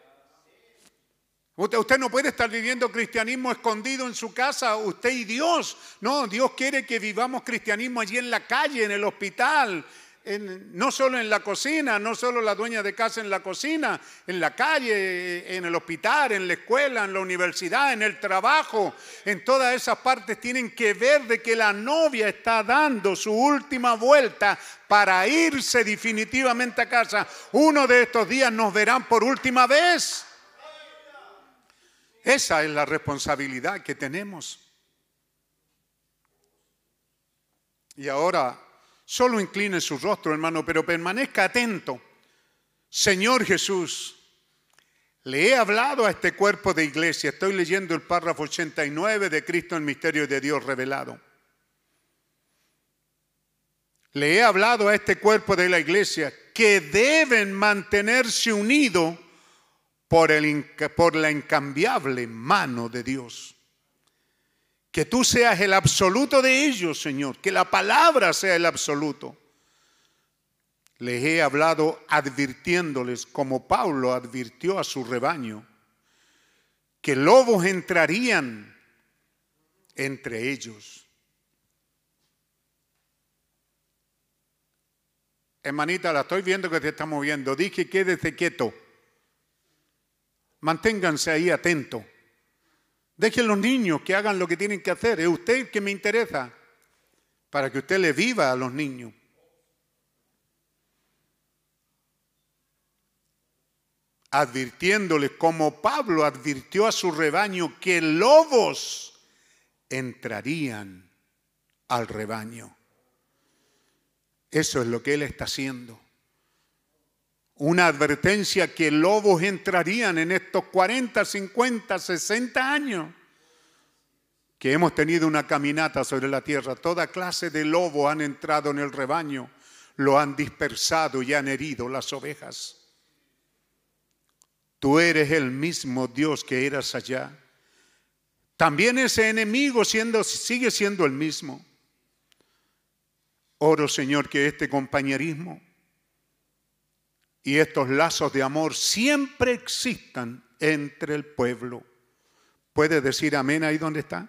Usted no puede estar viviendo cristianismo escondido en su casa, usted y Dios. No, Dios quiere que vivamos cristianismo allí en la calle, en el hospital, no solo en la cocina, no solo la dueña de casa en la cocina, en la calle, en el hospital, en la escuela, en la universidad, en el trabajo. En todas esas partes tienen que ver de que la novia está dando su última vuelta para irse definitivamente a casa. Uno de estos días nos verán por última vez. Esa es la responsabilidad que tenemos. Y ahora, solo incline su rostro, hermano, pero permanezca atento. Señor Jesús, le he hablado a este cuerpo de iglesia. Estoy leyendo el párrafo 89 de Cristo, el misterio de Dios revelado. Le he hablado a este cuerpo de la iglesia que deben mantenerse unidos por la incambiable mano de Dios. Que tú seas el absoluto de ellos, Señor. Que la palabra sea el absoluto. Les he hablado advirtiéndoles, como Pablo advirtió a su rebaño, que lobos entrarían entre ellos. Hermanita, la estoy viendo que te está moviendo. Dije, quédese quieto. Manténganse ahí atentos. Dejen los niños que hagan lo que tienen que hacer. Es usted el que me interesa para que usted le viva a los niños. Advirtiéndoles como Pablo advirtió a su rebaño que lobos entrarían al rebaño. Eso es lo que Él está haciendo. Una advertencia que lobos entrarían en estos 40, 50, 60 años que hemos tenido una caminata sobre la tierra. Toda clase de lobos han entrado en el rebaño, lo han dispersado y han herido las ovejas. Tú eres el mismo Dios que eras allá. También ese enemigo sigue siendo el mismo. Oro, Señor, que este compañerismo y estos lazos de amor siempre existan entre el pueblo. ¿Puede decir amén ahí donde está?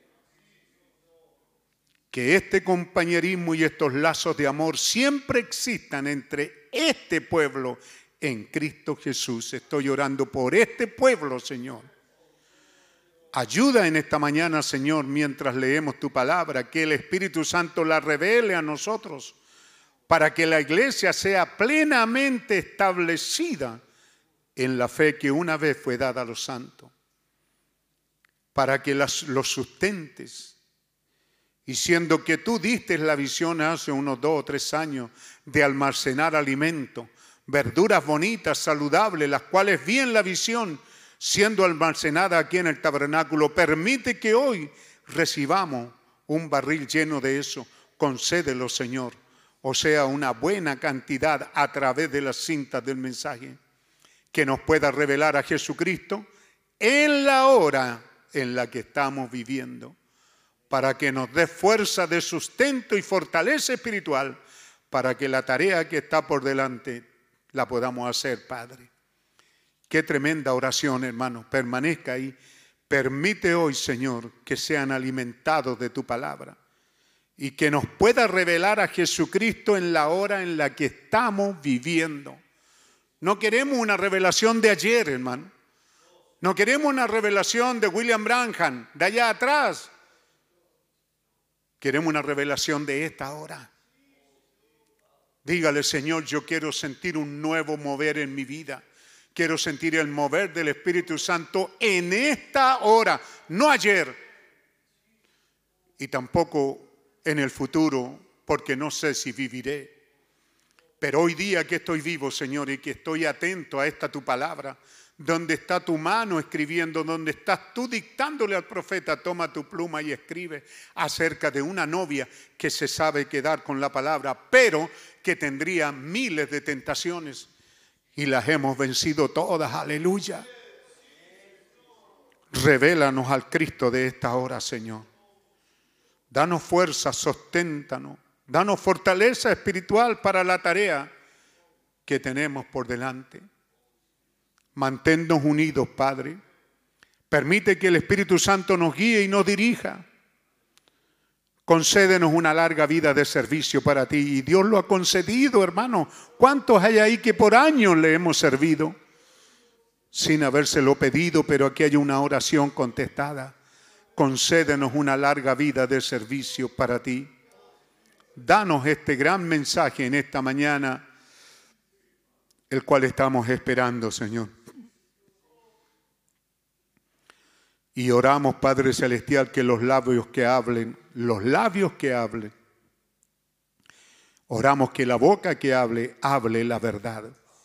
Que este compañerismo y estos lazos de amor siempre existan entre este pueblo en Cristo Jesús. Estoy orando por este pueblo, Señor. Ayuda en esta mañana, Señor, mientras leemos tu palabra, que el Espíritu Santo la revele a nosotros, para que la iglesia sea plenamente establecida en la fe que una vez fue dada a los santos, para que los sustentes. Y siendo que tú diste la visión hace unos 2 o 3 años de almacenar alimento, verduras bonitas, saludables, las cuales vi en la visión, siendo almacenada aquí en el tabernáculo, permite que hoy recibamos un barril lleno de eso. Concédelo, Señor. O sea, una buena cantidad a través de las cintas del mensaje, que nos pueda revelar a Jesucristo en la hora en la que estamos viviendo, para que nos dé fuerza de sustento y fortaleza espiritual, para que la tarea que está por delante la podamos hacer, Padre. Qué tremenda oración, hermano. Permanezca ahí. Permite hoy, Señor, que sean alimentados de tu palabra y que nos pueda revelar a Jesucristo en la hora en la que estamos viviendo. No queremos una revelación de ayer, hermano. No queremos una revelación de William Branham, de allá atrás. Queremos una revelación de esta hora. Dígale, Señor, yo quiero sentir un nuevo mover en mi vida. Quiero sentir el mover del Espíritu Santo en esta hora, no ayer. Y tampoco en el futuro, porque no sé si viviré. Pero hoy día que estoy vivo, Señor, y que estoy atento a esta tu palabra, donde está tu mano escribiendo, donde estás tú dictándole al profeta, toma tu pluma y escribe acerca de una novia que se sabe quedar con la palabra, pero que tendría miles de tentaciones y las hemos vencido todas, aleluya. Revélanos al Cristo de esta hora, Señor. Danos fuerza, sosténtanos, danos fortaleza espiritual para la tarea que tenemos por delante. Manténnos unidos, Padre. Permite que el Espíritu Santo nos guíe y nos dirija. Concédenos una larga vida de servicio para ti. Y Dios lo ha concedido, hermano. ¿Cuántos hay ahí que por años le hemos servido sin habérselo pedido, pero aquí hay una oración contestada? Concédenos una larga vida de servicio para ti. Danos este gran mensaje en esta mañana, el cual estamos esperando, Señor. Y oramos, Padre Celestial, que los labios que hablen, oramos que la boca que hable la verdad.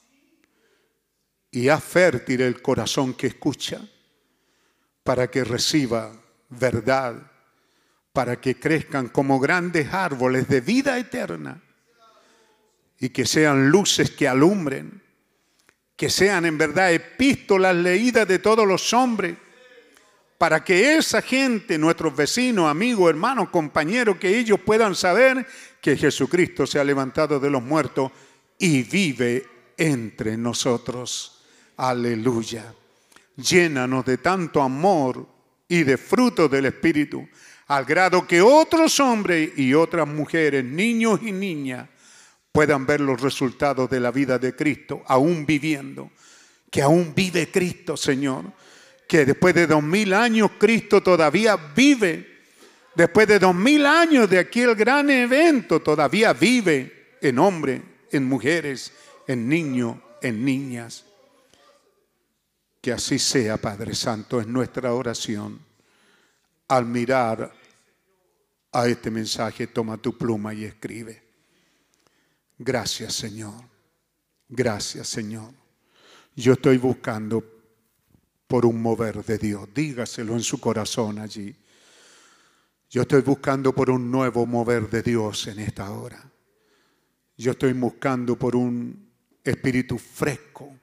Y haz fértil el corazón que escucha, para que reciba verdad, para que crezcan como grandes árboles de vida eterna y que sean luces que alumbren, que sean en verdad epístolas leídas de todos los hombres, para que esa gente, nuestros vecinos, amigos, hermanos, compañeros, que ellos puedan saber que Jesucristo se ha levantado de los muertos y vive entre nosotros. Aleluya. Llénanos de tanto amor y de fruto del Espíritu, al grado que otros hombres y otras mujeres, niños y niñas, puedan ver los resultados de la vida de Cristo, aún viviendo, que aún vive Cristo, Señor, que después de 2000 años Cristo todavía vive, después de 2000 años de aquel gran evento todavía vive en hombres, en mujeres, en niños, en niñas. Que así sea, Padre Santo, es nuestra oración. al mirar a este mensaje, toma tu pluma y escribe. Gracias, Señor. Gracias, Señor. Yo estoy buscando por un mover de Dios. Dígaselo en su corazón allí. Yo estoy buscando por un nuevo mover de Dios en esta hora. Yo estoy buscando por un espíritu fresco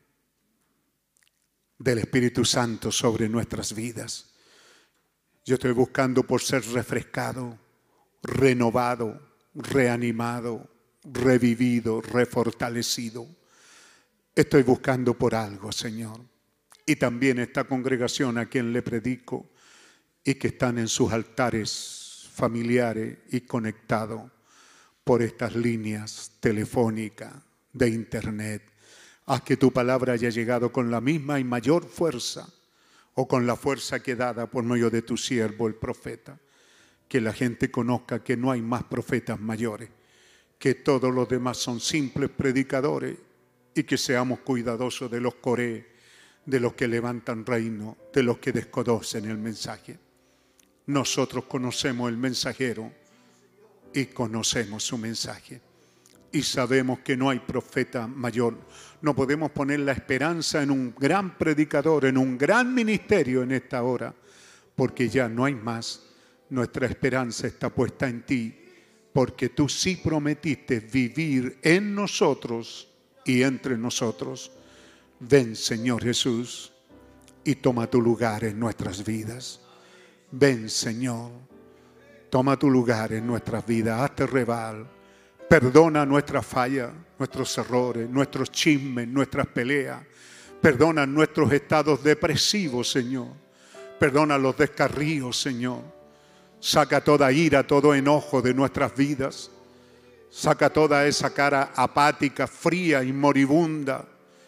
del Espíritu Santo sobre nuestras vidas. Yo estoy buscando por ser refrescado, renovado, reanimado, revivido, refortalecido. Estoy buscando por algo, Señor. Y también esta congregación a quien le predico y que están en sus altares familiares y conectados por estas líneas telefónicas de internet. Haz que tu palabra haya llegado con la misma y mayor fuerza, o con la fuerza que dada por medio de tu siervo, el profeta. Que la gente conozca que no hay más profetas mayores, que todos los demás son simples predicadores, y que seamos cuidadosos de los coreos, de los que levantan reino, de los que desconocen el mensaje. Nosotros conocemos el mensajero y conocemos su mensaje. Y sabemos que no hay profeta mayor. No podemos poner la esperanza en un gran predicador, en un gran ministerio en esta hora, porque ya no hay más. Nuestra esperanza está puesta en ti, porque tú sí prometiste vivir en nosotros y entre nosotros. Ven, Señor Jesús, y toma tu lugar en nuestras vidas. Ven, Señor, toma tu lugar en nuestras vidas. Hazte rival. Perdona nuestras fallas, nuestros errores, nuestros chismes, nuestras peleas. Perdona nuestros estados depresivos, Señor. Perdona los descarríos, Señor. Saca toda ira, todo enojo de nuestras vidas. Saca toda esa cara apática, fría y moribunda.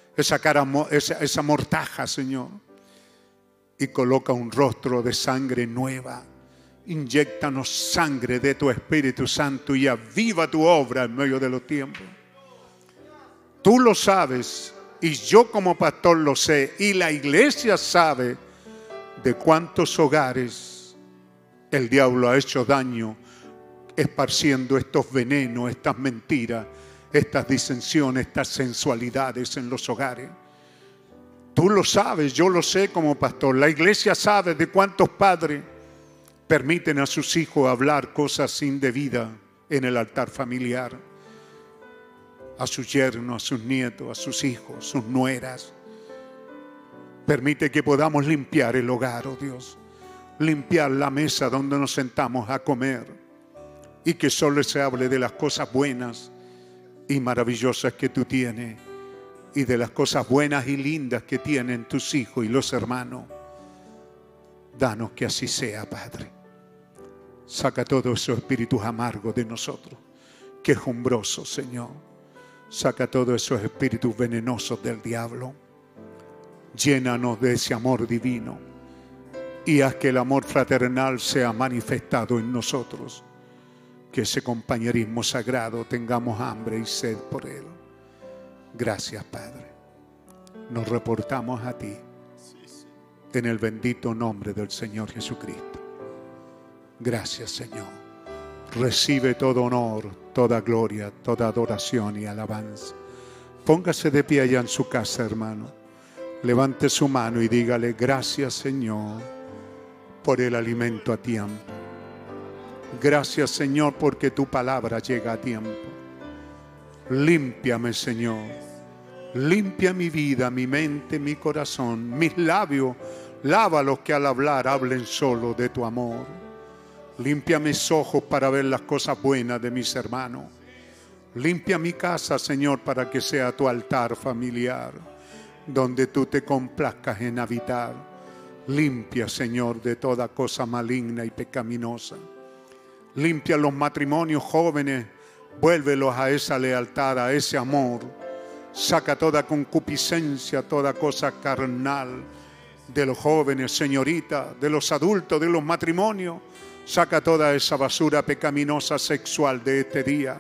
Esa mortaja, Señor. Y coloca un rostro de sangre nueva. Inyéctanos sangre de tu Espíritu Santo y aviva tu obra en medio de los tiempos. Tú lo sabes y yo como pastor lo sé y la iglesia sabe de cuántos hogares el diablo ha hecho daño esparciendo estos venenos, estas mentiras, estas disensiones, estas sensualidades en los hogares. Tú lo sabes, yo lo sé como pastor. La iglesia sabe de cuántos padres permiten a sus hijos hablar cosas indebidas en el altar familiar. A sus yernos, a sus nietos, a sus hijos, sus nueras. Permite que podamos limpiar el hogar, oh Dios. Limpiar la mesa donde nos sentamos a comer. Y que solo se hable de las cosas buenas y maravillosas que tú tienes. Y de las cosas buenas y lindas que tienen tus hijos y los hermanos. Danos que así sea, Padre. Saca todos esos espíritus amargos de nosotros, quejumbrosos, Señor. Saca todos esos espíritus venenosos del diablo. Llénanos de ese amor divino y haz que el amor fraternal sea manifestado en nosotros. Que ese compañerismo sagrado tengamos hambre y sed por él. Gracias, Padre. Nos reportamos a ti en el bendito nombre del Señor Jesucristo. Gracias, Señor. Recibe todo honor, toda gloria, toda adoración y alabanza. Póngase de pie allá en su casa, hermano. Levante su mano y dígale: gracias, Señor, por el alimento a tiempo. Gracias, Señor, porque tu palabra llega a tiempo. Límpiame, Señor. Limpia mi vida, mi mente, mi corazón, mis labios. Lávalos que al hablar hablen solo de tu amor. Limpia mis ojos para ver las cosas buenas de mis hermanos. Limpia mi casa, Señor, para que sea tu altar familiar, donde tú te complazcas en habitar. Limpia, Señor, de toda cosa maligna y pecaminosa. Limpia los matrimonios jóvenes, vuélvelos a esa lealtad, a ese amor. Saca toda concupiscencia, toda cosa carnal de los jóvenes, señorita, de los adultos, de los matrimonios. Saca toda esa basura pecaminosa sexual de este día.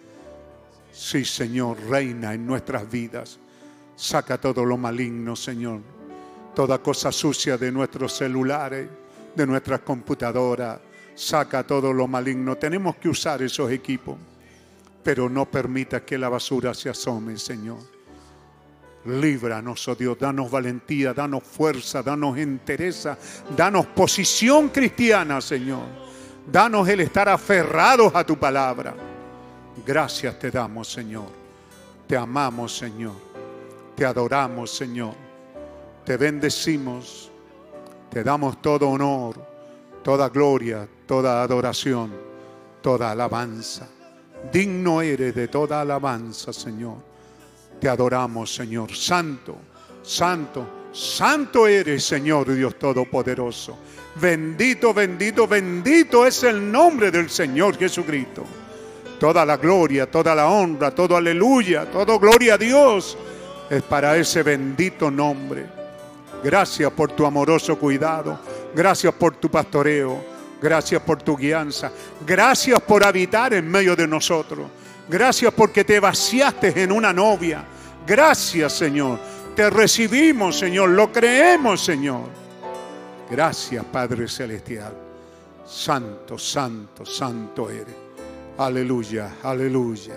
Sí, Señor, reina en nuestras vidas. Saca todo lo maligno, Señor. Toda cosa sucia de nuestros celulares, de nuestras computadoras, saca todo lo maligno. Tenemos que usar esos equipos, pero no permitas que la basura se asome, Señor. Líbranos, oh Dios, danos valentía, danos fuerza, danos entereza, danos posición cristiana, Señor. Danos el estar aferrados a tu palabra. Gracias te damos, Señor. Te amamos, Señor. Te adoramos, Señor. Te bendecimos. Te damos todo honor, toda gloria, toda adoración, toda alabanza. Digno eres de toda alabanza, Señor. Te adoramos, Señor. Santo, santo, santo eres, Señor Dios Todopoderoso. Bendito, bendito, bendito es el nombre del Señor Jesucristo. Toda la gloria, toda la honra, todo aleluya, todo gloria a Dios es para ese bendito nombre. Gracias por tu amoroso cuidado. Gracias por tu pastoreo. Gracias por tu guianza. Gracias por habitar en medio de nosotros. Gracias porque te vaciaste en una novia. Gracias, Señor. Te recibimos, Señor. Lo creemos, Señor. Gracias, Padre Celestial. Santo, santo, santo eres. Aleluya, aleluya.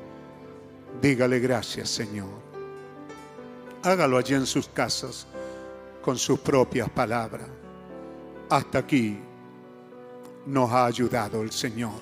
Dígale gracias, Señor. Hágalo allí en sus casas con sus propias palabras. Hasta aquí nos ha ayudado el Señor.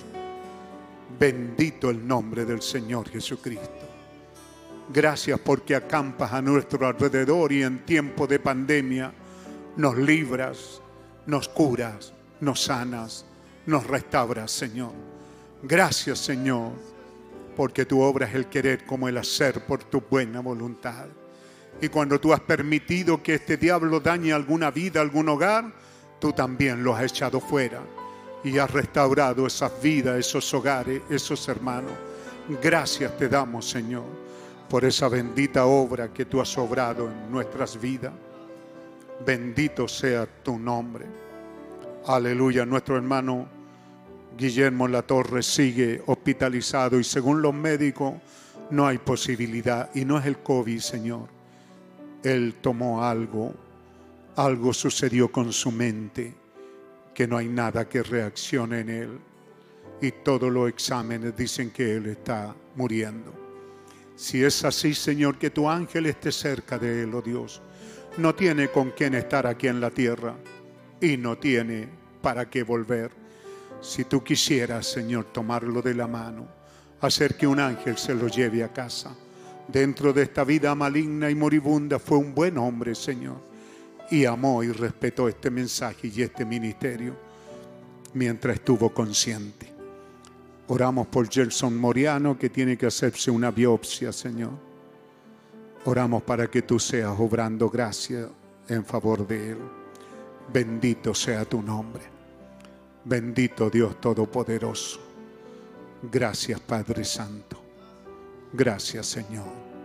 Bendito el nombre del Señor Jesucristo. Gracias porque acampas a nuestro alrededor y en tiempo de pandemia nos libras, nos curas, nos sanas, nos restauras, Señor. Gracias, Señor, porque tu obra es el querer como el hacer por tu buena voluntad. Y cuando tú has permitido que este diablo dañe alguna vida, algún hogar, tú también lo has echado fuera y has restaurado esas vidas, esos hogares, esos hermanos. Gracias te damos, Señor, por esa bendita obra que tú has obrado en nuestras vidas. Bendito sea tu nombre. Aleluya. Nuestro hermano Guillermo Latorre sigue hospitalizado y según los médicos no hay posibilidad. Y no es el COVID, Señor. Él tomó algo sucedió con su mente, que no hay nada que reaccione en él. Y todos los exámenes dicen que él está muriendo. Si es así, Señor, que tu ángel esté cerca de él, oh Dios. No tiene con quién estar aquí en la tierra y no tiene para qué volver. Si tú quisieras, Señor, tomarlo de la mano, hacer que un ángel se lo lleve a casa. Dentro de esta vida maligna y moribunda fue un buen hombre, Señor, y amó y respetó este mensaje y este ministerio mientras estuvo consciente. Oramos por Gelson Moriano, que tiene que hacerse una biopsia, Señor. Oramos para que tú seas obrando gracia en favor de él. Bendito sea tu nombre. Bendito Dios Todopoderoso. Gracias, Padre Santo. Gracias, Señor.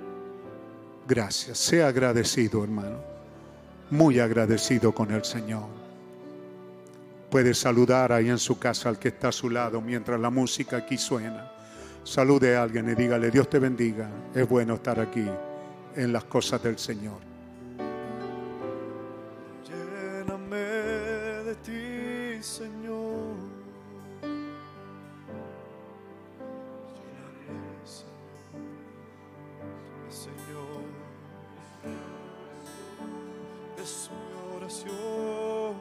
Gracias. Sea agradecido, hermano. Muy agradecido con el Señor. Puede saludar ahí en su casa al que está a su lado mientras la música aquí suena. Salude a alguien y dígale: Dios te bendiga. Es bueno estar aquí en las cosas del Señor. Lléname de ti, Señor. Lléname, Señor. Es mi oración.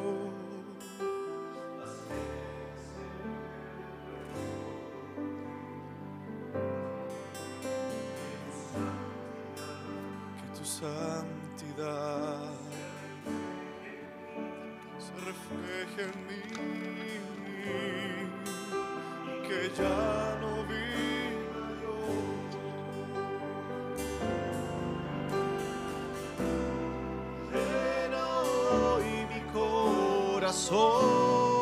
Que tu santidad se refleje en mí, que ya no viva yo. Llena hoy mi corazón.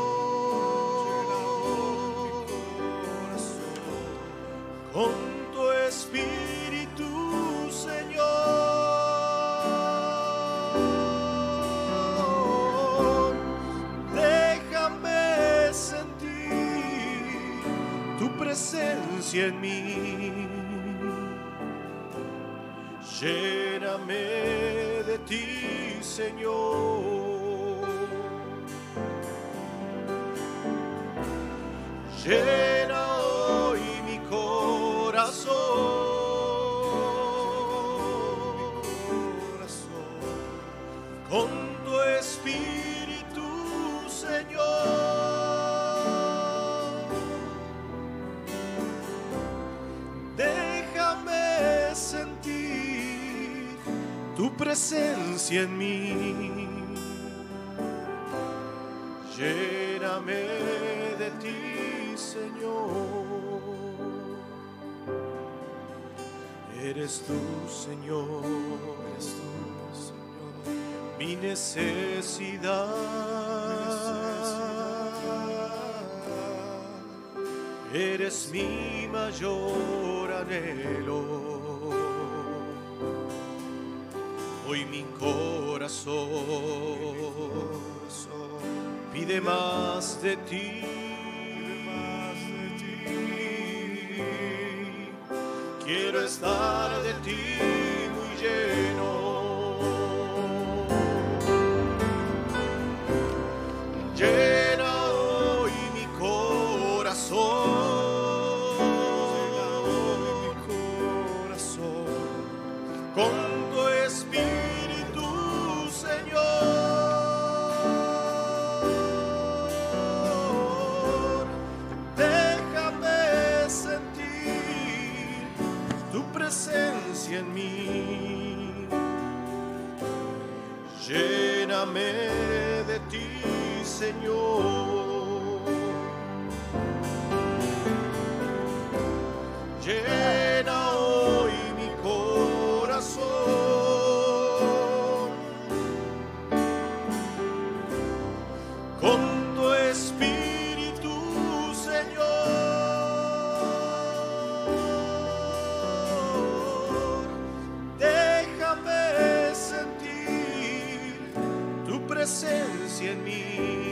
Con tu espíritu, Señor, déjame sentir tu presencia en mí. Lléname de ti, Señor. Llena hoy mi corazón con tu espíritu, Señor. Déjame sentir tu presencia en mí. Lléname de ti, Señor. Eres tú, Señor, eres tú, Señor, mi necesidad. Eres mi mayor anhelo. Hoy mi corazón pide más de ti. Quiero estar de ti muy lleno. Llena hoy mi corazón. Llena hoy mi corazón con tu espíritu, Señor. Déjame sentir tu presencia en mí. Lléname de ti, Señor. Llena hoy mi corazón con tu espíritu, Señor. Déjame sentir tu presencia en mí.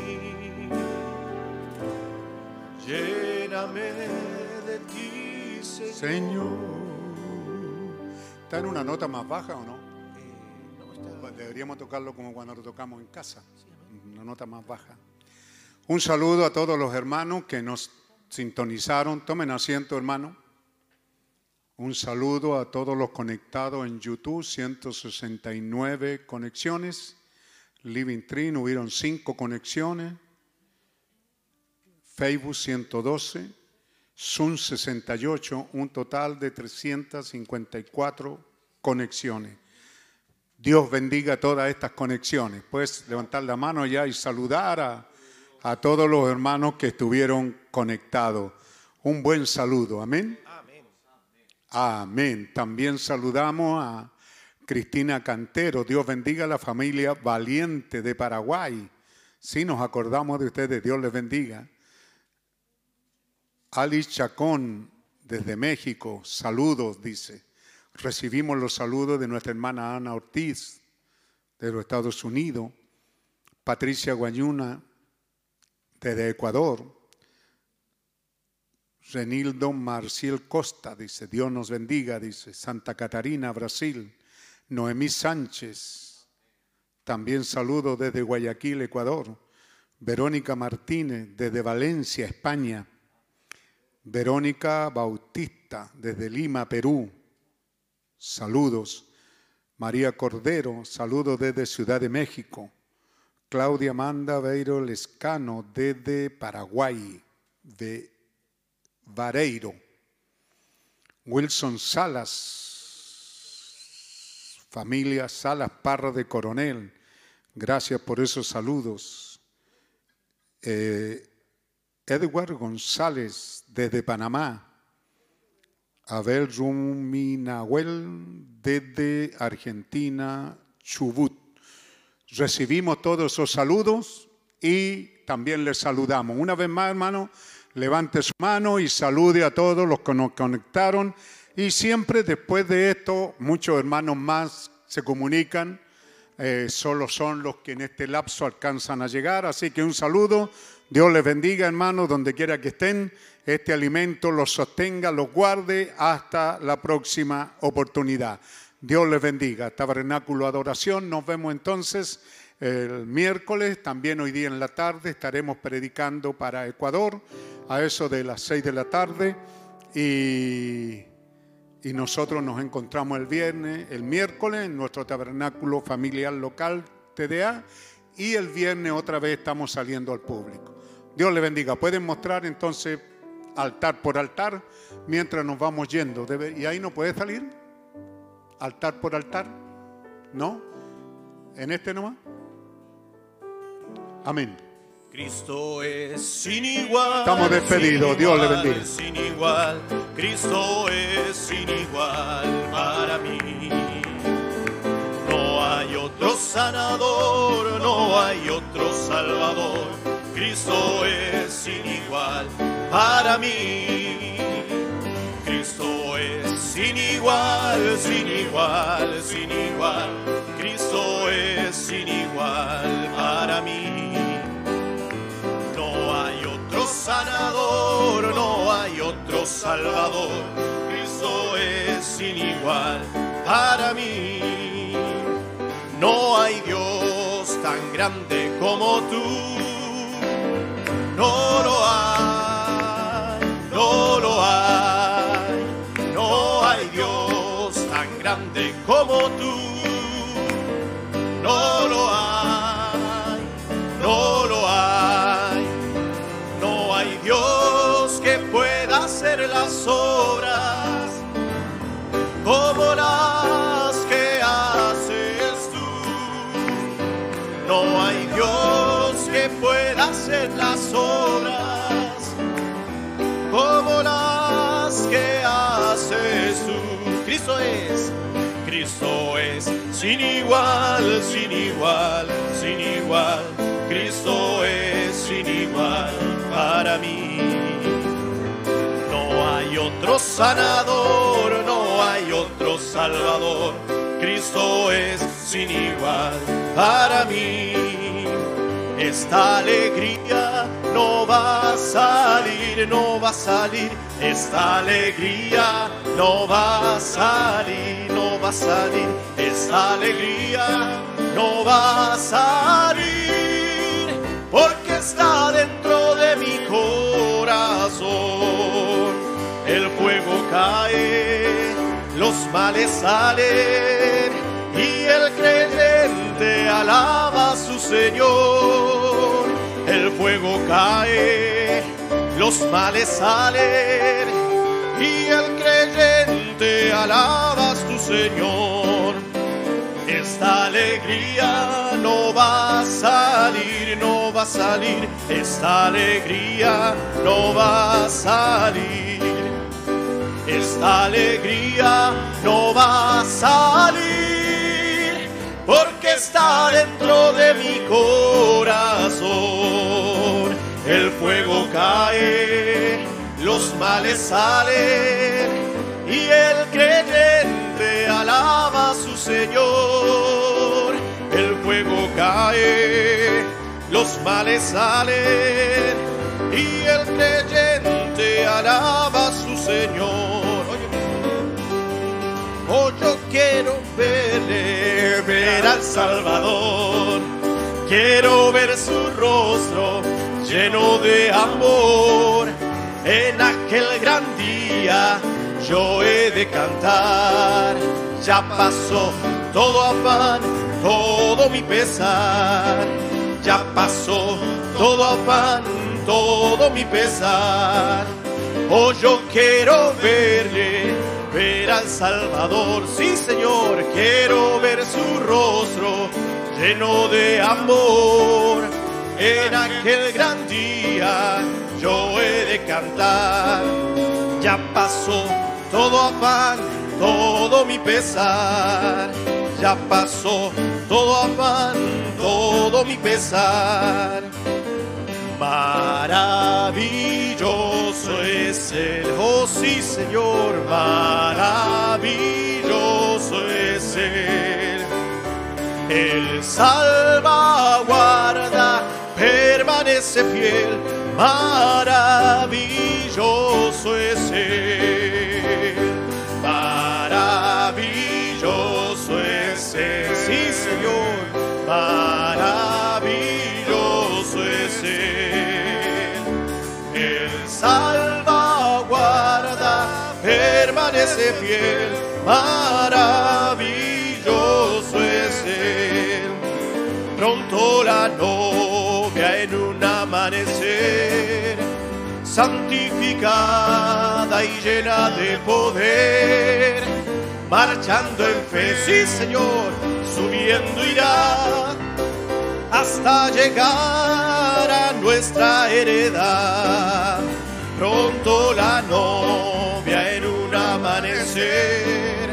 Lléname de ti, Señor. ¿Está en una nota más baja o no? Deberíamos tocarlo como cuando lo tocamos en casa, una nota más baja. Un saludo a todos los hermanos que nos sintonizaron. Tomen asiento, hermano. Un saludo a todos los conectados en YouTube, 169 conexiones. Living Tree hubieron 5 conexiones. Facebook 112. Zoom 68, un total de 354 conexiones. Dios bendiga todas estas conexiones. Puedes levantar la mano ya y saludar a todos los hermanos que estuvieron conectados. Un buen saludo, amén. Amén. Amén. También saludamos a Cristina Cantero. Dios bendiga a la familia Valiente de Paraguay. Sí, nos acordamos de ustedes. Dios les bendiga. Alice Chacón, desde México, saludos, dice. Recibimos los saludos de nuestra hermana Ana Ortiz, de los Estados Unidos. Patricia Guayuna, desde Ecuador. Renildo Marcial Costa, dice, Dios nos bendiga, dice. Santa Catarina, Brasil. Noemí Sánchez, también saludos desde Guayaquil, Ecuador. Verónica Martínez, desde Valencia, España. Verónica Bautista, desde Lima, Perú. Saludos. María Cordero, saludos desde Ciudad de México. Claudia Amanda Beiro Lescano, desde Paraguay, de Vareiro. Wilson Salas, familia Salas Parra de Coronel, gracias por esos saludos. Edward González, desde Panamá. Abel Ruminahuel, desde Argentina, Chubut. Recibimos todos esos saludos y también les saludamos. Una vez más, hermano, levante su mano y salude a todos los que nos conectaron. Y siempre después de esto, muchos hermanos más se comunican. Solo son los que en este lapso alcanzan a llegar. Así que un saludo. Dios les bendiga, hermanos, donde quiera que estén. Este alimento los sostenga, los guarde hasta la próxima oportunidad. Dios les bendiga. Tabernáculo Adoración. Nos vemos entonces el miércoles. También hoy día en la tarde estaremos predicando para Ecuador a eso de las 6 de la tarde. Y nosotros nos encontramos el miércoles en nuestro tabernáculo familiar local TDA, y el viernes otra vez estamos saliendo al público. Dios le bendiga. Pueden mostrar entonces altar por altar mientras nos vamos yendo. ¿Y ahí no puede salir? ¿Altar por altar? ¿No? ¿En este nomás? Amén. Cristo es sin igual. Estamos despedidos. Dios le bendiga. Sin igual. Cristo es sin igual para mí. No hay otro sanador, no hay otro salvador. Cristo es sin igual para mí. Cristo es sin igual, sin igual, sin igual. Cristo es sin igual para mí. No hay otro sanador, no hay otro salvador. Cristo es sin igual para mí. No hay Dios tan grande como tú. No lo hay, no lo hay. No hay Dios tan grande como tú. No lo hay, no lo hay. No hay Dios que pueda hacer las obras como las que haces tú. No hay Dios que pueda hacer las obras como las que haces tú. Cristo es sin igual, sin igual, sin igual. Cristo es sin igual para mí. No hay otro sanador, no hay otro salvador. Cristo es sin igual para mí. Esta alegría no va a salir, no va a salir. Esta alegría no va a salir, no va a salir. Esta alegría no va a salir, porque está dentro de mi corazón. El fuego cae, los males salen, y el creyente alaba a su Señor. El fuego cae, los males salen, y el creyente alaba a su Señor. Esta alegría no va a salir, no va a salir. Esta alegría no va a salir. Esta alegría no va a salir, porque está dentro de mi corazón. El fuego cae, los males salen, y el creyente alaba a su Señor. El fuego cae, los males salen, y el creyente alaba a su Señor. Oh, yo quiero ver al Salvador. Quiero ver su rostro lleno de amor. En aquel gran día yo he de cantar. Ya pasó todo afán, todo mi pesar. Ya pasó todo afán, todo mi pesar. Oh, yo quiero ver al Salvador. Sí, Señor, quiero ver su rostro lleno de amor. En aquel gran día yo he de cantar. Ya pasó todo afán, todo mi pesar. Ya pasó todo afán, todo mi pesar. Maravilloso es Él, oh sí, Señor, maravilloso es Él. Él salvaguarda, permanece fiel, maravilloso es Él. Maravilloso es Él, sí, Señor, maravilloso. permanece fiel, maravilloso es Él. Pronto la novia en un amanecer, santificada y llena de poder, marchando en fe, sí Señor, subiendo irá hasta llegar a nuestra heredad. Pronto la novia en un amanecer,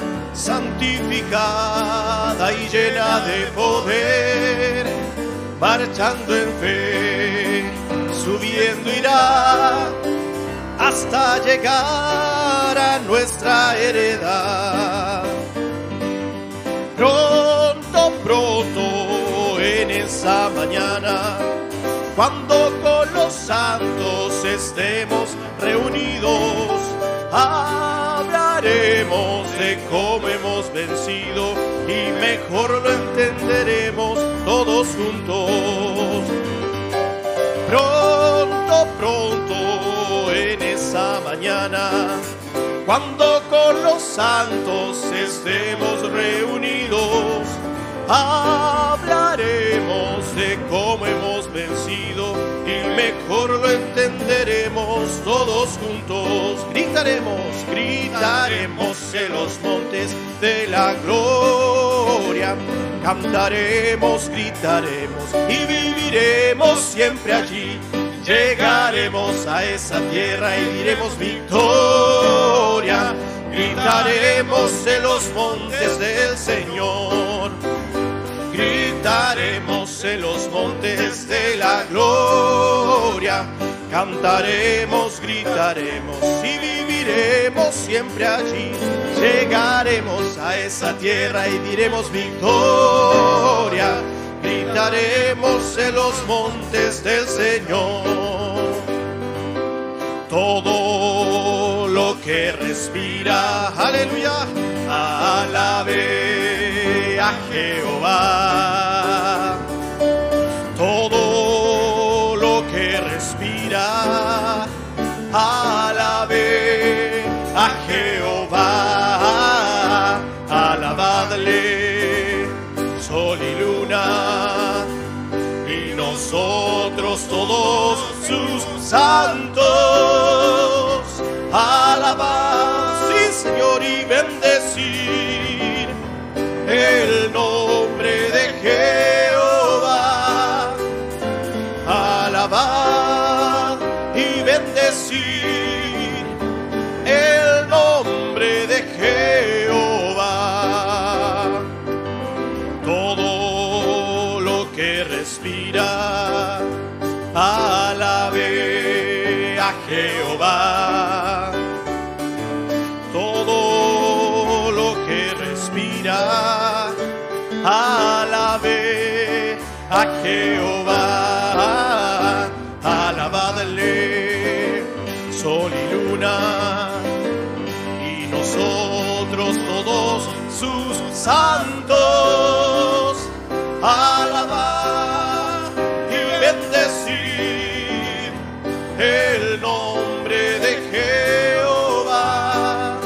santificada y llena de poder, marchando en fe, subiendo irá hasta llegar a nuestra heredad. Pronto, pronto en esa mañana, cuando con los santos estemos reunidos, hablaremos de cómo hemos vencido y mejor lo entenderemos todos juntos. Pronto, pronto en esa mañana, cuando con los santos estemos reunidos, hablaremos de cómo hemos vencido y mejor lo entenderemos todos juntos. Gritaremos, gritaremos en los montes de la gloria. Cantaremos, gritaremos y viviremos siempre allí. Llegaremos a esa tierra y diremos victoria. Gritaremos en los montes del Señor. Gritaremos en los montes de la gloria. Cantaremos, gritaremos y viviremos siempre allí. Llegaremos a esa tierra y diremos victoria. Gritaremos en los montes del Señor. Todo lo que respira, aleluya, alabe a Jehová. Todo lo que respira, alabe a Jehová. Alabadle, sol y luna, y nosotros todos sus santos. Alabar, sí Señor, y bendecir el nombre de Jehová. Alabar y bendecir el nombre de Jehová. Todo lo que respira, alabe a Jehová. Todo lo que respira, alabe a Jehová. Alabadle, sol y luna, y nosotros todos sus santos. Alabar y bendecir el nombre de Jehová.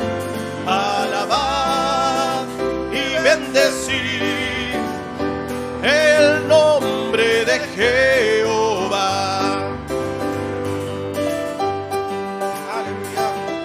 Alabar y bendecir el nombre de Jehová. Aleluya.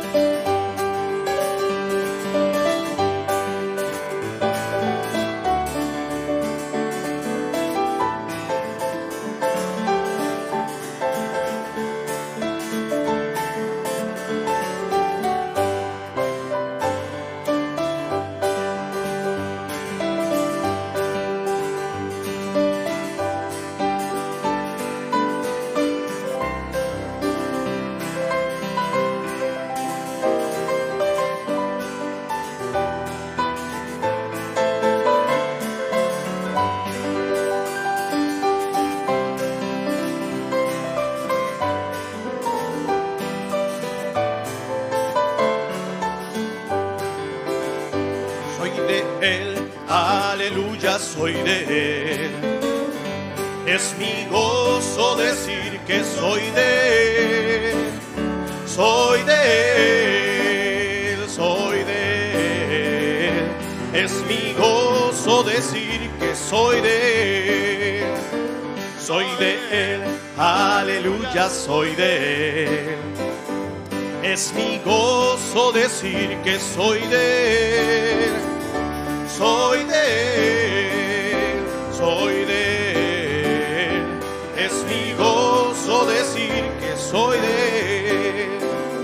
Aleluya, soy de Él. Es mi gozo decir que soy de Él. Soy de Él, Es mi gozo decir que soy de Él. Soy de Él, aleluya, soy de Él. Es mi gozo decir que soy de Él. Soy de Él, soy de Él. Es mi gozo decir que soy de Él.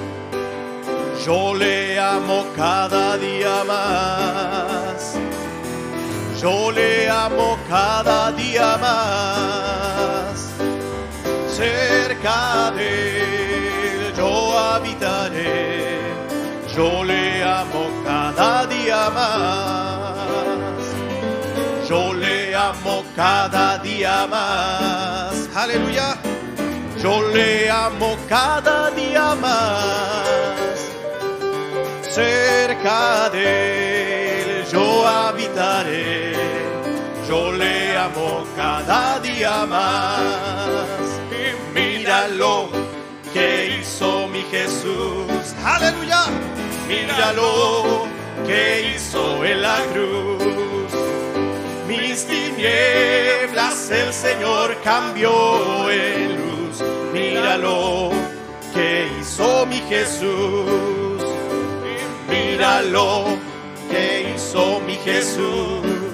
Yo le amo cada día más. Yo le amo cada día más. Cerca de Él yo habitaré. Yo le amo cada día más. Yo le amo cada día más. Aleluya. Yo le amo cada día más. Cerca de Él yo habitaré. Yo le amo cada día más. Y míralo que hizo mi Jesús. Aleluya. Míralo que hizo en la cruz. Mis tinieblas el Señor cambió en luz. Míralo que hizo mi Jesús. Míralo que hizo mi Jesús.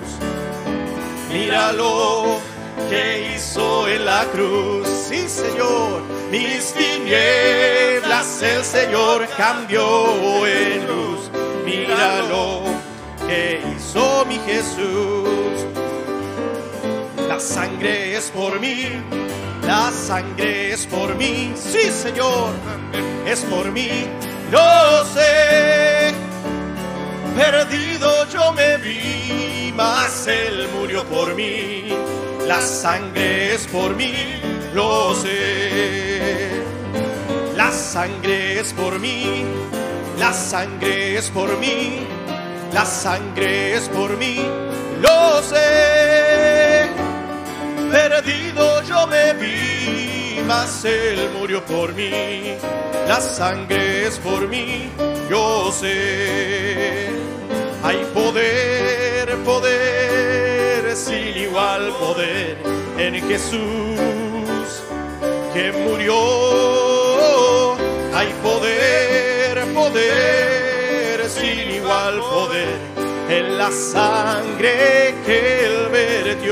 Míralo que hizo en la cruz. Sí, Señor. Mis tinieblas el Señor cambió en luz. Míralo que hizo mi Jesús. La sangre es por mí. La sangre es por mí. Sí, Señor. Es por mí. Lo sé. Perdido yo me vi, mas Él murió por mí. La sangre es por mí, lo sé. La sangre es por mí, la sangre es por mí, la sangre es por mí, lo sé. Perdido yo me vi, mas Él murió por mí. La sangre es por mí, yo sé. Hay poder, poder, sin igual poder en Jesús que murió. Hay poder, poder, sin igual poder en la sangre que Él vertió.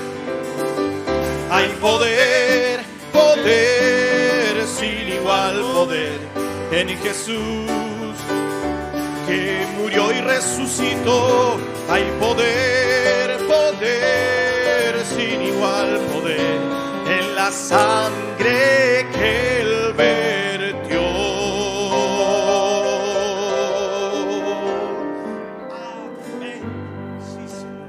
Hay poder, poder, sin igual poder en Jesús que murió y resucitó. Hay poder, poder, sin igual poder en la sangre que Él vertió. Amén. Sí, Señor.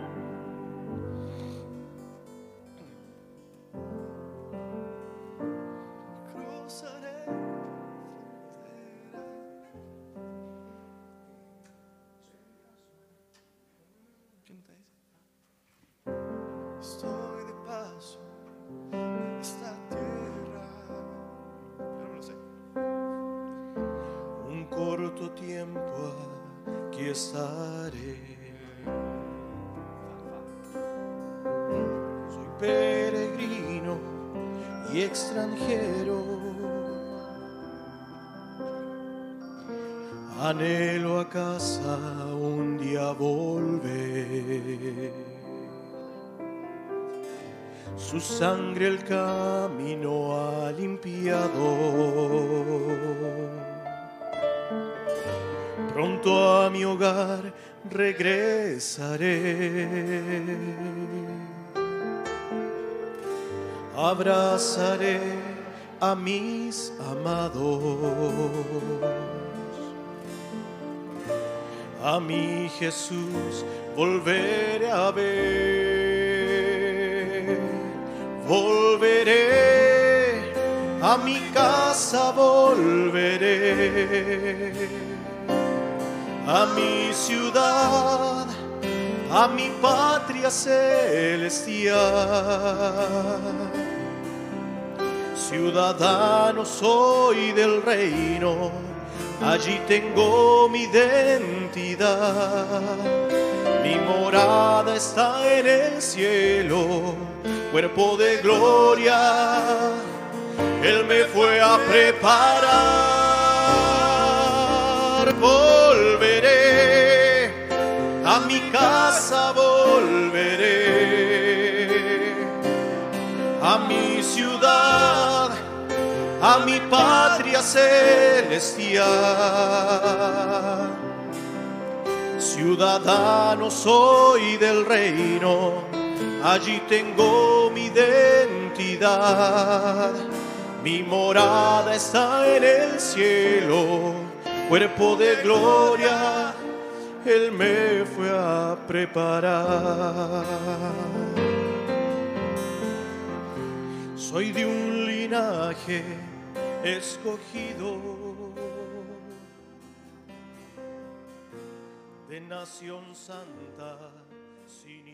Cruzaré. Estoy de paso en esta tierra, pero no sé. Un corto tiempo aquí estaré. Soy peregrino y extranjero. Anhelo a casa un día volver. Su sangre el camino ha limpiado. Pronto a mi hogar regresaré. Abrazaré a mis amados. A mi Jesús volveré a ver. Volveré, a mi casa volveré, a mi ciudad, a mi patria celestial. Ciudadano soy del reino, allí tengo mi identidad. Mi morada está en el cielo, cuerpo de gloria, Él me fue a preparar. Volveré, a mi casa volveré, a mi ciudad, a mi patria celestial. Ciudadano soy del reino, allí tengo mi identidad. Mi morada está en el cielo, cuerpo de gloria, Él me fue a preparar. Soy de un linaje escogido, de nación santa, sin